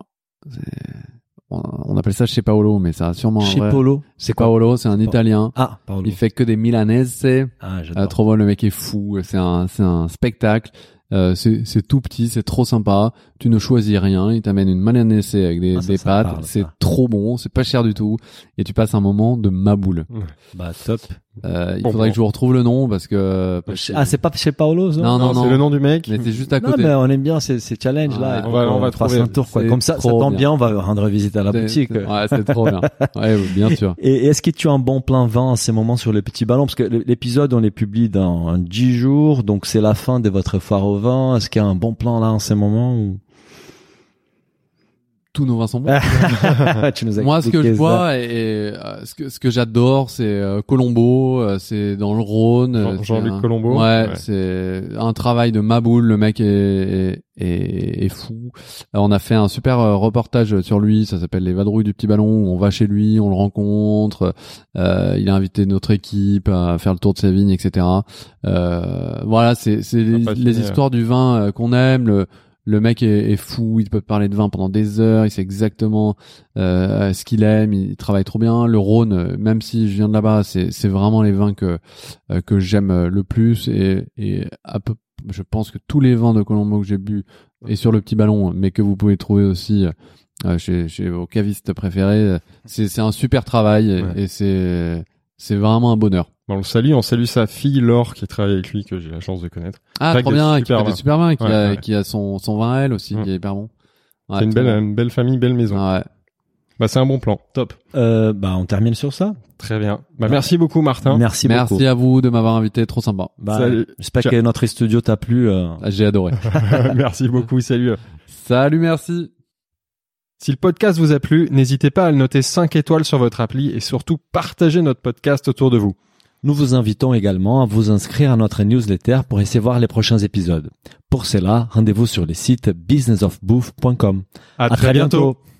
on appelle ça chez Paolo, mais ça a sûrement chez Paolo. C'est Paolo, c'est un Italien. Ah, Paolo. Il fait que des milanaises, j'adore. Trop bon, le mec est fou. C'est un spectacle. C'est tout petit, c'est trop sympa. Tu ne choisis rien. Il t'amène une milanaise avec des pâtes. C'est trop bon. C'est pas cher du tout. Et tu passes un moment de maboule. Bah, top. Il faudrait que je vous retrouve le nom parce que. C'est pas chez Paolo, ça? Non. C'est le nom du mec. Mais c'est juste à côté. Non, mais on aime bien ces challenges là. On va trouver un tour, quoi. Comme ça tombe bien. On va rendre visite à la boutique. Ouais, c'est trop bien. Ouais, bien sûr. Et est-ce que tu as un bon plan vin en ces moments sur le Petit Ballon? Parce que l'épisode, on les publie dans 10 jours. Donc, c'est la fin de votre foire au vin. Est-ce qu'il y a un bon plan là en ces moments ou... Tous nos vins sont bons. Tu nous as Moi, ce que je expliqué vois et ce que j'adore, c'est Colombo, c'est dans le Rhône. Jean-Luc Colombo. Ouais, c'est un travail de maboule. Le mec est fou. On a fait un super reportage sur lui. Ça s'appelle Les Vadrouilles du Petit Ballon. Où on va chez lui, on le rencontre. Il a invité notre équipe à faire le tour de ses vignes, etc. Voilà, c'est les histoires du vin qu'on aime. Le mec est fou, il peut te parler de vin pendant des heures, il sait exactement ce qu'il aime, il travaille trop bien. Le Rhône, même si je viens de là-bas, c'est vraiment les vins que j'aime le plus et je pense que tous les vins de Colombo que j'ai bu et sur le Petit Ballon, mais que vous pouvez trouver aussi chez vos cavistes préférés, c'est un super travail et c'est vraiment un bonheur. On salue sa fille Laure qui travaille avec lui, que j'ai la chance de connaître. Ah, trop bien, qui fait des super vins, qui a son vin à elle aussi, qui est hyper bon. Ouais, c'est une belle famille, belle maison. Ouais. Bah, c'est un bon plan. Top. On termine sur ça. Très bien. Merci beaucoup, Martin. Merci beaucoup. Merci à vous de m'avoir invité, trop sympa. Salut. J'espère que notre studio t'a plu. J'ai adoré. Merci beaucoup, salut. Salut, merci. Si le podcast vous a plu, n'hésitez pas à le noter 5 étoiles sur votre appli et surtout partagez notre podcast autour de vous. Nous vous invitons également à vous inscrire à notre newsletter pour essayer voir les prochains épisodes. Pour cela, rendez-vous sur le site businessofbouffe.com. À très bientôt.